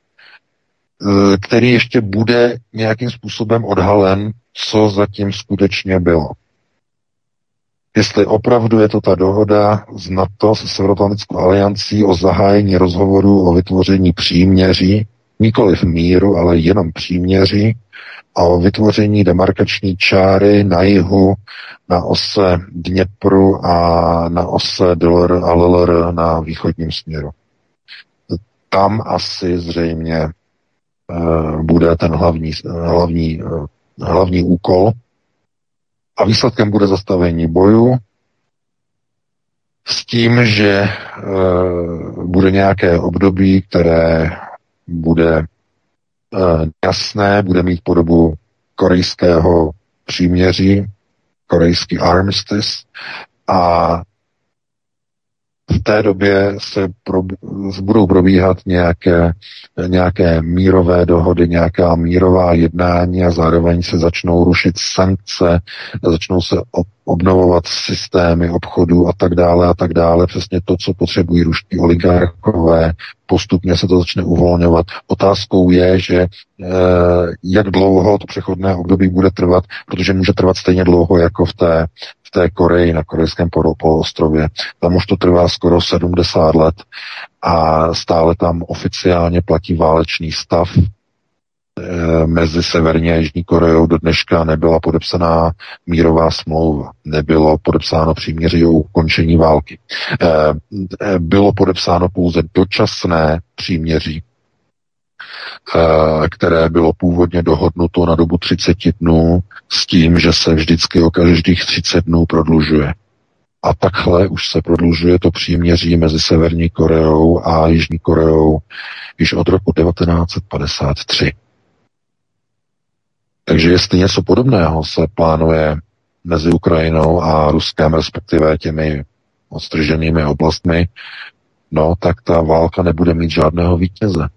který ještě bude nějakým způsobem odhalen, co zatím skutečně bylo. Jestli opravdu je to ta dohoda z NATO se Severoatlantickou aliancí o zahájení rozhovoru o vytvoření příměří, nikoliv míru, ale jenom příměří, a o vytvoření demarkační čáry na jihu, na ose Dněpru a na ose Dolor a Lelor na východním směru. Tam asi zřejmě bude ten hlavní úkol a výsledkem bude zastavení bojů s tím, že bude nějaké období, které bude jasné, bude mít podobu korejského příměří, korejský armistice, a v té době se budou probíhat nějaké mírové dohody, nějaká mírová jednání a zároveň se začnou rušit sankce, začnou se obnovovat systémy obchodu a tak dále. Přesně to, co potřebují ruští oligarchové. Postupně se to začne uvolňovat. Otázkou je, že jak dlouho to přechodné období bude trvat, protože může trvat stejně dlouho jako v té Koreji, na korejském poloostrově. Tam už to trvá skoro 70 let a stále tam oficiálně platí válečný stav. Mezi Severní a Jižní Koreou do dneška nebyla podepsaná mírová smlouva, nebylo podepsáno příměří o ukončení války. Bylo podepsáno pouze dočasné příměří, které bylo původně dohodnuto na dobu 30 dnů s tím, že se vždycky o každých 30 dnů prodlužuje. A takhle už se prodlužuje to příměří mezi Severní Koreou a Jižní Koreou již od roku 1953. Takže jestli něco podobného se plánuje mezi Ukrajinou a Ruskem, respektive těmi odstrženými oblastmi, no tak ta válka nebude mít žádného vítěze.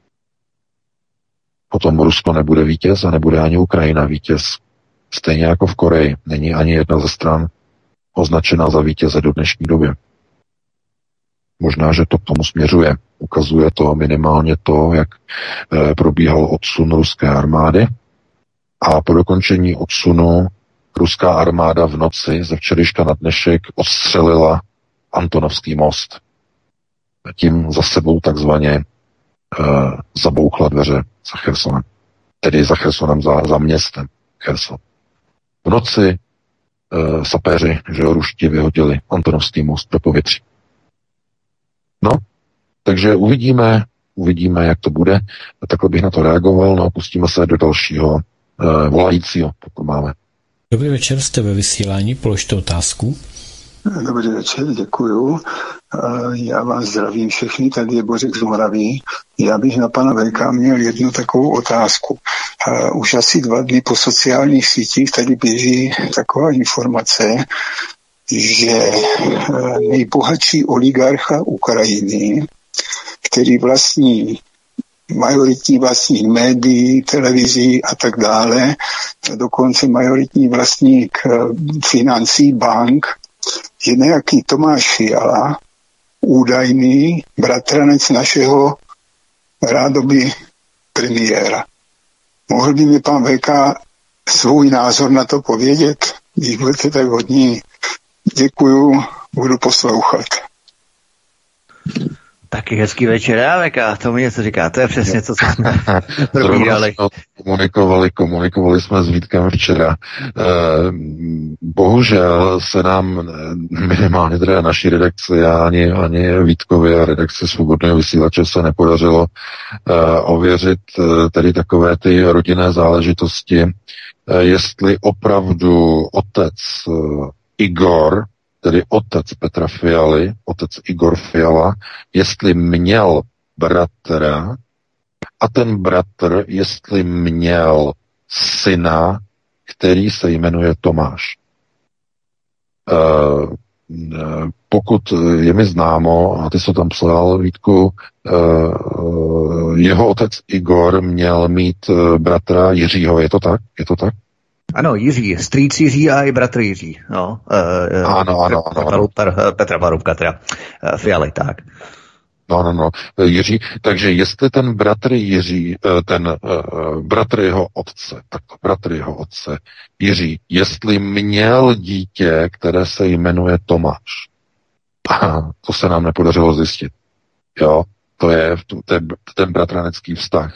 Potom Rusko nebude vítěz a nebude ani Ukrajina vítěz. Stejně jako v Koreji. Není ani jedna ze stran označena za vítěze do dnešní doby. Možná, že to k tomu směřuje. Ukazuje to minimálně to, jak probíhal odsun ruské armády. A po dokončení odsunu ruská armáda v noci ze včerejška na dnešek odstřelila Antonovský most. Tím za sebou takzvaně zabouchla dveře za Chersonem. Tedy za Chersonem, za městem Cherson. V noci sapéři, že ruští vyhodili Antonovský most do povětří. No, takže uvidíme, jak to bude. Takhle bych na to reagoval, no a pustíme se do dalšího volajícího, pokud máme. Dobrý večer, jste ve vysílání, položte otázku. Dobrý večer, děkuju. Já vás zdravím všechny, tady je Bořek z Moravy. Já bych na pana VK měl jednu takovou otázku. Už asi 2 dny po sociálních sítích tady běží taková informace, že nejbohatší oligarcha Ukrajiny, který vlastní majoritní vlastník médií, televizí a tak dále, dokonce majoritní vlastník financí, bank, je nějaký Tomáš Fiala, údajný bratranec našeho rádoby premiéra. Mohl by mi pan VK svůj názor na to povědět? Když budete tak hodní, děkuju, budu poslouchat. Taky hezký večer, VK, to mi něco říká, to je přesně to, co jsme probírali. Komunikovali jsme s Vítkem včera. Bohužel se nám minimálně teda naší redakci a ani Vítkovi a redakci Svobodného vysílače se nepodařilo ověřit tedy takové ty rodinné záležitosti, jestli opravdu otec Igor, tedy otec Petra Fialy, otec Igor Fiala, jestli měl bratra a ten bratr, jestli měl syna, který se jmenuje Tomáš. Pokud je mi známo, a ty jsi to tam psal, Vítku, jeho otec Igor měl mít bratra Jiřího, je to tak? Je to tak? Ano, Jiří, strýc Jiří a i bratr Jiří. No, ano. Petra Parubka, teda Fialy, tak. No, Jiří, takže jestli ten bratr Jiří, bratr jeho otce, Jiří, jestli měl dítě, které se jmenuje Tomáš, to se nám nepodařilo zjistit. Jo, to je ten bratranecký vztah.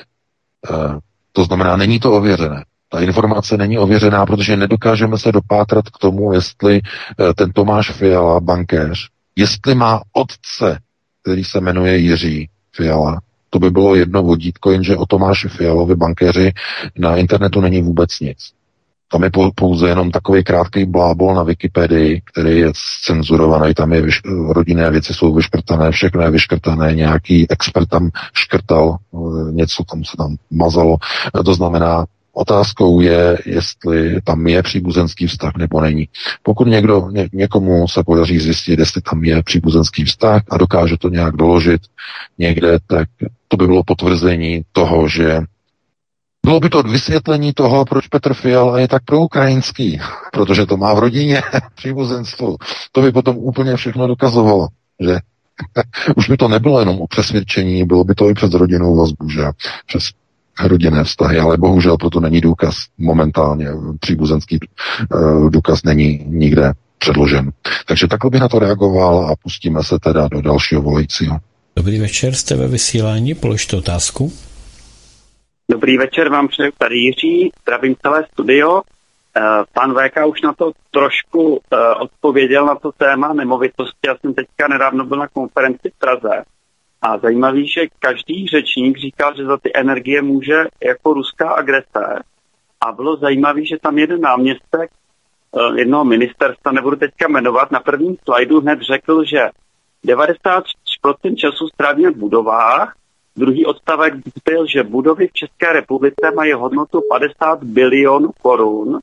To znamená, není to ověřené. Ta informace není ověřená, protože nedokážeme se dopátrat k tomu, jestli ten Tomáš Fiala, bankéř, jestli má otce, který se jmenuje Jiří Fiala. To by bylo jedno vodítko, jenže o Tomáši Fialovi, bankéři, na internetu není vůbec nic. Tam je pouze jenom takový krátký blábol na Wikipedii, který je cenzurovaný, tam je rodinné věci jsou vyškrtané, všechno je vyškrtané, nějaký expert tam škrtal, něco tam se tam mazalo. To znamená, otázkou je, jestli tam je příbuzenský vztah nebo není. Pokud někomu se podaří zjistit, jestli tam je příbuzenský vztah a dokáže to nějak doložit někde, tak to by bylo potvrzení toho, že bylo by to vysvětlení toho, proč Petr Fiala je tak proukrajinský, protože to má v rodině příbuzenstvo. To by potom úplně všechno dokazovalo, že už by to nebylo jenom o přesvědčení, bylo by to i přes rodinnou vazbu, že přes rodinné vztahy, ale bohužel proto není důkaz momentálně. Příbuzenský důkaz není nikde předložen. Takže takhle bych na to reagoval a pustíme se teda do dalšího volajícího. Dobrý večer, jste ve vysílání, položte otázku. Dobrý večer, vám přeju tady Jiří, zdravím celé studio. Pan VK už na to trošku odpověděl na to téma nemovitosti. Já jsem teďka nedávno byl na konferenci v Praze a zajímavý, že každý řečník říkal, že za ty energie může jako ruská agrese. A bylo zajímavý, že tam jeden náměstek jednoho ministerstva, nebudu teďka jmenovat, na prvním slajdu hned řekl, že 94% času stráví v budovách. Druhý odstavec byl, že budovy v České republice mají hodnotu 50 bilionů korun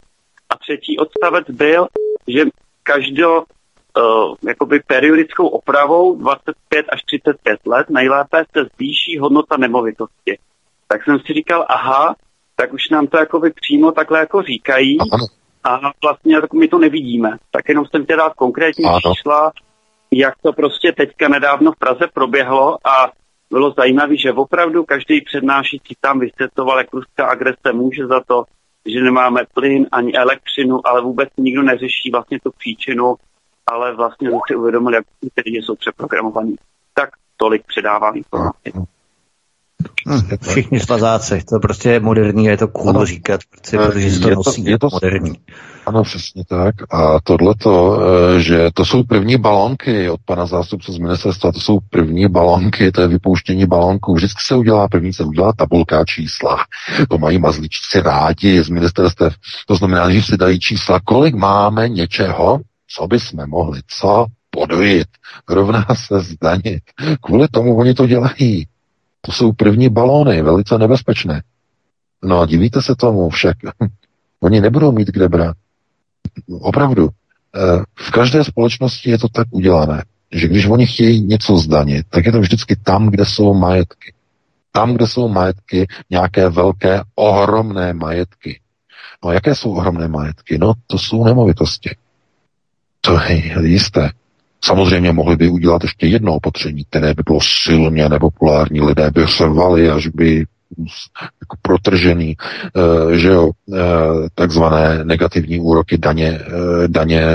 A třetí odstavec byl, že každou jakoby periodickou opravou 25 až 35 let nejlépe se zvýší hodnota nemovitosti. Tak jsem si říkal, aha, tak už nám to jakoby přímo takhle jako říkají a vlastně tak my to nevidíme. Tak jenom jsem chtěl dát konkrétní čísla, jak to prostě teďka nedávno v Praze proběhlo a bylo zajímavé, že opravdu každý přednášící tam vysvětloval, jak ruská agrese může za to, že nemáme plyn ani elektřinu, ale vůbec nikdo neřeší vlastně tu příčinu, ale vlastně si uvědomili, jak ty lidi jsou přeprogramovaní. Tak tolik předávám informací. Všichni svazáci, to prostě je moderní, je to cool říkat, protože se to nosí, je to moderní. Ano, přesně tak. A tohleto, že to jsou první balónky od pana zástupce z ministerstva, to jsou první balónky, to je vypouštění balónků. Vždycky se udělá tabulka čísla. To mají mazlíčci rádi z ministerstev. To znamená, že si dají čísla, kolik máme něčeho, co bychom mohli, podvojit, rovná se zdanit. Kvůli tomu oni to dělají. To jsou první balóny, velice nebezpečné. No a divíte se tomu však. Oni nebudou mít kde brát. Opravdu. V každé společnosti je to tak udělané, že když oni chtějí něco zdanit, tak je to vždycky tam, kde jsou majetky. Tam, kde jsou majetky, nějaké velké, ohromné majetky. No a jaké jsou ohromné majetky? No, to jsou nemovitosti. To je jisté. Samozřejmě mohli by udělat ještě jedno opatření, které by bylo silně nepopulární, lidé by řvali, až by jako protržený, že jo, takzvané negativní úroky daně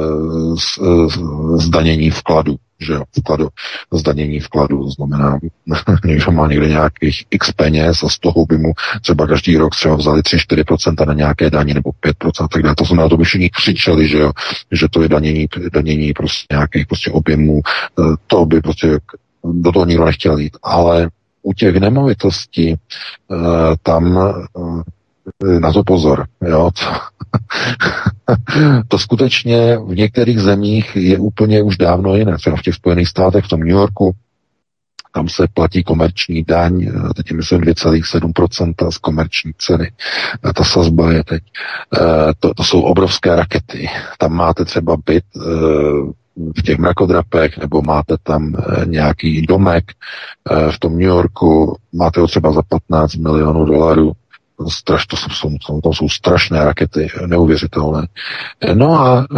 zdanění vkladu, že jo, zdanění vkladu, to znamená, někdo má někde nějakých x peněz a z toho by mu třeba každý rok třeba vzali 3-4% na nějaké daně nebo 5%, tak dále. To znamená, to by všichni křičeli, že jo, že to je danění prostě nějakých prostě objemů, to by prostě do toho nikdo nechtěl jít, ale u těch nemovitostí tam na to pozor. Jo? To skutečně v některých zemích je úplně už dávno jiné. Třeba v těch Spojených státech, v tom New Yorku, tam se platí komerční daň, teď myslím 2,7% z komerční ceny. Ta sazba je teď. To jsou obrovské rakety. Tam máte třeba byt v těch mrakodrapech, nebo máte tam nějaký domek v tom New Yorku, máte ho třeba za $15 milionů. To jsou strašné rakety, neuvěřitelné. No a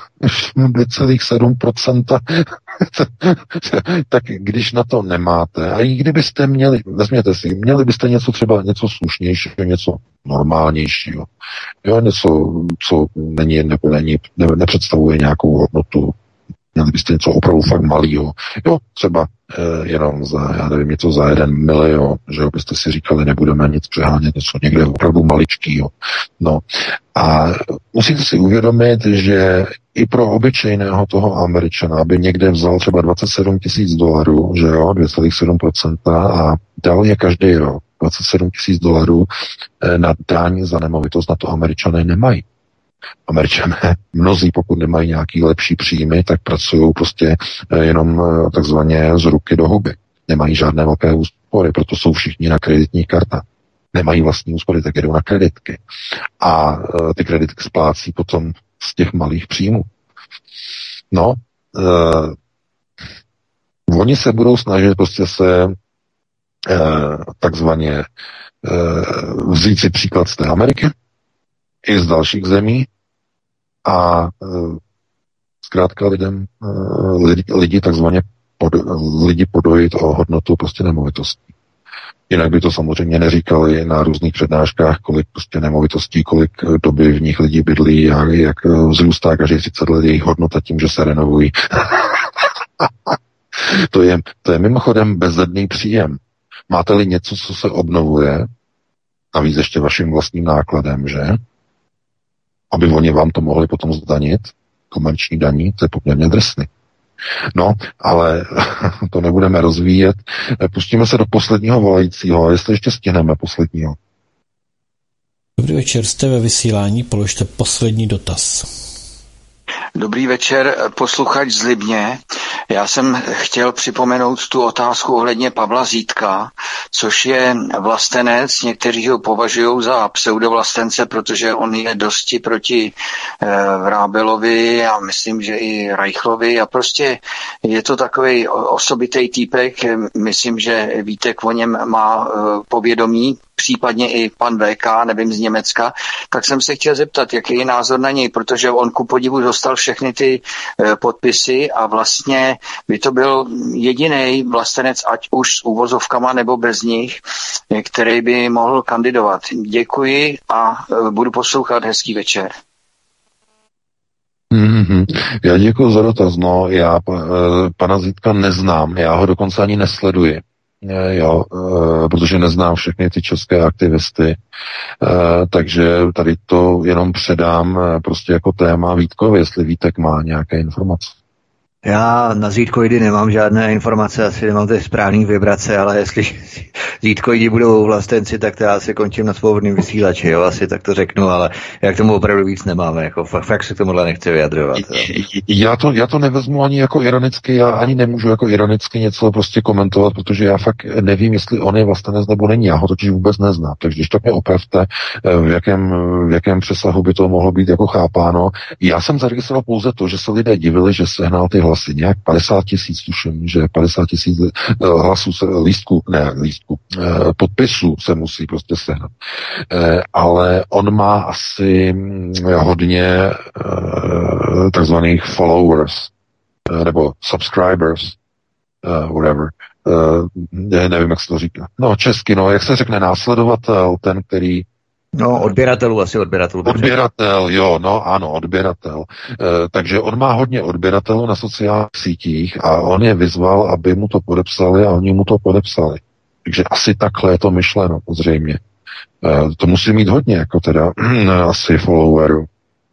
2,7%, tak když na to nemáte, a i kdybyste měli, vezměte si, měli byste něco třeba něco slušnějšího, něco normálnějšího, jo, něco, co nepředstavuje nějakou hodnotu, měli byste něco opravdu fakt malýho. Jo, třeba jenom za, já nevím, něco za 1 milion, že jo, byste si říkali, nebudeme nic přehánět, něco někde opravdu maličkýho. No a musíte si uvědomit, že i pro obyčejného toho Američana, aby někde vzal třeba $27 000, že jo, 2,7% a dal je každý rok $27 000 na daň za nemovitost, na to Američané nemají. Američané, mnozí, pokud nemají nějaký lepší příjmy, tak pracují prostě jenom takzvaně z ruky do huby. Nemají žádné velké úspory, proto jsou všichni na kreditních kartách. Nemají vlastní úspory, tak jdou na kreditky. A ty kreditky splácí potom z těch malých příjmů. No, oni se budou snažit prostě se takzvaně vzít si příklad z té Ameriky, i z dalších zemí a zkrátka lidi takzvaně lidi podojit o hodnotu prostě nemovitostí. Jinak by to samozřejmě neříkali na různých přednáškách, kolik prostě nemovitostí, kolik doby v nich lidi bydlí a jak vzrůstá každý 30 let jejich hodnota tím, že se renovují. To je mimochodem bezzedný příjem. Máte-li něco, co se obnovuje, navíc ještě vaším vlastním nákladem, že? Aby oni vám to mohli potom zdanit, komerční daní, to je poměrně drsný. No, ale to nebudeme rozvíjet. Pustíme se do posledního volajícího, jestli ještě stihneme posledního. Dobrý večer, jste ve vysílání, položte poslední dotaz. Dobrý večer, posluchač z Libně. Já jsem chtěl připomenout tu otázku ohledně Pavla Zítka, což je vlastenec. Někteří ho považují za pseudovlastence, protože on je dosti proti Vrábelovi a myslím, že i Reichlovi a prostě je to takový osobitý týpek. Myslím, že Vítek o něm má povědomí, případně i pan VK, nevím, z Německa, tak jsem se chtěl zeptat, jaký je názor na něj, protože on ku podivu dostal všechny ty podpisy a vlastně by to byl jediný vlastenec, ať už s úvozovkama nebo bez nich, který by mohl kandidovat. Děkuji a budu poslouchat. Hezký večer. Já děkuji za dotaz. No, já pana Zítka neznám, já ho dokonce ani nesleduji. Jo, protože neznám všechny ty české aktivisty, takže tady to jenom předám prostě jako téma Vítkovi, jestli Vítek má nějaké informace. Já na Zítkoidy nemám žádné informace, asi nemám ty správný vibrace, ale jestli Zítkoidi budou vlastenci, tak to já asi končím na svobodným vysílači, jo, asi tak to řeknu, ale já k tomu opravdu víc nemáme, jako fakt se k tomuhle nechci vyjadřovat. Já to nevezmu ani jako ironicky, já ani nemůžu jako ironicky něco prostě komentovat, protože já fakt nevím, jestli on je vlastenec nebo není, já ho totiž vůbec neznám, takže když tak mě opravte, v jakém přesahu by to mohlo být jako chápáno. Já jsem zaregistroval pouze to, že se lidé divili, že sehnal ty hlasy, nějak 50 000, tuším, že 50 000 hlasů, podpisů se musí prostě sehnat. Ale on má asi hodně takzvaných followers, nebo subscribers, whatever. Nevím, jak se to říká. No, česky, no, jak se řekne následovatel, ten, který No, odběratelů. Odběratel, jo, no ano, odběratel. Takže on má hodně odběratelů na sociálních sítích a on je vyzval, aby mu to podepsali a oni mu to podepsali. Takže asi takhle je to myšleno, zřejmě. To musí mít hodně, jako teda asi followerů.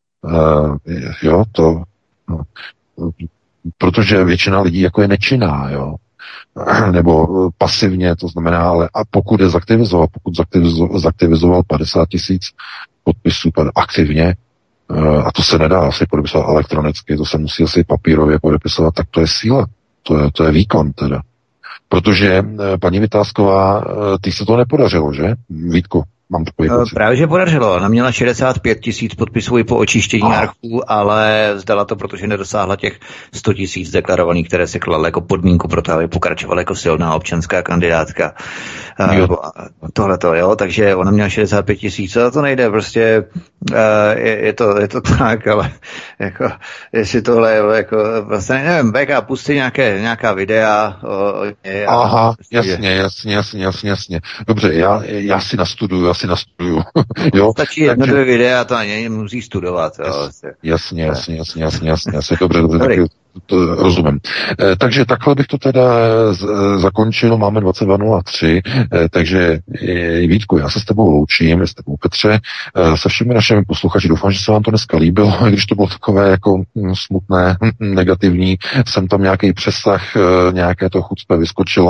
Jo, to... No, protože většina lidí jako je nečinná, jo. Nebo pasivně, to znamená, ale a pokud zaktivizoval 50 000 podpisů aktivně, a to se nedá asi podepisovat elektronicky, to se musí asi papírově podepisovat, tak to je síla, to je výkon teda. Protože paní Vytázková, ty se to nepodařilo, že? Vítku, mám takový pocit. Právě, že podařilo. Ona měla 65 000 podpisů i po očištění archů, ale vzdala to, protože nedosáhla těch 100 000 deklarovaných, které se kladly jako podmínku pro to, aby pokračovala jako silná občanská kandidátka. Tohleto, jo, takže ona měla 65 000, a to nejde, prostě je to tak, ale jako, jestli tohle je jako, vlastně nevím, VK, pusti nějaká videa. Aha, jasně. Dobře, já si nastuduju. Jo, stačí jedno, dvě videa, to ani musí studovat. Jo. Jasně, dobře, taky to rozumím. Takže takhle bych to teda zakončil, máme 22:03, takže Vítku, já se s tebou loučím, s tebou Petře, se všemi našimi posluchači, doufám, že se vám to dneska líbilo, když to bylo takové jako smutné, negativní, jsem tam nějaký přesah, nějaké to chucpe vyskočilo,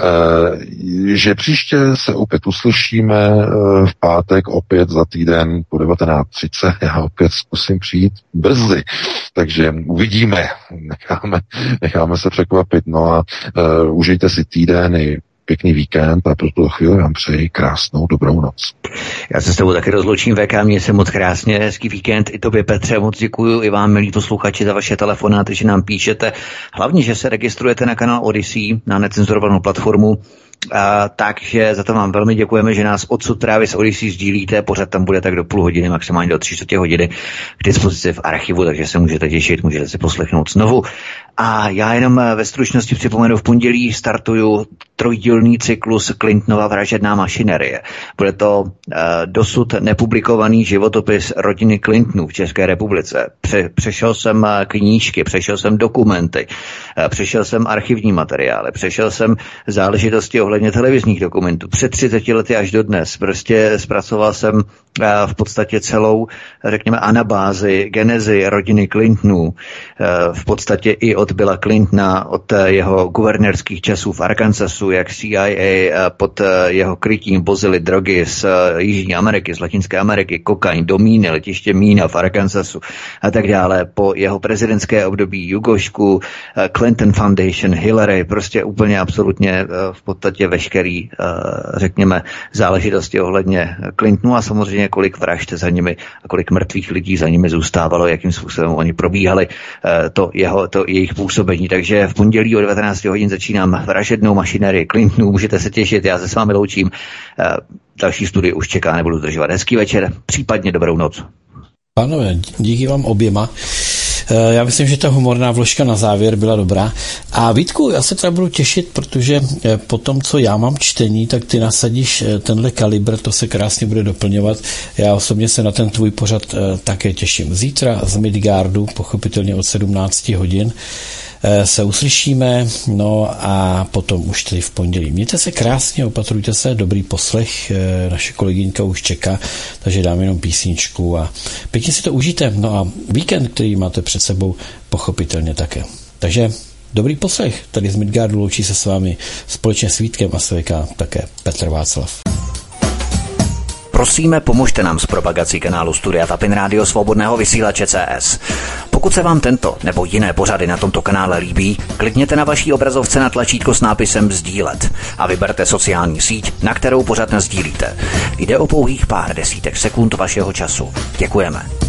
že příště se opět uslyšíme v pátek, opět za týden po 19:30, já opět zkusím přijít brzy, takže uvidíme, necháme se překvapit, no a užijte si týden i pěkný víkend a pro tuto chvíli vám přeji krásnou dobrou noc. Já se s tebou taky rozloučím, VK, měj se moc krásně, hezký víkend, i tobě, Petře, moc děkuju, i vám, milí posluchači, za vaše telefonáty, že nám píšete, hlavně, že se registrujete na kanál Odyssey, na necenzurovanou platformu, takže za to vám velmi děkujeme, že nás odsud právě z Odyssey sdílíte, pořád tam bude tak do půl hodiny, maximálně do 3/4 hodiny k dispozici v archivu, takže se můžete těšit, můžete si poslechnout znovu. A já jenom ve stručnosti připomenu, v pondělí startuju trojdílný cyklus Clintonova vražedná mašinerie. Bude to dosud nepublikovaný životopis rodiny Clintonů v České republice. Přešel jsem knížky, přešel jsem dokumenty, přešel jsem archivní materiály, přešel jsem záležitosti ohledně televizních dokumentů. Před 30 lety až do dnes. Prostě zpracoval jsem v podstatě celou, řekněme, anabázi, genezi rodiny Clintonů. V podstatě i od Billa Clintona, od jeho guvernérských časů v Arkansasu, času, jak CIA pod jeho krytím vozili drogy z Jižní Ameriky, z Latinské Ameriky, kokain do Míny, letiště Mína v Arkansasu a tak dále. Po jeho prezidentské období Jugošku, Clinton Foundation, Hillary, prostě úplně absolutně v podstatě veškerý, řekněme, záležitosti ohledně Clintonu a samozřejmě kolik vražd za nimi a kolik mrtvých lidí za nimi zůstávalo, jakým způsobem oni probíhali to jejich působení. Takže v pondělí o 19 hodin začínám vražednou mašinérii Clintonu, můžete se těšit, já se s vámi loučím. Další studie už čeká, nebudu zdržovat. Hezký večer, případně dobrou noc. Pánové, díky vám oběma. Já myslím, že ta humorná vložka na závěr byla dobrá. A Vítku, já se teda budu těšit, protože po tom, co já mám čtení, tak ty nasadíš tenhle kalibr, to se krásně bude doplňovat. Já osobně se na ten tvůj pořad také těším. Zítra z Midgardu, pochopitelně od 17 hodin, se uslyšíme, no a potom už tedy v pondělí. Mějte se krásně, opatrujte se, dobrý poslech, naše kolegyňka už čeká, takže dám jenom písničku a pěkně si to užijte. No a víkend, který máte před sebou, pochopitelně také. Takže dobrý poslech, tady z Midgardu loučí se s vámi společně s Vítkem a s VK také Petr Václav. Prosíme, pomožte nám s propagací kanálu Studia Tapin Rádio Svobodného vysílače CS. Pokud se vám tento nebo jiné pořady na tomto kanále líbí, klikněte na vaší obrazovce na tlačítko s nápisem sdílet a vyberte sociální síť, na kterou pořad nasdílíte. Jde o pouhých pár desítek sekund vašeho času. Děkujeme.